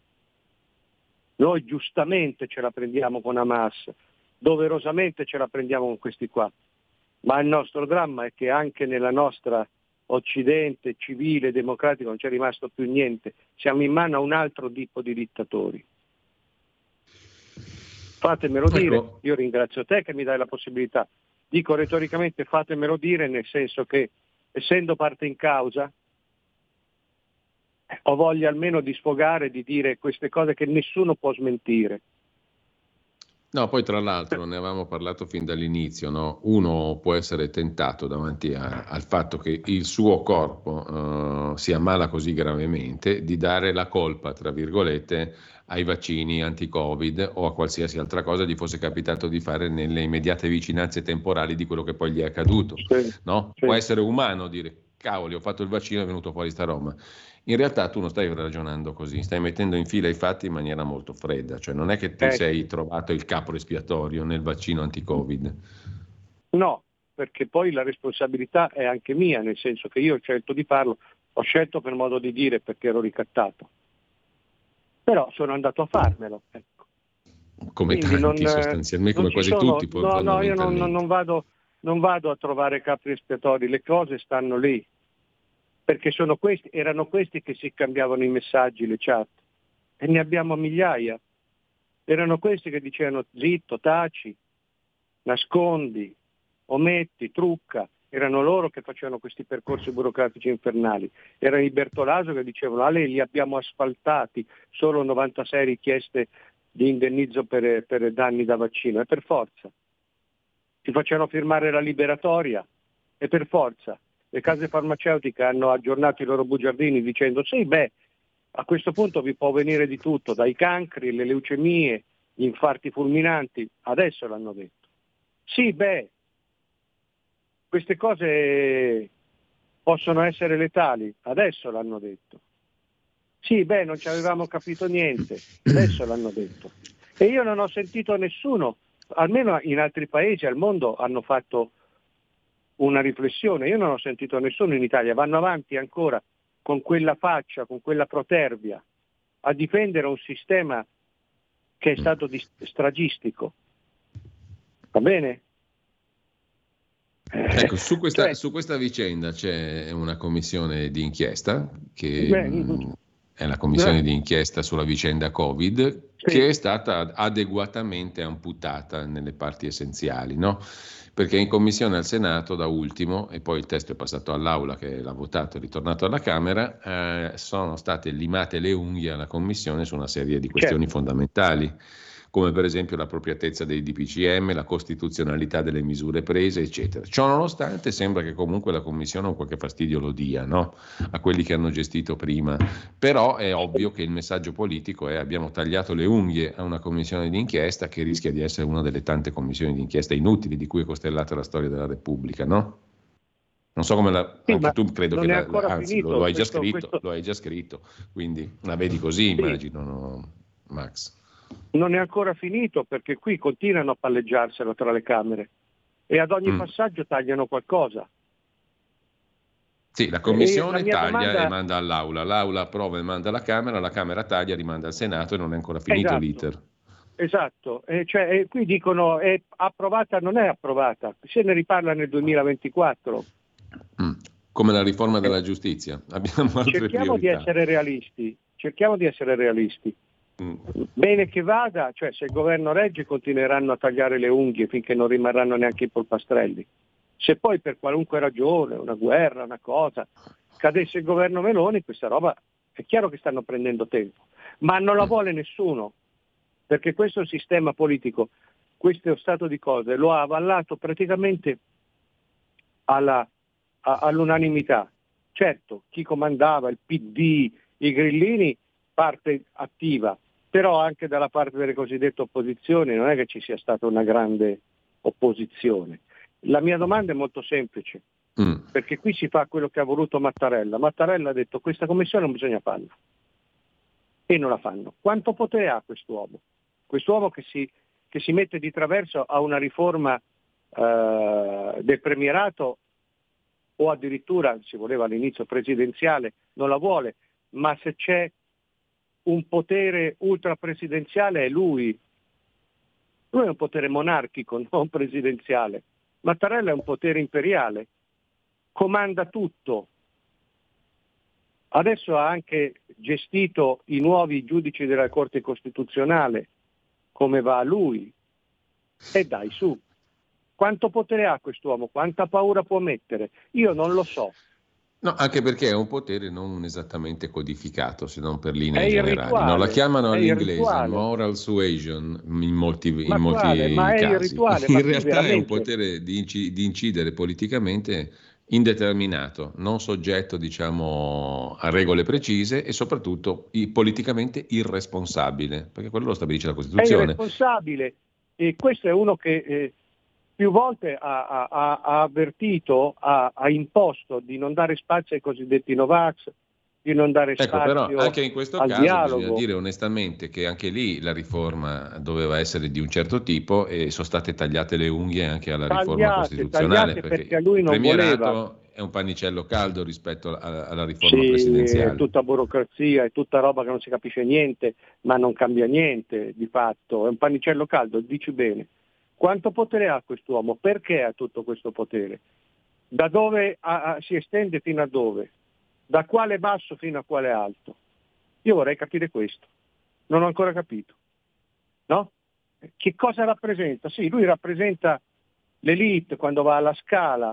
Noi giustamente ce la prendiamo con Hamas, doverosamente ce la prendiamo con questi qua, ma il nostro dramma è che anche nella nostra Occidente civile, democratico, non c'è rimasto più niente, siamo in mano a un altro tipo di dittatori. Fatemelo ecco. dire, io ringrazio te che mi dai la possibilità, dico retoricamente fatemelo dire, nel senso che essendo parte in causa ho voglia almeno di sfogare, di dire queste cose che nessuno può smentire. No, poi tra l'altro ne avevamo parlato fin dall'inizio, no? Uno può essere tentato davanti a, al fatto che il suo corpo uh, si ammala così gravemente di dare la colpa, tra virgolette, ai vaccini anti-Covid o a qualsiasi altra cosa gli fosse capitato di fare nelle immediate vicinanze temporali di quello che poi gli è accaduto. Sì, no? Sì. Può essere umano dire, cavoli, ho fatto il vaccino e è venuto fuori sta roba. In realtà tu non stai ragionando così, stai mettendo in fila i fatti in maniera molto fredda, cioè non è che ti eh. sei trovato il capro espiatorio nel vaccino anti-Covid. No, perché poi la responsabilità è anche mia, nel senso che io ho scelto di farlo, ho scelto per modo di dire perché ero ricattato, però sono andato a farmelo. Ecco. Come Quindi tanti non, sostanzialmente, come quasi sono, tutti. No, no, io non, non, vado, non vado a trovare capri espiatori, le cose stanno lì. Perché sono questi, erano questi che si scambiavano i messaggi, le chat, e ne abbiamo migliaia. Erano questi che dicevano zitto, taci, nascondi, ometti, trucca. Erano loro che facevano questi percorsi burocratici infernali. Erano i Bertolaso che dicevano a lei li abbiamo asfaltati, solo novantasei richieste di indennizzo per, per danni da vaccino, e per forza. Ti facevano firmare la liberatoria, e per forza. Le case farmaceutiche hanno aggiornato i loro bugiardini dicendo sì, beh, a questo punto vi può venire di tutto, dai cancri, le leucemie, gli infarti fulminanti, adesso l'hanno detto. Sì, beh, queste cose possono essere letali, adesso l'hanno detto. Sì, beh, non ci avevamo capito niente, adesso l'hanno detto. E io non ho sentito nessuno, almeno in altri paesi al mondo hanno fatto una riflessione, io non ho sentito nessuno in Italia, vanno avanti ancora con quella faccia, con quella protervia, a difendere un sistema che è stato dist- stragistico. Va bene? Ecco, su questa, cioè, su questa vicenda c'è una commissione di inchiesta che beh, mh, è la commissione beh. di inchiesta sulla vicenda Covid, sì. che è stata adeguatamente amputata nelle parti essenziali, no? Perché in commissione al Senato da ultimo, e poi il testo è passato all'Aula che l'ha votato e ritornato alla Camera, eh, sono state limate le unghie alla commissione su una serie di questioni certo. fondamentali, come per esempio l'appropriatezza dei D P C M, la costituzionalità delle misure prese, eccetera. Ciò nonostante sembra che comunque la Commissione un qualche fastidio lo dia, no? A quelli che hanno gestito prima. Però è ovvio che il messaggio politico è abbiamo tagliato le unghie a una commissione di inchiesta che rischia di essere una delle tante commissioni di inchiesta inutili di cui è costellata la storia della Repubblica, no? Non so come la... Sì, anche tu credo che la, la, anzi, finito, lo, lo hai questo, già scritto, questo... lo hai già scritto, quindi la vedi così, sì. immagino, no, Max? Non è ancora finito perché qui continuano a palleggiarselo tra le Camere e ad ogni mm. passaggio tagliano qualcosa. Sì, la Commissione la taglia domanda... e manda all'Aula, l'Aula approva e manda alla Camera, la Camera taglia e rimanda al Senato e non è ancora finito esatto. l'iter. Esatto, e cioè, e qui dicono è approvata, non è approvata, se ne riparla nel duemilaventiquattro. Mm. Come la riforma della giustizia, abbiamo altre cerchiamo priorità. di essere realisti, cerchiamo di essere realisti. Mm. Bene che vada, cioè se il governo regge continueranno a tagliare le unghie finché non rimarranno neanche i polpastrelli. Se poi per qualunque ragione, una guerra, una cosa, cadesse il governo Meloni, questa roba è chiaro che stanno prendendo tempo, ma non la vuole nessuno, perché questo sistema politico, questo stato di cose lo ha avallato praticamente alla, a, all'unanimità. Certo, chi comandava, il P D, i grillini, parte attiva, però anche dalla parte delle cosiddette opposizioni non è che ci sia stata una grande opposizione. La mia domanda è molto semplice, mm. perché qui si fa quello che ha voluto Mattarella. Mattarella ha detto questa commissione non bisogna farla, e non la fanno. Quanto potere ha quest'uomo? Quest'uomo che si, che si mette di traverso a una riforma eh, del premierato, o addirittura, si voleva all'inizio presidenziale, non la vuole, ma se c'è un potere ultrapresidenziale è lui. Lui è un potere monarchico, non presidenziale. Mattarella è un potere imperiale, comanda tutto, Adesso ha anche gestito i nuovi giudici della Corte Costituzionale, come va a lui. E dai, su. Quanto potere ha quest'uomo? Quanta paura può mettere? Io non lo so. No, anche perché è un potere non esattamente codificato, se non per linee È generali. irrituale, No, la chiamano è all'inglese irrituale. moral suasion in molti, Ma in molti quale? Ma è casi. irrituale, In ma sì, realtà è un veramente. potere di, inci- di incidere politicamente indeterminato, non soggetto, diciamo, a regole precise e soprattutto i- politicamente irresponsabile, perché quello lo stabilisce la È Costituzione. irresponsabile. E questo è uno che eh, più volte ha, ha- ha- ha avvertito, ha, ha imposto di non dare spazio ai cosiddetti Novax, di non dare Ecco, spazio però anche in questo al caso dialogo. bisogna dire onestamente che anche lì la riforma doveva essere di un certo tipo e sono state tagliate le unghie anche alla riforma Tagliate, costituzionale, tagliate perché perché a lui il non premierato voleva. è un pannicello caldo rispetto alla, alla riforma Sì, è presidenziale. tutta burocrazia, è tutta roba che non si capisce niente, ma non cambia niente di fatto, è un pannicello caldo, dici bene. Quanto potere ha quest'uomo? Perché ha tutto questo potere? Da dove ha- ha- si estende fino a dove? Da quale basso fino a quale alto? Io vorrei capire questo, non ho ancora capito. No? Che cosa rappresenta? Sì, lui rappresenta l'elite quando va alla Scala,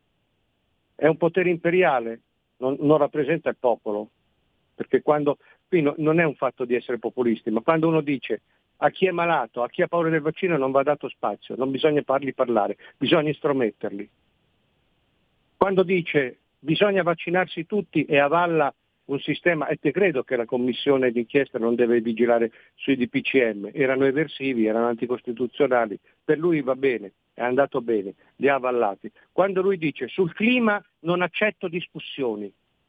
è un potere imperiale, non, non rappresenta il popolo, perché quando, qui no- non è un fatto di essere populisti, ma quando uno dice a chi è malato, a chi ha paura del vaccino non va dato spazio, non bisogna farli parlare, bisogna estrometterli. Quando dice bisogna vaccinarsi tutti e avalla un sistema, e te credo che la commissione d'inchiesta non deve vigilare sui D P C M, erano eversivi, erano anticostituzionali, per lui va bene, è andato bene, li ha avallati. Quando lui dice sul clima non accetto discussioni,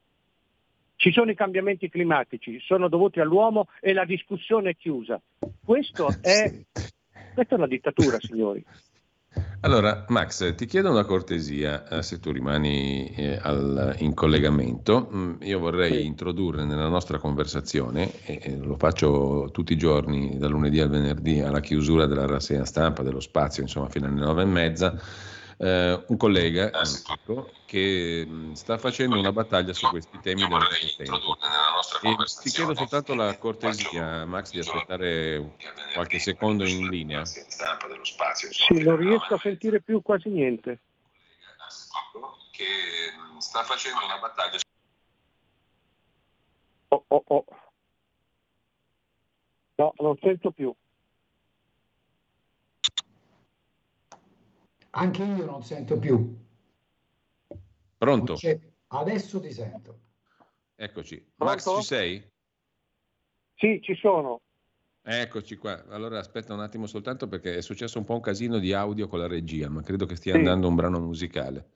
ci sono i cambiamenti climatici, sono dovuti all'uomo e la discussione è chiusa. Questo è, questa è una dittatura, signori. Allora, Max, ti chiedo una cortesia, eh, se tu rimani eh, al- in collegamento. Mm, io vorrei Sì. introdurre nella nostra conversazione, e e lo faccio tutti i giorni, dal lunedì al venerdì, alla chiusura della rassegna stampa, dello spazio, insomma, fino alle nove e mezza, eh, un collega amico, che mh, sta facendo una battaglia su questi temi da un po' tempo. E ti chiedo soltanto la cortesia, Max, di aspettare qualche secondo in linea. Sì, non riesco a sentire più quasi niente. Che sta facendo una battaglia. Oh, oh, oh. No, non sento più. Anche io non sento più. Pronto? C'è- Adesso ti sento. Eccoci. Pronto? Max, ci sei? Sì, ci sono. Eccoci qua. Allora aspetta un attimo soltanto perché è successo un po' un casino di audio con la regia, ma credo che stia Sì. andando un brano musicale.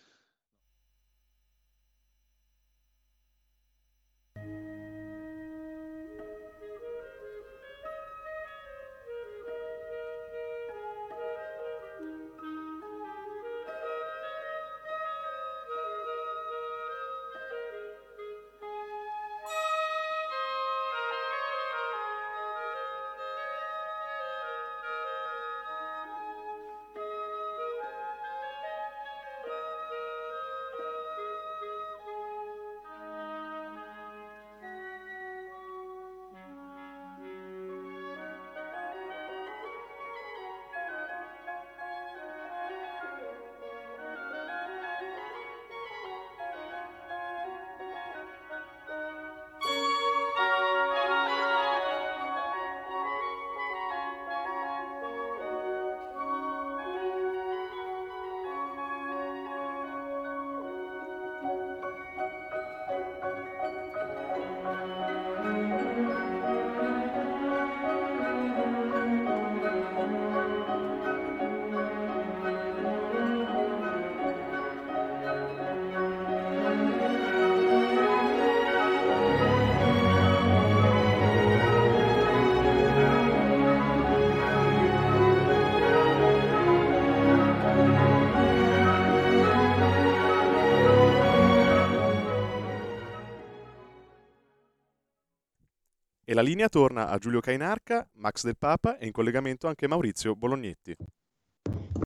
E la linea torna a Giulio Cainarca, Max Del Papa e in collegamento anche Maurizio Bolognetti.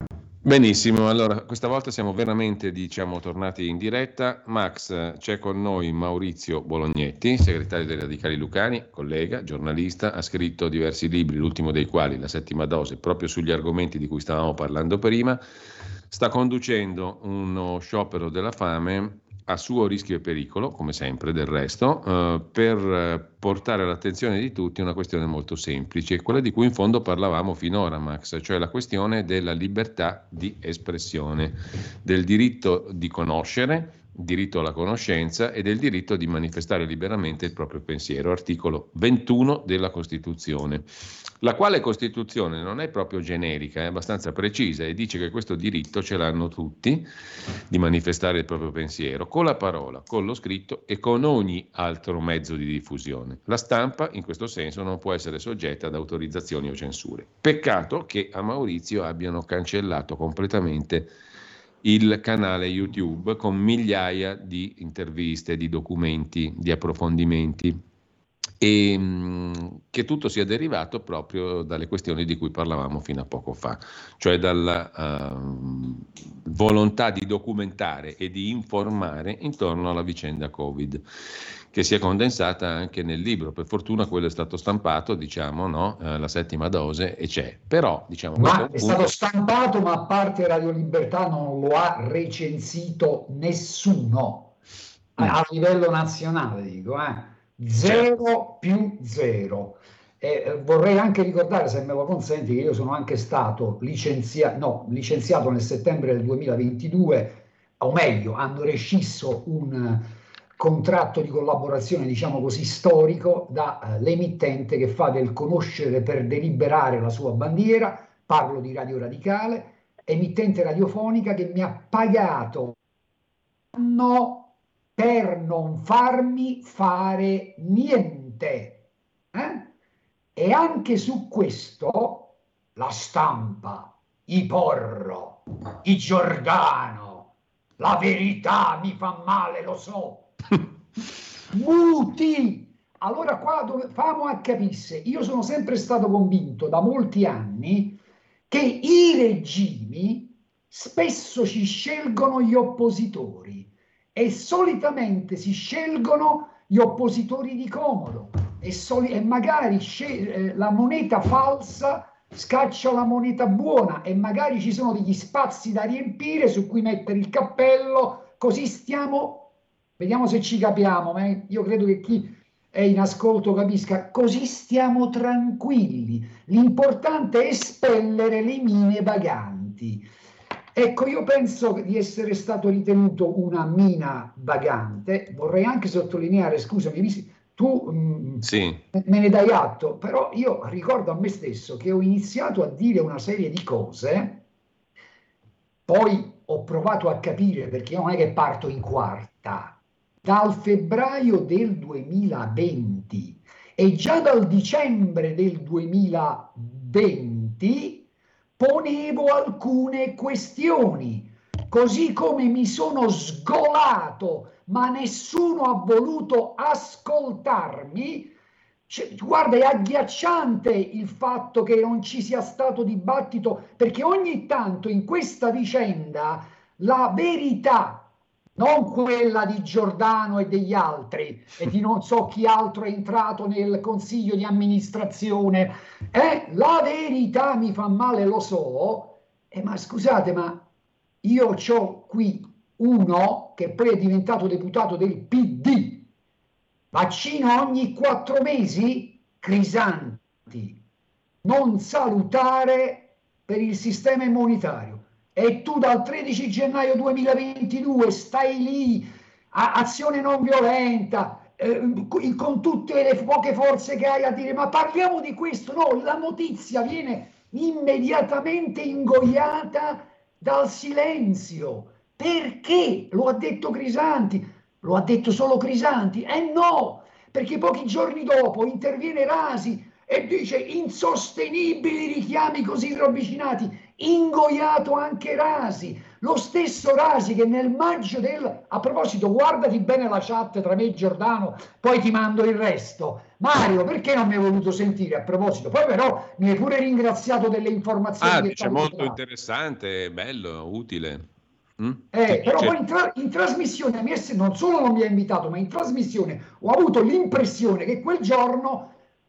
Benissimo, allora questa volta siamo veramente, diciamo, tornati in diretta. Max, c'è con noi Maurizio Bolognetti, segretario dei Radicali Lucani, collega, giornalista, ha scritto diversi libri, l'ultimo dei quali, La settima dose, proprio sugli argomenti di cui stavamo parlando prima. Sta conducendo uno sciopero della fame a suo rischio e pericolo, come sempre del resto, eh, per portare all'attenzione di tutti una questione molto semplice, quella di cui in fondo parlavamo finora, Max, cioè la questione della libertà di espressione, del diritto di conoscere, diritto alla conoscenza e del diritto di manifestare liberamente il proprio pensiero, articolo ventuno della Costituzione, la quale Costituzione non è proprio generica, è abbastanza precisa e dice che questo diritto ce l'hanno tutti di manifestare il proprio pensiero, con la parola, con lo scritto e con ogni altro mezzo di diffusione. La stampa, in questo senso, non può essere soggetta ad autorizzazioni o censure. Peccato che a Maurizio abbiano cancellato completamente il canale YouTube con migliaia di interviste, di documenti, di approfondimenti, e mh, che tutto sia derivato proprio dalle questioni di cui parlavamo fino a poco fa, cioè dalla uh, volontà di documentare e di informare intorno alla vicenda Covid, che si è condensata anche nel libro. Per fortuna quello è stato stampato, diciamo, no? Eh, la settima dose, e c'è. Però, diciamo, ma è, è punto... stato stampato, ma a parte Radio Libertà non lo ha recensito nessuno mm. a, a livello nazionale, dico, eh. Zero certo. più zero. Eh, vorrei anche ricordare, se me lo consenti, che io sono anche stato licenziato, no, licenziato nel settembre del duemilaventidue, o meglio, hanno rescisso un contratto di collaborazione, diciamo così, storico dall'emittente che fa del conoscere per deliberare la sua bandiera. Parlo di Radio Radicale, emittente radiofonica che mi ha pagato no, per non farmi fare niente. Eh? E anche su questo la Stampa, i Porro, i Giordano, La Verità mi fa male, lo so, muti. Allora qua dove famo a capisse, io sono sempre stato convinto da molti anni che i regimi spesso ci scelgono gli oppositori e solitamente si scelgono gli oppositori di comodo e, soli- e magari scel- eh, la moneta falsa scaccia la moneta buona e magari ci sono degli spazi da riempire su cui mettere il cappello, così stiamo, vediamo se ci capiamo, ma io credo che chi è in ascolto capisca, così stiamo tranquilli, l'importante è espellere le mine vaganti. Ecco, io penso di essere stato ritenuto una mina vagante. Vorrei anche sottolineare, scusami, tu mh, sì. me ne dai atto, però io ricordo a me stesso che ho iniziato a dire una serie di cose, poi ho provato a capire, perché non è che parto in quarta, dal febbraio del duemilaventi e già dal dicembre del duemilaventi ponevo alcune questioni, così come mi sono sgolato, ma nessuno ha voluto ascoltarmi. Cioè, guarda, è agghiacciante il fatto che non ci sia stato dibattito, perché ogni tanto in questa vicenda la verità, non quella di Giordano e degli altri e di non so chi altro è entrato nel consiglio di amministrazione, eh, la verità mi fa male, lo so, eh, ma scusate, ma io c'ho qui uno che poi è diventato deputato del P D, vaccino ogni quattro mesi, Crisanti, non salutare per il sistema immunitario. E tu dal tredici gennaio duemilaventidue stai lì, a azione non violenta, eh, con tutte le poche forze che hai a dire, ma parliamo di questo. No, la notizia viene immediatamente ingoiata dal silenzio. Perché? Lo ha detto Crisanti. Lo ha detto solo Crisanti? Eh no, perché pochi giorni dopo interviene Rasi e dice insostenibili richiami così ravvicinati. Ingoiato anche Rasi, lo stesso Rasi che nel maggio del... A proposito, guardati bene la chat tra me e Giordano, poi ti mando il resto. Mario, perché non mi hai voluto sentire? A proposito, poi però mi hai pure ringraziato delle informazioni. Ah, che dice t'hanno molto dato. interessante, bello, utile. Mm? Eh, Che però dice- poi in, tra- in trasmissione mi è- non solo non mi ha invitato, ma in trasmissione ho avuto l'impressione che quel giorno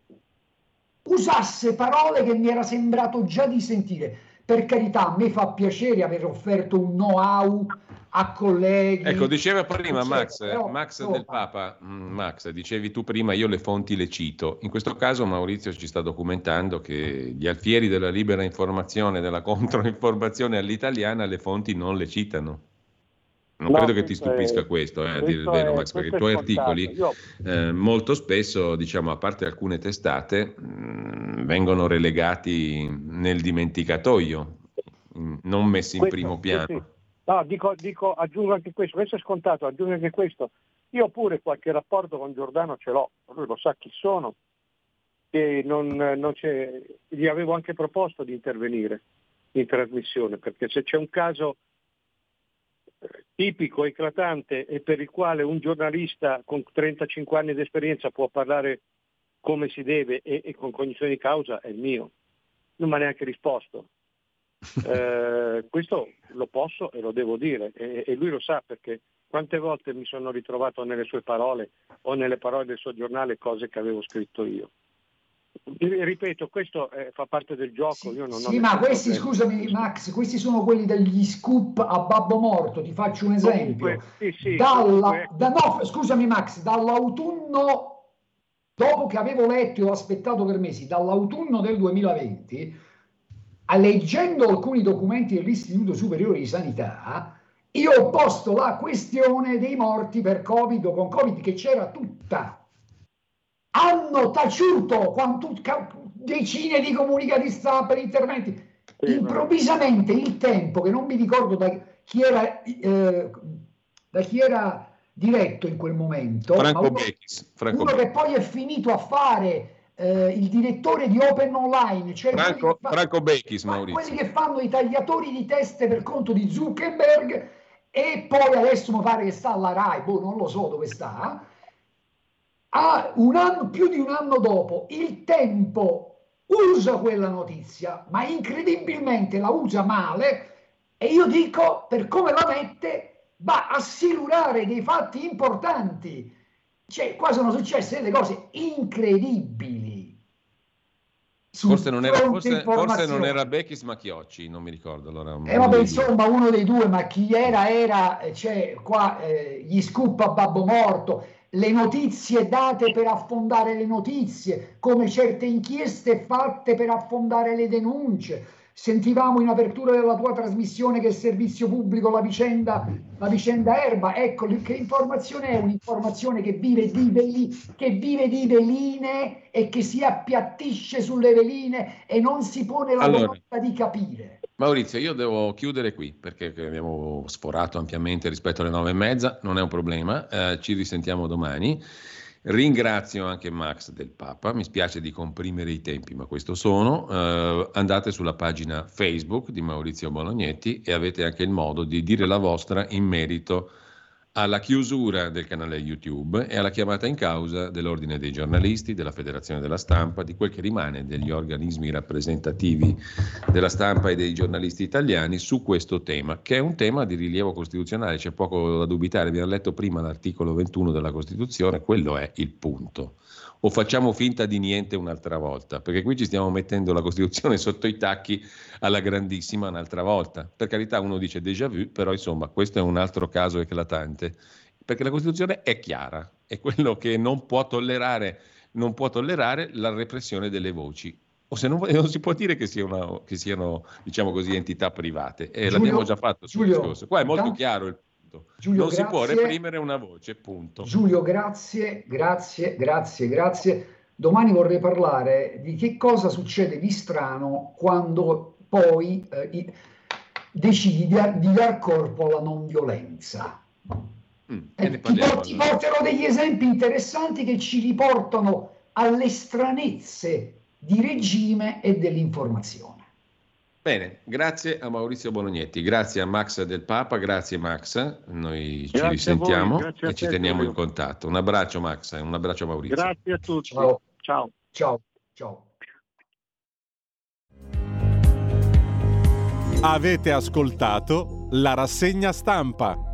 usasse parole che mi era sembrato già di sentire. Per carità, a me fa piacere aver offerto un know-how a colleghi. Ecco, diceva prima eccetera, Max, però, Max insomma, del Papa, mm, Max, dicevi tu prima, io le fonti le cito. In questo caso Maurizio ci sta documentando che gli alfieri della libera informazione, della controinformazione all'italiana, le fonti non le citano. Non No, credo che ti questo stupisca è- questo, eh, a dire il questo vero, è- Max, perché i questo è tuoi scontato. articoli Io- eh, molto spesso, diciamo, a parte alcune testate, mh, vengono relegati nel dimenticatoio, mh, non messi in Questo, primo sì, piano. sì. No, dico, dico, aggiungo anche questo, questo è scontato, aggiungo anche questo. Io pure qualche rapporto con Giordano ce l'ho, lui lo sa chi sono, e non, non c'è, gli avevo anche proposto di intervenire in trasmissione, perché se c'è un caso eh, tipico, eclatante e per il quale un giornalista con trentacinque anni di esperienza può parlare come si deve e, e con cognizione di causa, è il mio. Non mi ha neanche risposto. Eh, questo lo posso e lo devo dire e, e lui lo sa, perché quante volte mi sono ritrovato nelle sue parole o nelle parole del suo giornale cose che avevo scritto io. Ripeto, questo eh, fa parte del gioco. Io non ho sì, nessun ma questi, problema. scusami Max, questi sono quelli degli scoop a babbo morto, ti faccio un esempio. Comunque, sì, sì, Dalla, comunque- da, no, scusami Max, dall'autunno, dopo che avevo letto e ho aspettato per mesi, dall'autunno del duemilaventi, a- leggendo alcuni documenti dell'Istituto Superiore di Sanità, io ho posto la questione dei morti per Covid o con Covid, che c'era tutta. Hanno taciuto quanto, ca- decine di comunicati stampa e interventi. Improvvisamente il Tempo, che non mi ricordo da chi era, eh, da chi era diretto in quel momento, Franco ma uno, Bechis, Franco uno Bechis. che poi è finito a fare eh, il direttore di Open Online, cioè quelli Franco, che fa- Franco Bechis, ma Maurizio. quelli che fanno i tagliatori di teste per conto di Zuckerberg, e poi adesso mi pare che sta alla Rai, boh, non lo so dove sta. A un anno, più di un anno dopo, il Tempo usa quella notizia, ma incredibilmente la usa male, e io dico, per come la mette, va a silurare dei fatti importanti. Cioè, qua sono successe delle cose incredibili. sul Forse non, era, fronte forse, forse informazione. non era Bechis ma Chiocci, non mi ricordo. Allora, E uno eh, vabbè, dei insomma, uno dei due, ma chi era, era, cioè, qua eh, gli scoop a babbo morto, le notizie date per affondare le notizie, come certe inchieste fatte per affondare le denunce. Sentivamo in apertura della tua trasmissione che il servizio pubblico, la vicenda, la vicenda Erba, ecco, che informazione è? Un'informazione che vive di, veli, che vive di veline e che si appiattisce sulle veline e non si pone la Allora. volontà di capire. Maurizio, io devo chiudere qui perché abbiamo sforato ampiamente rispetto alle nove e mezza, non è un problema, eh, ci risentiamo domani. Ringrazio anche Max del Papa, mi spiace di comprimere i tempi, ma questo sono. Eh, andate sulla pagina Facebook di Maurizio Bolognetti e avete anche il modo di dire la vostra in merito alla chiusura del canale YouTube e alla chiamata in causa dell'Ordine dei giornalisti, della Federazione della Stampa, di quel che rimane degli organismi rappresentativi della stampa e dei giornalisti italiani su questo tema, che è un tema di rilievo costituzionale, c'è poco da dubitare. Abbiamo letto prima l'articolo ventuno della Costituzione, quello è il punto. O facciamo finta di niente un'altra volta, perché qui ci stiamo mettendo la Costituzione sotto i tacchi alla grandissima un'altra volta. Per carità, uno dice déjà vu, però insomma questo è un altro caso eclatante, perché la Costituzione è chiara, è quello che non può tollerare, non può tollerare la repressione delle voci. O se non, non si può dire che, sia una, che siano, diciamo così, entità private. E Giulio, l'abbiamo già fatto sul Giulio, discorso. Qua è molto intanto- chiaro il punto. Giulio, non si può grazie. reprimere una voce, punto. Giulio, grazie, grazie, grazie, grazie. Domani vorrei parlare di che cosa succede di strano quando poi eh, i- decidi di, di dar corpo alla non violenza. Mm, Eh, e ne ti, parliamo por- ti allora. porterò degli esempi interessanti che ci riportano alle stranezze di regime e dell'informazione. Bene, grazie a Maurizio Bolognetti, grazie a Max Del Papa, grazie Max, noi Grazie ci risentiamo voi, e ci te, teniamo Giulio. in contatto. Un abbraccio Max, un abbraccio a Maurizio. Grazie a tutti. Ciao. Ciao. Ciao. Ciao. Avete ascoltato la rassegna stampa.